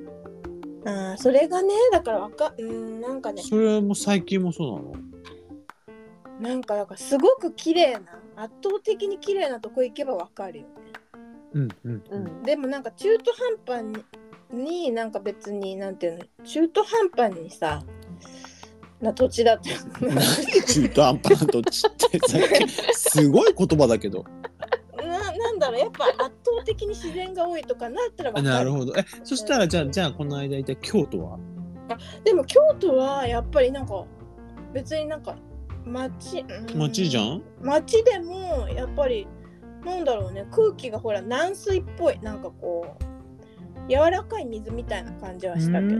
それがね、だからなんかね。 それはもう最近もそうなの？ なんかだからすごく綺麗な、圧倒的に綺麗なとこ行けばわかるよね。でもなんか中途半端になんか別になんていうの、中途半端にさな土地だった中途半端な土地ってすごい言葉だけどなんだろう、やっぱ圧倒的に自然が多いとかなったらわかる。 なるほど。そしたらじゃあこの間いた京都は？ でも京都はやっぱりなんか別になんか街じゃん。 街でもやっぱりなんだろうね、空気がほら軟水っぽい、なんかこう柔らかい水みたいな感じはしたけど、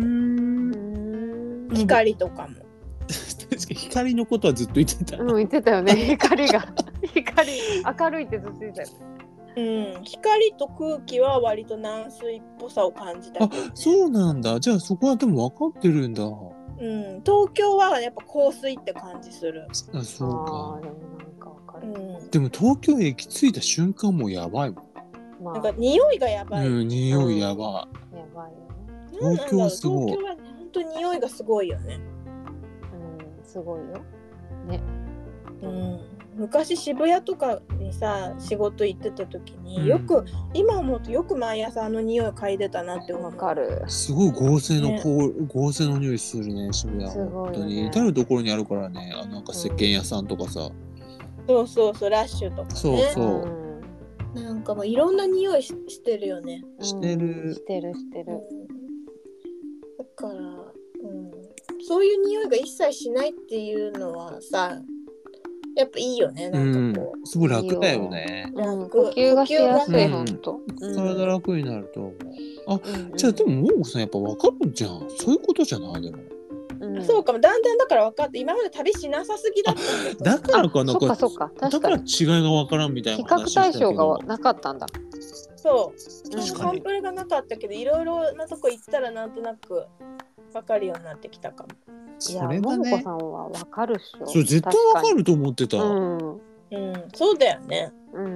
光とかも確かに光のことはずっと言ってた。 言ってたよね。光明るいってずっと言ってたよ。 光と空気は割と軟水っぽさを感じたけど、 そうなんだ。じゃあそこはでも分かってるんだ。 東京はやっぱ香水って感じする。 そうか。 でもなんか分かる。 でも東京駅着いた瞬間もうやばいもん。 なんか匂いがやばい。 匂いやばい。 やばいよね。東京はすごい。 東京は本当に匂いがすごいよね。 すごいよ。ね。 昔渋谷とかにさ仕事行ってた時に、よく今思うとよく毎朝あの匂い嗅いでたなって思う。 わかる。 すごい合成の匂いするね、渋谷。本当に至るところにあるからね。なんか石鹸屋さんとかさ。 そうラッシュとかね。 そうなんかもういろんな匂いしてるよね。 してる。 だから、そういう匂いが一切しないっていうのはさ、やっぱいいよね。なんかこう、すごい楽だよね。 呼吸がしやすい、ほんと。 体楽になると思う。じゃあでもももこさんやっぱ分かるじゃん。そういうことじゃない？でも。 そうかも。だんだんだから分かって、今まで旅しなさすぎだったんだけど。 だからかなんか。 そうか。 だから違いが分からんみたいな話したけど。比較対象がなかったんだ。 そう。サンプルがなかったけど、いろいろなとこ行ったらなんとなく分かるようになってきたかも。 いや、ももこさんは分かるっしょ。 そう、絶対分かると思ってた。 そうだよね。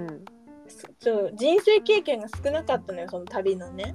人生経験が少なかったのよ、その旅のね。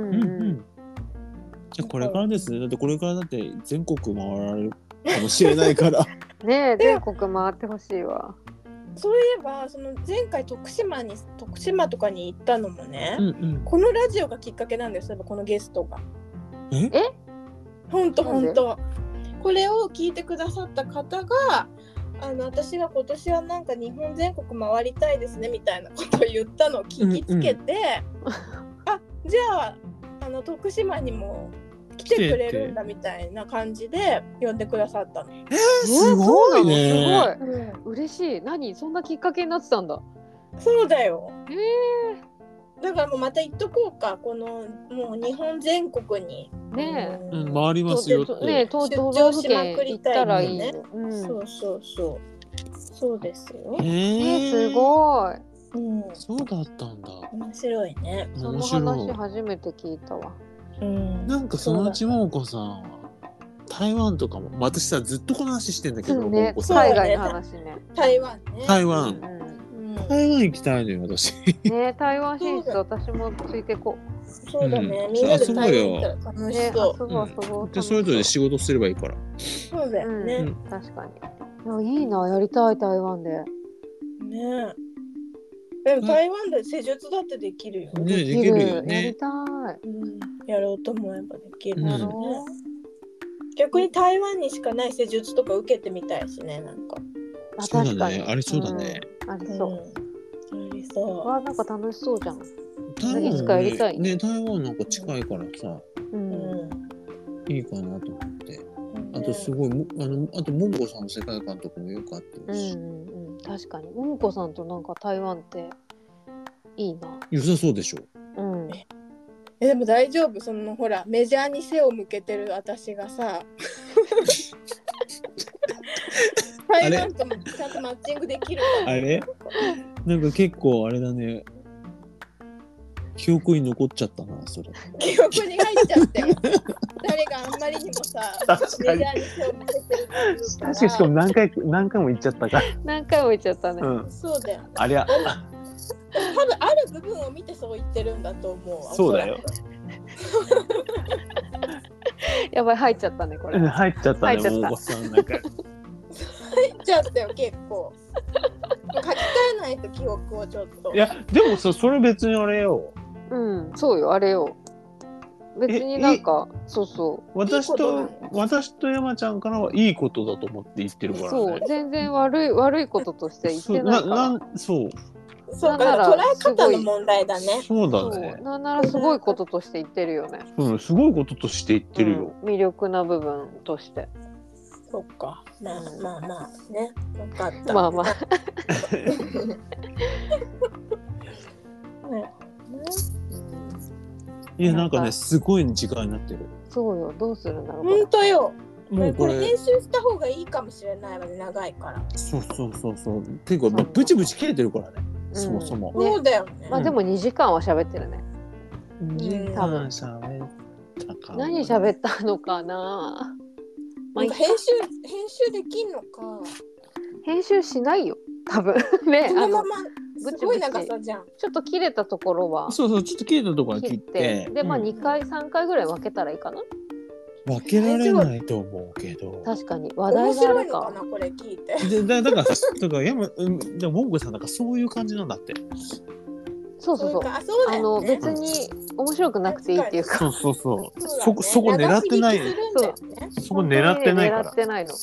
じゃこれからですね。だってこれからだって全国回られるかもしれないから。 ねえ、全国回ってほしいわ。 そういえばその前回徳島とかに行ったのもね、このラジオがきっかけなんですよ、このゲストが。 ほんとこれを聞いてくださった方が私が今年はなんか日本全国回りたいですねみたいなことを言ったのを聞きつけて、あ、じゃあ徳島にも来てくれるんだみたいな感じで呼んでくださったの。 すごいね。 すごい、嬉しい。何そんなきっかけになってたんだ。 そうだよ。だからもうまた言っとこうか、このもう日本全国にね回りますよって。 ね、都道府県行ったらいいね。 そうですよ。 すごい。 そうだったんだ。 面白いね。 その話初めて聞いたわ。 なんかそのうちももこさん台湾とかも、私さずっとこの話してんだけど、 ね、海外の話ね。 台湾行きたいのよ私。 ね、台湾進出私もついてこう。 そうだね。みんなで台湾行ったら楽しそう。 でそれぞれ仕事すればいいから。 そうだよね。 確かに。いいな、やりたい台湾で。 ね。でも台湾で施術だってできるよ。 ね、できるよね。 やりたい。やろうと思えばできるよね。逆に台湾にしかない施術とか受けてみたいしね、なんか。 そうだね、ありそうだね。 ありそう。 ありそう。 わ、なんか楽しそうじゃん。 台湾いつかやりたいね、台湾なんか近いからさ、いいかなと思って。あとすごいあとももこさんの世界観とかもよくあってるし。 確かにももこさんとなんか台湾っていいな。 良さそうでしょ。 でも大丈夫、そのほらメジャーに背を向けてる私がさ台湾ともちゃんとマッチングできるから。 あれなんか結構あれだね、記憶に残っちゃったな、それ。 記憶に入っちゃって誰があんまりにもさメジャーに背を向けてるっていうから。 確かに、しかも何回も言っちゃったから。 何回も言っちゃったね。 そうだよ。 ありゃ。 多分ある部分を見てそう言ってるんだと思う。 そうだよ。 やばい、入っちゃったねこれ。 入っちゃったね、ももこさんなんか。 入っちゃったよ結構。書き換えないと記憶をちょっと。 いやでもさ、それ別にあれよ。 そうよ、あれよ。別になんかそう。 私と山ちゃんからはいいことだと思って言ってるからね。 そう、全然悪いこととして言ってないから。 そうから捉え方の問題だね。 そうだね。 なんならすごいこととして言ってるよね。 すごいこととして言ってるよ。 魅力な部分として。 そっか。まあね。分かった。 まあ。 いやなんかね、すごい時間になってる。 そうよ、どうするんだろう。 本当よ。 もうこれ編集した方がいいかもしれないわね、長いから。 そう。ていうかブチブチ切れてるからね。そもそも。 そうだよね。 まあでも2時間は喋ってるね。 多分喋ったか。 何喋ったのかな。 なんか編集できんのか。 編集しないよ。多分ね。 このまますごい長さじゃん。 ちょっと切れたところは。 そう、ちょっと切れたところは切って。 で2回3回ぐらい分けたらいいかな。 分けられないと思うけど。 確かに話題があるか。 面白いのかなこれ聞いて。 だからでももんこさんなんかそういう感じなんだって。 そう。別に面白くなくていいっていうか。 そう。そこ狙ってない。そこ狙ってないから。 狙ってないの。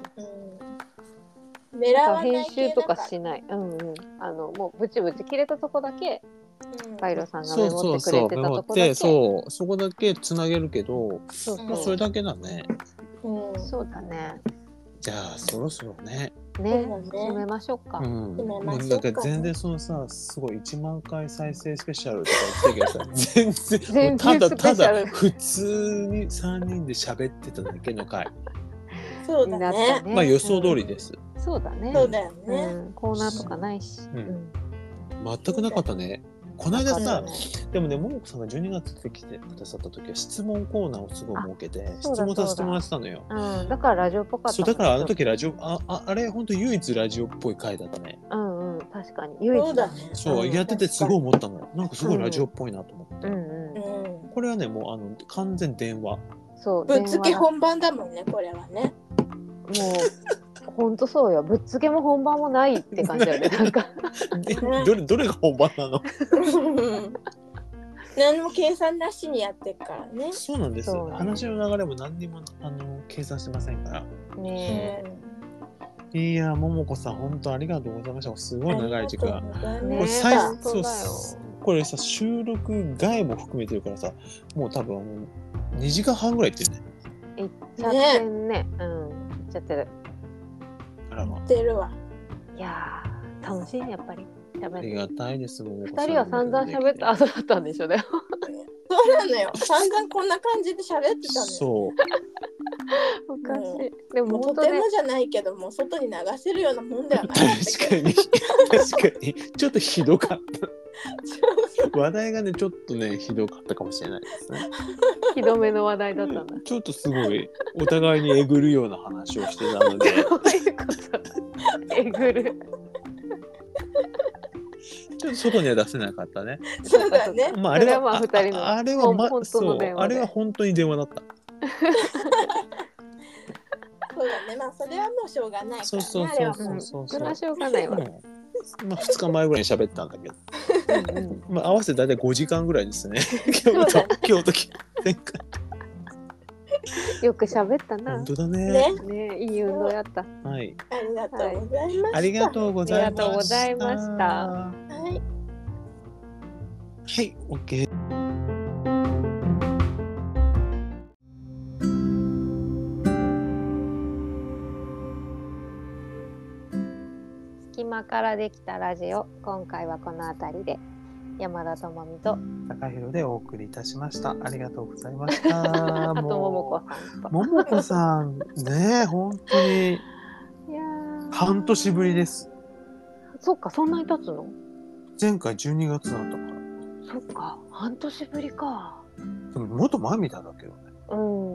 編集とかしない。もうブチブチ切れたとこだけ。パイロさんがメモってくれてたとこだけ。そこだけつなげるけど。それだけだね。 そうだね。 じゃあそろそろね。 締めましょうか。 なんか全然そのさ、すごい1万回再生スペシャルとか言ってたけどさ、全然ただ普通に3人で喋ってただけの回。 そうだね。 まあ予想通りです。 そうだね。 そうだよね。 コーナーとかないし。 全くなかったね。この間さ、でもね、ももこさんが12月で来てくださった時は質問コーナーをすごい設けて質問させてもらってたのよ。 だからラジオっぽかった。 そうだからあの時ラジオあれ本当唯一ラジオっぽい回だったね。 確かに唯一だね。 そうやっててすごい思ったの。なんかすごいラジオっぽいなと思って。これはねもう完全電話。 そう。ぶっつけ本番だもんねこれはね。 もう本当そうよ。ぶっつけも本番もないって感じだよね。なんかどれが本番なの？ 何も計算なしにやってるからね。 そうなんです。話の流れも何にも計算してませんから。 ねいや、ももこさん本当ありがとうございました。すごい長い時間。これさ、収録外も含めてるからさ、もう多分2時間半ぐらいいってるね。 いっちゃってんね。うん、いっちゃってる。 あらま。 いってるわ。 いやー、楽しいね、やっぱり。 ありがたいです。ももこさん。2人は散々喋った後だったんでしょね。 そうなのよ。散々こんな感じで喋ってたのよ。 そう。 おかしい。でもとてもじゃないけども外に流せるようなもんではない。 確かにちょっとひどかった。話題がねちょっとねひどかったかもしれないですね。 ひどめの話題だったんだ。 ちょっとすごいお互いにえぐるような話をしてたので。 どういうこと？えぐる。 ちょっと外には出せなかったね。 そうだね。 まああれは 2人のあれは本当の電話で。あれは本当に電話だった。 そうだね。まあそれはもうしょうがないからね。 そう。それはしょうがないわ。 まあ2日前ぐらいに喋ったんだけど。まあ合わせて大体5時間ぐらいですね。今日と前回。 よく喋ったな。 本当だね。 ね、いい運動やった。 はい。 ありがとうございました。 ありがとうございました。 はい。 はい、OK。 隙間からできたラジオ、今回はこの辺りで山田智美と高弘でお送りいたしました。ありがとうございました。 あとももこさんと。 ももこさんね、本当に半年ぶりです。 そっか、そんなに経つの？ 前回12月だったから。 そっか、半年ぶりか。 でももっと前みたいだけどね。 うん、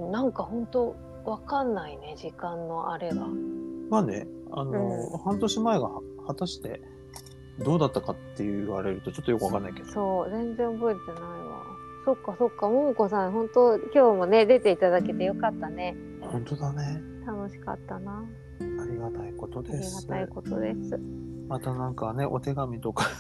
なんか本当わかんないね、時間のあれが。 まあね、半年前が果たしてどうだったかって言われるとちょっとよくわかんないけど。 そう、全然覚えてないわ。そっかそっか、ももこさん本当今日もね出ていただけてよかったね。 本当だね。 楽しかったな。 ありがたいことです。 ありがたいことです。 またなんかね、お手紙とか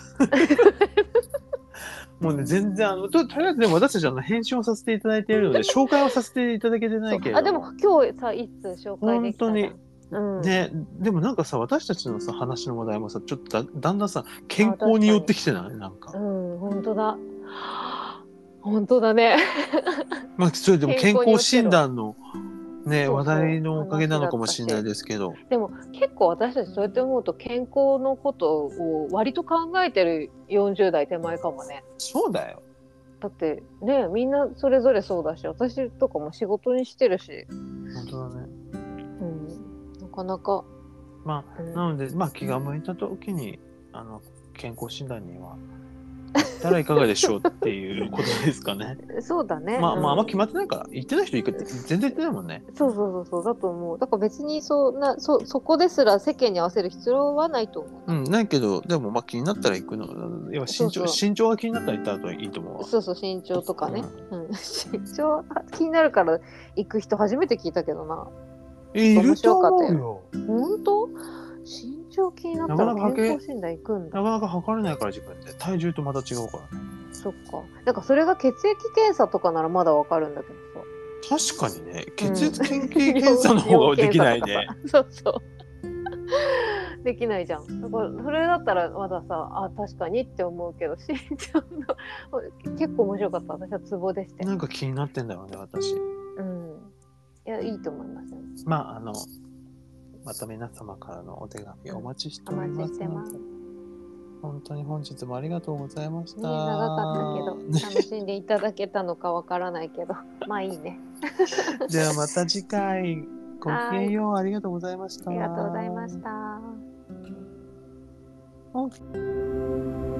もうね、全然とりあえずでも私たち返信をさせていただいているので紹介をさせていただけてないけれども。 あ、でも今日さ、いつ紹介できたじゃん。 本当に。ね、でもなんかさ、私たちのさ話の話題もさ、ちょっとだんだんさ健康に寄ってきてない？なんか。 本当だ。本当だね。 まあそれでも健康診断のね話題のおかげなのかもしれないですけど。 でも結構私たちそうやって思うと健康のことを割と考えてる40代手前かもね。 そうだよ。 だってね、みんなそれぞれそうだし、私とかも仕事にしてるし。 本当だね。 なかなか。 まあ、なので、まあ気が向いた時に健康診断には行ったらいかがでしょうっていうことですかね。 そうだね。 まああんま決まってないから、行ってない人行くって全然言ってないもんね。 そうだと思う。だから別にそこですら世間に合わせる必要はないと思う。 ないけど、でもまあ気になったら行くの。要は身長が気になったら行ったらいいと思うわ。 そう身長とかね。身長気になるから行く人初めて聞いたけどな。 いると思うよ。 本当？身長気になったら健康診断行くんだ。 なかなか測れないから自分で体重とまた違うからね。 そっか。だからそれが血液検査とかならまだわかるんだけどさ。確かにね、血液検査の方ができないね。 そう。できないじゃん。だからそれだったらまださ、確かにって思うけど、身長の結構面白かった。私はツボでして。 なんか気になってんだよね、私。 いや、いいと思いますよ。 まあまた皆様からのお手紙お待ちしております。お待ちしてます。本当に本日もありがとうございました。 長かったけど、楽しんでいただけたのかわからないけど、まあいいね。 ではまた次回、ごきげんよう。ありがとうございました。 ありがとうございました。